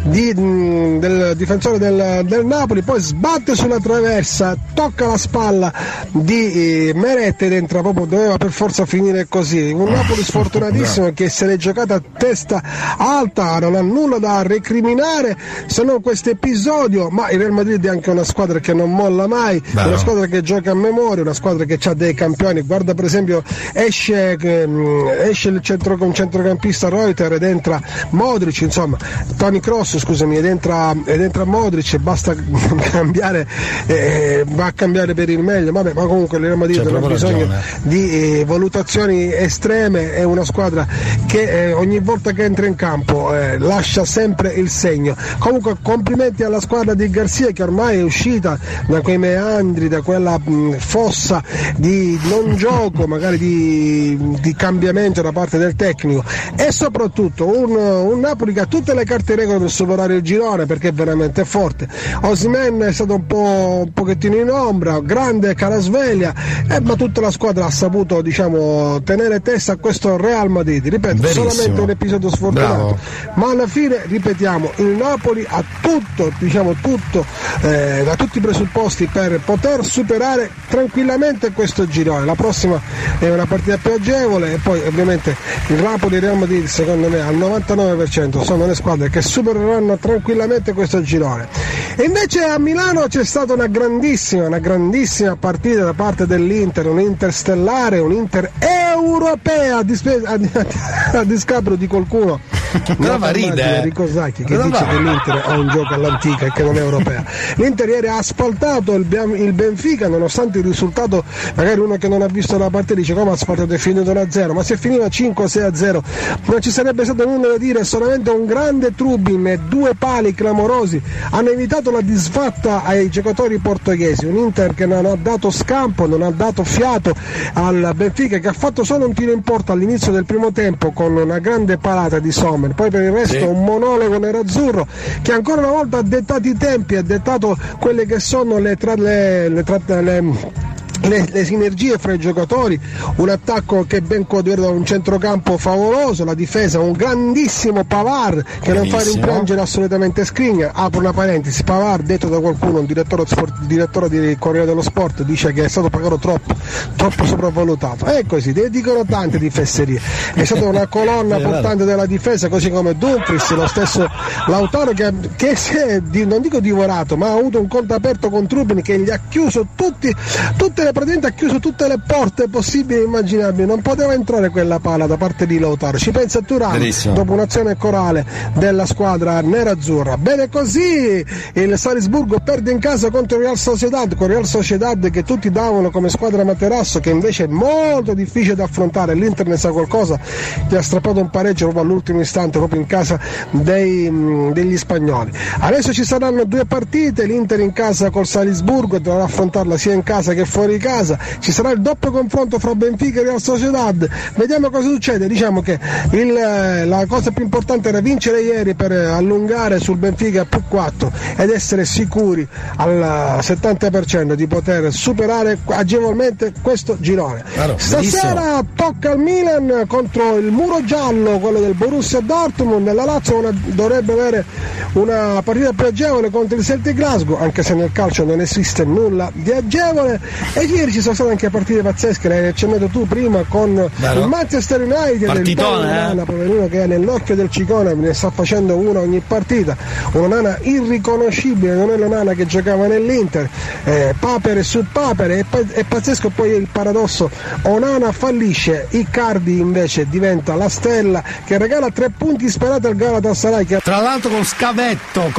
del difensore del Napoli, poi sbatte sulla traversa, tocca la spalla di Meret ed entra proprio, doveva per forza finire così. Un Napoli sfortunatissimo che se l'è giocata a testa alta, non ha nulla da recriminare se non questo episodio, ma il Real Madrid è anche una squadra che non molla mai, una squadra che gioca a memoria, una squadra che ha dei campioni. Guarda per esempio esce il centrocampista Reuter ed entra Modric, insomma Toni Kroos, scusami, ed entra Modric e basta cambiare, va a cambiare per il meglio, vabbè, ma comunque il Real Madrid non ha bisogno di valutazioni estreme, è una squadra che ogni volta che entra in campo lascia sempre il segno. Comunque complimenti alla squadra di Garcia che ormai è uscita da quei meandri, da quella fossa di non gioco, magari di cambiamento da parte del tecnico, e soprattutto un un Napoli che ha tutte le carte in regola per superare il girone, perché è veramente forte. Osimhen è stato un pochettino in ombra, grande Kvaratskhelia, ma tutta la squadra ha saputo, diciamo, tenere testa a questo Real Madrid. Ripeto, verissimo, solamente un episodio sfortunato. Bravo. Ma alla fine, ripetiamo, il Napoli ha tutto, diciamo tutto, da tutti i presupposti per poter superare tranquillamente questo girone. La prossima è una partita più agevole, e poi ovviamente il Napoli e il Real Madrid, secondo me al 99% sono le squadre che supereranno tranquillamente questo girone. E invece a Milano c'è stata una grandissima partita da parte dell'Inter, un Inter stellare, un Inter europea, a discapito di qualcuno. Brava, ride. Enrico Sacchi che dice che l'Inter ha un gioco all'antica e che non è europea. L'Inter ieri ha asfaltato il Benfica, nonostante il risultato, magari uno che non ha visto la partita dice come ha asfaltato, è finito 1-0, ma se finiva 5-6-0 non ci sarebbe stato nulla da dire, solamente un grande Trubin e 2 pali clamorosi hanno evitato la disfatta ai giocatori portoghesi. Un Inter che non ha dato scampo, non ha dato fiato al Benfica, che ha fatto solo un tiro in porta all'inizio del primo tempo con una grande parata di Sommer. Poi per il resto un monologo nerazzurro che ancora una volta ha dettato i tempi, ha dettato quelle che sono le sinergie fra i giocatori, un attacco che ben coordinato da un centrocampo favoloso, la difesa un grandissimo Pavard che non fa rimpiangere assolutamente Skriniar. Apro una parentesi, Pavard, detto da qualcuno, un direttore di Corriere dello Sport, dice che è stato pagato troppo sopravvalutato. È così, dicono tante di fesserie. È stata una colonna portante della difesa, così come Dumfries, lo stesso Lautaro che si è, non dico divorato, ma ha avuto un conto aperto con Trubin che gli ha chiuso praticamente ha chiuso tutte le porte possibili e immaginabili, non poteva entrare quella palla da parte di Lautaro. Ci pensa Thuram dopo un'azione corale della squadra nerazzurra. Bene così, il Salisburgo perde in casa contro il Real Sociedad, con Real Sociedad che tutti davano come squadra materasso, che invece è molto difficile da affrontare. L'Inter ne sa qualcosa, gli ha strappato un pareggio proprio all'ultimo istante, proprio in casa degli spagnoli. Adesso ci saranno 2 partite, l'Inter in casa col Salisburgo, dovrà affrontarla sia in casa che fuori casa. Ci sarà il doppio confronto fra Benfica e Real Sociedad, vediamo cosa succede. Diciamo che la cosa più importante era vincere ieri per allungare sul Benfica più 4 ed essere sicuri al 70% di poter superare agevolmente questo girone. Stasera tocca al Milan contro il muro giallo, quello del Borussia Dortmund. La Lazio dovrebbe avere una partita più agevole contro il Celtic Glasgow, anche se nel calcio non esiste nulla di agevole. E ieri ci sono state anche partite pazzesche, l'hai accennato tu prima con il Manchester United, Onana, poverino, che è nell'occhio del cicone, ne sta facendo una ogni partita, un'Onana irriconoscibile, non è l'Onana che giocava nell'Inter, papere su papere. È pazzesco poi il paradosso, Onana fallisce, Icardi invece diventa la stella che regala 3 punti sperati al Galatasaray, che tra l'altro con scavetto,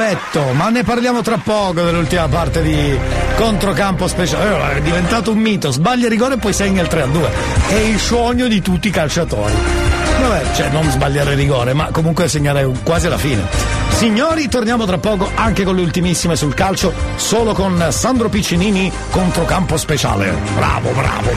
ma ne parliamo tra poco dell'ultima parte di controcampo speciale. È diventato un mito, sbaglia il rigore e poi segna il 3-2, è il sogno di tutti i calciatori. Vabbè, cioè non sbagliare il rigore, ma comunque segnare quasi alla fine. Signori, torniamo tra poco anche con le ultimissime sul calcio, solo con Sandro Piccinini, controcampo speciale. Bravo.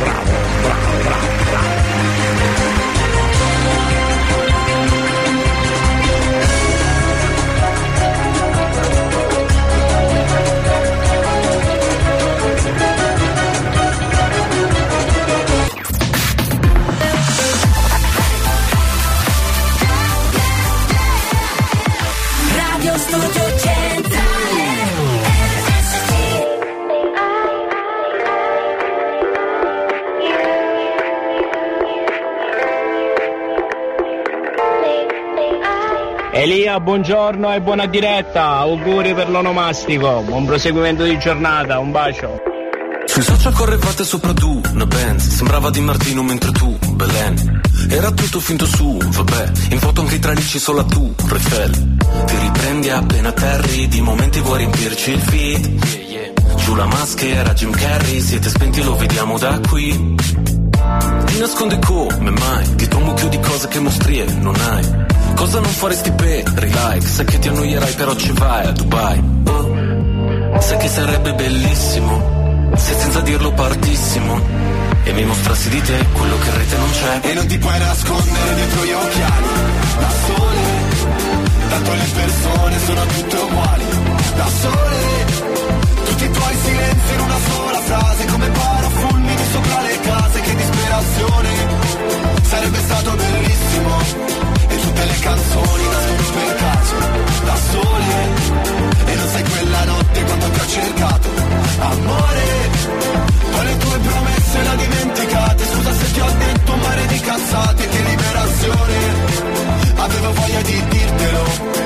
Elia, buongiorno e buona diretta, auguri per l'onomastico, buon proseguimento di giornata, un bacio. Sui social correvate sopra tu, una Benz, sembrava Di Martino mentre tu, Belen. Era tutto finto su, vabbè, in foto anche i tralicci solo tu, Refel. Ti riprendi appena atterri, di momenti vuoi riempirci il feed. Giù la maschera, Jim Carrey, siete spenti lo vediamo da qui. Ti nasconde come mai, dietro un mucchio di cose che mostrie non hai. Cosa non faresti per like? Sai che ti annoierai però ci vai a Dubai. Oh, sai che sarebbe bellissimo se senza dirlo partissimo. e mi mostrassi di te quello che in rete non c'è. E non ti puoi nascondere dietro gli occhiali da sole, tanto le persone sono tutte uguali. Da sole, tutti i tuoi silenzi in una sola frase, come parafulmini sopra le case. Che disperazione, sarebbe stato bellissimo. E tutte le canzoni nascono per caso, da sole. E non sai quella notte quando ti ho cercato, amore. Poi le tue promesse le dimenticate. Scusa se ti ho detto un mare di cazzate. Che liberazione, avevo voglia di dirtelo.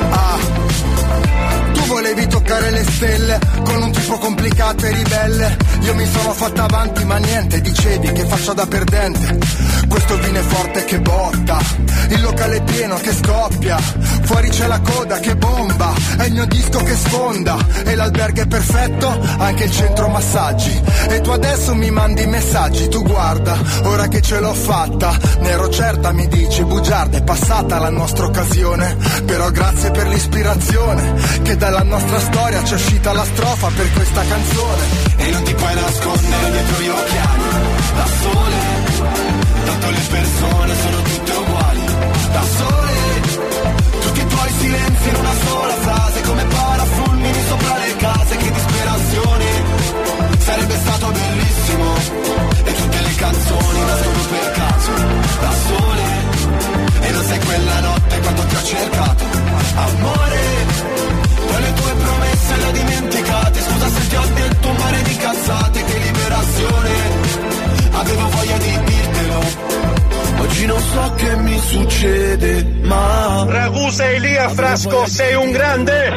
Tu volevi toccare le stelle con un tipo complicato e ribelle. Io mi sono fatta avanti ma niente, dicevi che faccio da perdente. Questo vino è forte che botta, il locale è pieno che scoppia, fuori c'è la coda che bomba, è il mio disco che sfonda. E l'albergo è perfetto, anche il centro massaggi. E tu adesso mi mandi messaggi, tu guarda, ora che ce l'ho fatta. Ne ero certa, mi dici, bugiarda, è passata la nostra occasione. Però grazie per l'ispirazione, che dalla nostra storia c'è uscita la strofa per questa canzone. E non ti puoi nascondere dietro gli occhiali, da sole, tanto le persone sono tutte uguali. Da sole, tutti i tuoi silenzi in una sola frase, come parafulmini sopra le case. Che disperazione, sarebbe stato bellissimo. E tutte le canzoni nascono per caso, da sole. E non sai quella notte quando ti ho cercato, amore. Poi le tue promesse le ho dimenticate. Scusa se ti ho detto un mare di cazzate. Che liberazione, avevo voglia di dirtelo. Oggi non so che mi succede, ma Ragusa Elia Frasco, sei un grande.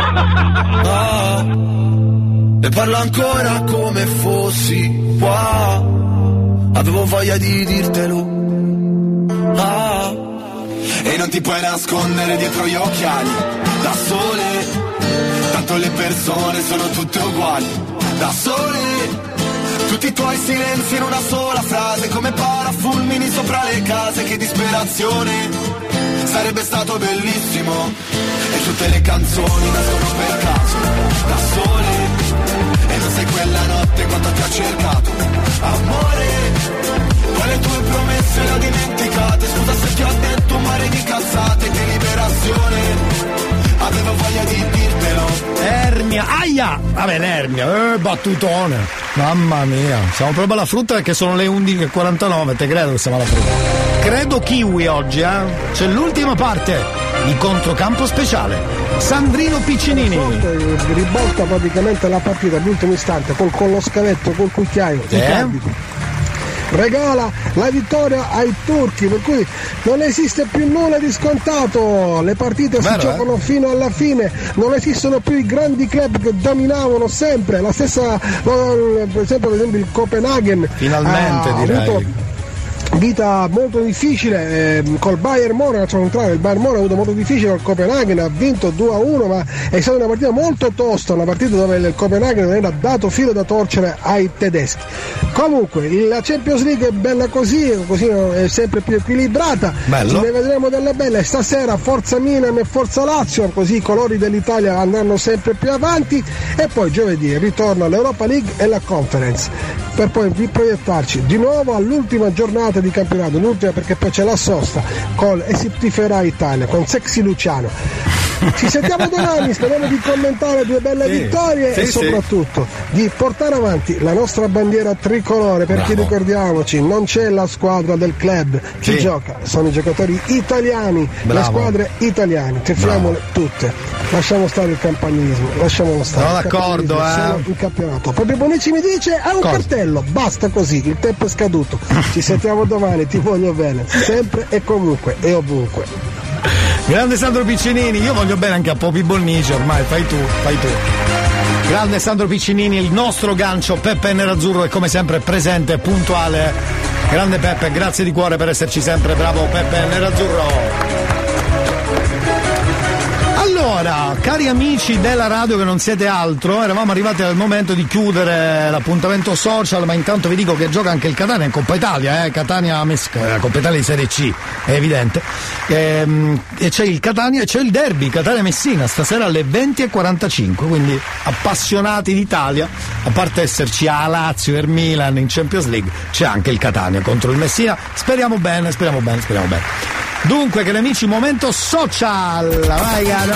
E parlo ancora come fossi qua. Avevo voglia di dirtelo. E non ti puoi nascondere dietro gli occhiali, da sole, tanto le persone sono tutte uguali. Da sole, tutti i tuoi silenzi in una sola frase, come parafulmini sopra le case. Che disperazione, sarebbe stato bellissimo. E tutte le canzoni nascono per caso, da sole. E non sai quella notte quando ti ho cercato, amore. Poi le tue promesse le ho dimenticate. Scusa se ti ho detto un mare di cazzate. Che liberazione, avevo voglia di dirtelo. Ernia, aia! Vabbè, l'ernia, battutone. Mamma mia, siamo proprio alla frutta perché sono le 11:49, te credo che siamo alla frutta. Credo kiwi oggi, eh? C'è l'ultima parte di Controcampo Speciale. Sandrino Piccinini. Ribalta praticamente la partita all'ultimo istante con lo scavetto, col cucchiaio. Regala la vittoria ai turchi, per cui non esiste più nulla di scontato, le partite si giocano fino alla fine, non esistono più i grandi club che dominavano sempre, la stessa, per esempio il Copenaghen finalmente direi vita molto difficile col Bayern Monaco, cioè il Bayern Monaco ha avuto molto difficile col Copenaghen, ha vinto 2-1, ma è stata una partita molto tosta, una partita dove il Copenaghen non era dato filo da torcere ai tedeschi. Comunque la Champions League è bella così è sempre più equilibrata. Bello. Ne vedremo delle belle stasera, forza Milan e forza Lazio, così i colori dell'Italia andranno sempre più avanti, e poi giovedì ritorno all'Europa League e la Conference, per poi proiettarci di nuovo all'ultima giornata di campionato, l'ultima perché poi c'è la sosta e si tiferà Italia con Sexy Luciano. Ci sentiamo domani, speriamo di commentare due belle vittorie e soprattutto di portare avanti la nostra bandiera tricolore, perché ricordiamoci, non c'è la squadra del club, chi gioca sono i giocatori italiani, le squadre italiane, tifiamole tutte, lasciamo stare il campanilismo, lasciamolo stare. Sono d'accordo, il campionato. Proprio Bonici mi dice ha un cartello, basta così, il tempo è scaduto. Ci sentiamo domani, ti voglio bene, sempre e comunque e ovunque. Grande Sandro Piccinini, io voglio bene anche a Popi Bonnici, ormai fai tu. Grande Sandro Piccinini, il nostro gancio. Peppe Nerazzurro è come sempre presente e puntuale. Grande Peppe, grazie di cuore per esserci sempre, bravo Peppe Nerazzurro. Allora, cari amici della radio che non siete altro, eravamo arrivati al momento di chiudere l'appuntamento social, ma intanto vi dico che gioca anche il Catania in Coppa Italia, Catania Coppa Italia di Serie C, è evidente. E c'è il Catania e c'è il derby Catania Messina stasera alle 20:45, quindi appassionati d'Italia, a parte esserci a Lazio e il Milan in Champions League, c'è anche il Catania contro il Messina. Speriamo bene. Dunque, cari amici, momento social, vai caro.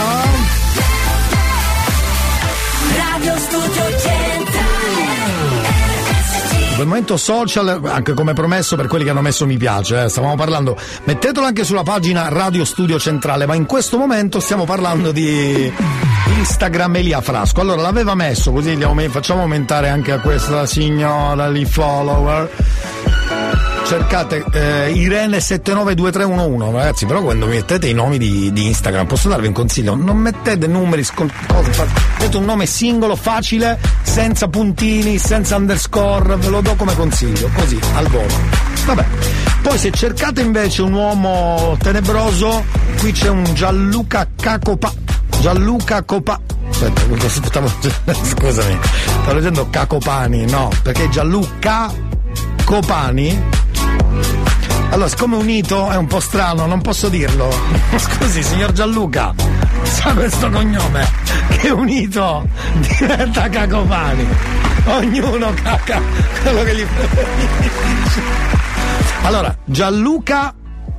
Radio Studio Centrale. Il momento social, anche come promesso per quelli che hanno messo mi piace, stavamo parlando, mettetelo anche sulla pagina Radio Studio Centrale, ma in questo momento stiamo parlando di Instagram Elia Frasco. Allora l'aveva messo, così facciamo aumentare anche a questa signora lì follower. Cercate Irene792311, ragazzi, però quando mettete i nomi di Instagram, posso darvi un consiglio? Non mettete numeri, mettete un nome singolo, facile, senza puntini, senza underscore, ve lo do come consiglio, così, al volo. Vabbè. Poi se cercate invece un uomo tenebroso, qui c'è un Gianluca Copa. Aspetta, scusami, sto leggendo Cacopani, no, perché Gianluca Copani. Allora, siccome unito è un po' strano, non posso dirlo. Scusi, signor Gianluca, sa questo cognome che unito diventa Cacopani. Ognuno caca quello che gli preferisce. Allora, Gianluca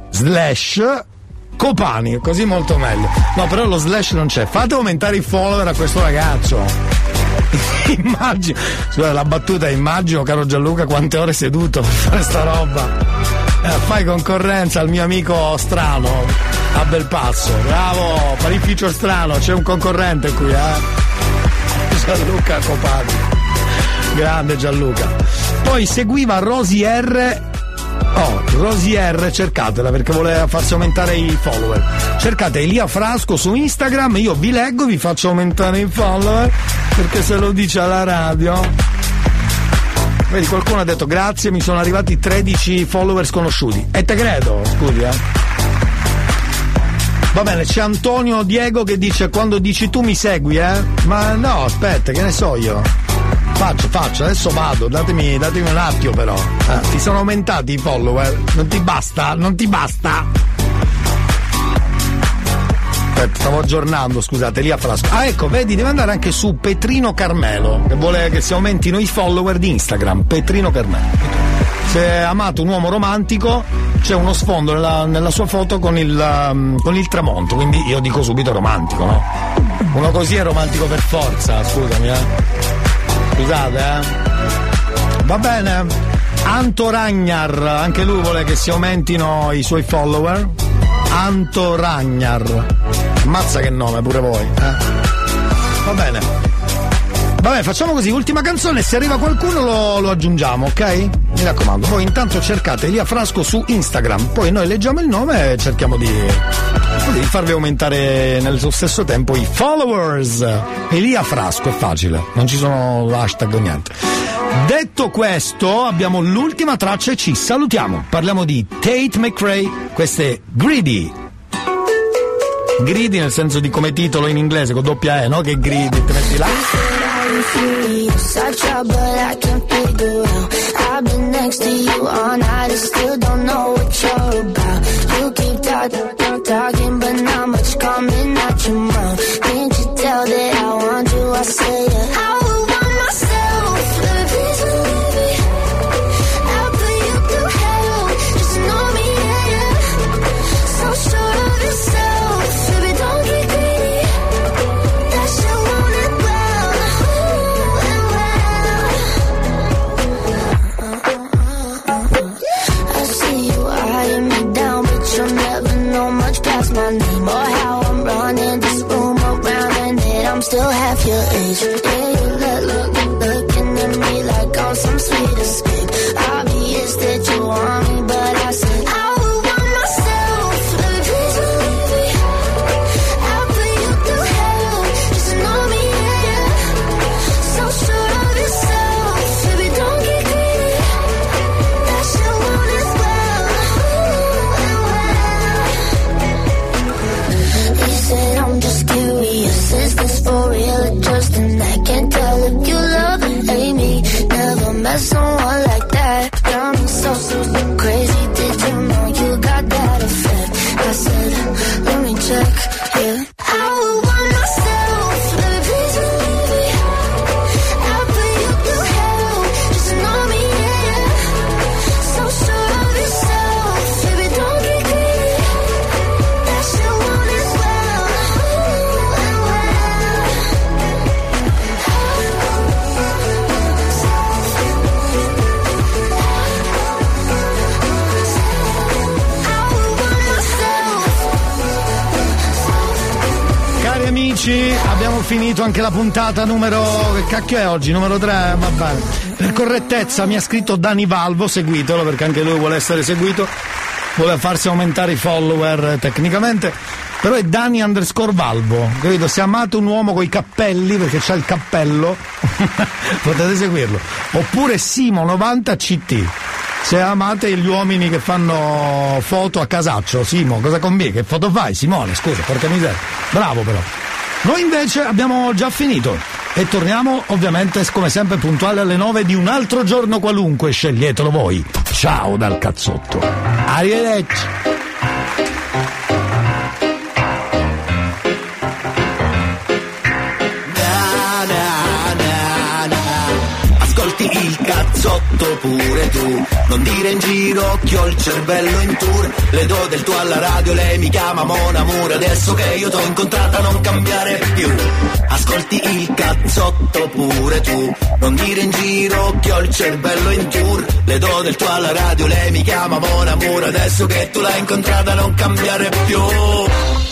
/ Copani, così molto meglio. No, però lo slash non c'è. Fate aumentare i follower a questo ragazzo. Immagino, scusa la battuta, immagino, caro Gianluca, quante ore seduto per fare sta roba. Fai concorrenza al mio amico strano a Belpasso. Bravo, panificio strano, c'è un concorrente qui, Gianluca Copani. Grande Gianluca. Poi seguiva Rosy R. Rosy R, cercatela perché voleva farsi aumentare i follower. Cercate Elia Frasco su Instagram, io vi leggo, vi faccio aumentare i follower perché se lo dice alla radio. Vedi, qualcuno ha detto grazie, mi sono arrivati 13 follower sconosciuti. E te credo, scusi, Va bene, c'è Antonio Diego che dice quando dici tu mi segui, Ma no, aspetta, che ne so io. Faccio, adesso vado, datemi un attimo però. Ti sono aumentati i follower? Non ti basta? Aspetta, stavo aggiornando, scusate, lì a Frasco. Ecco, vedi, deve andare anche su Petrino Carmelo, che vuole che si aumentino i follower di Instagram. Petrino Carmelo. Se è amato un uomo romantico, c'è uno sfondo nella sua foto con il tramonto, quindi io dico subito romantico, no? Uno così è romantico per forza, scusami, Scusate, Va bene. Anto Ragnar, anche lui vuole che si aumentino i suoi follower. Anto Ragnar. Ammazza che nome pure voi, Va bene. Vabbè, facciamo così, ultima canzone, se arriva qualcuno lo aggiungiamo, ok? Mi raccomando, poi intanto cercate Elia Frasco su Instagram, poi noi leggiamo il nome e cerchiamo di farvi aumentare nello stesso tempo i followers. Elia Frasco, è facile, non ci sono hashtag o niente. Detto questo, abbiamo l'ultima traccia e ci salutiamo. Parliamo di Tate McRae, questa è Greedy. Greedy nel senso di come titolo in inglese, con doppia E, no? Che greedy, te metti là. I try, but I can't figure out. I've been next to you all night and still don't know what you're about. You keep talking, but not much coming out your mouth. Can't you tell that I want you? I say it. I would want myself, baby, please believe me. I'll put you through hell, just know me, yeah. So sure of yourself, baby, don't get greedy. That shit won't end well. My name or how I'm running this room around and that I'm still half your age. Yeah, you looking at me like I'm some sweet escape. Obvious that you want me, but I said I would want myself. Baby, please believe me. I'll put you through hell, just know me, yeah. So sure of yourself, baby, don't get greedy. That shit won't end well. He said I'm just cute amici, abbiamo finito anche la puntata numero... che cacchio è oggi? Numero 3? Va bene. Per correttezza mi ha scritto Dani Valvo, seguitelo perché anche lui vuole essere seguito, vuole farsi aumentare i follower tecnicamente, però è Dani_Valvo, capito? Se amate un uomo coi cappelli, perché c'ha il cappello, potete seguirlo. Oppure Simo90CT. Se amate gli uomini che fanno foto a casaccio, Simo, cosa conviene? Che foto fai, Simone? Scusa, porca miseria. Bravo però. Noi invece abbiamo già finito e torniamo ovviamente come sempre puntuali alle 9 di un altro giorno qualunque, sceglietelo voi. Ciao dal cazzotto. Arrivederci. Il cazzotto pure tu, non dire in giro che ho il cervello in tour. Le do del tuo alla radio, lei mi chiama Mon Amour. Adesso che io t'ho incontrata non cambiare più. Ascolti il cazzotto pure tu, non dire in giro che ho il cervello in tour. Le do del tuo alla radio, lei mi chiama Mon Amour. Adesso che tu l'hai incontrata non cambiare più.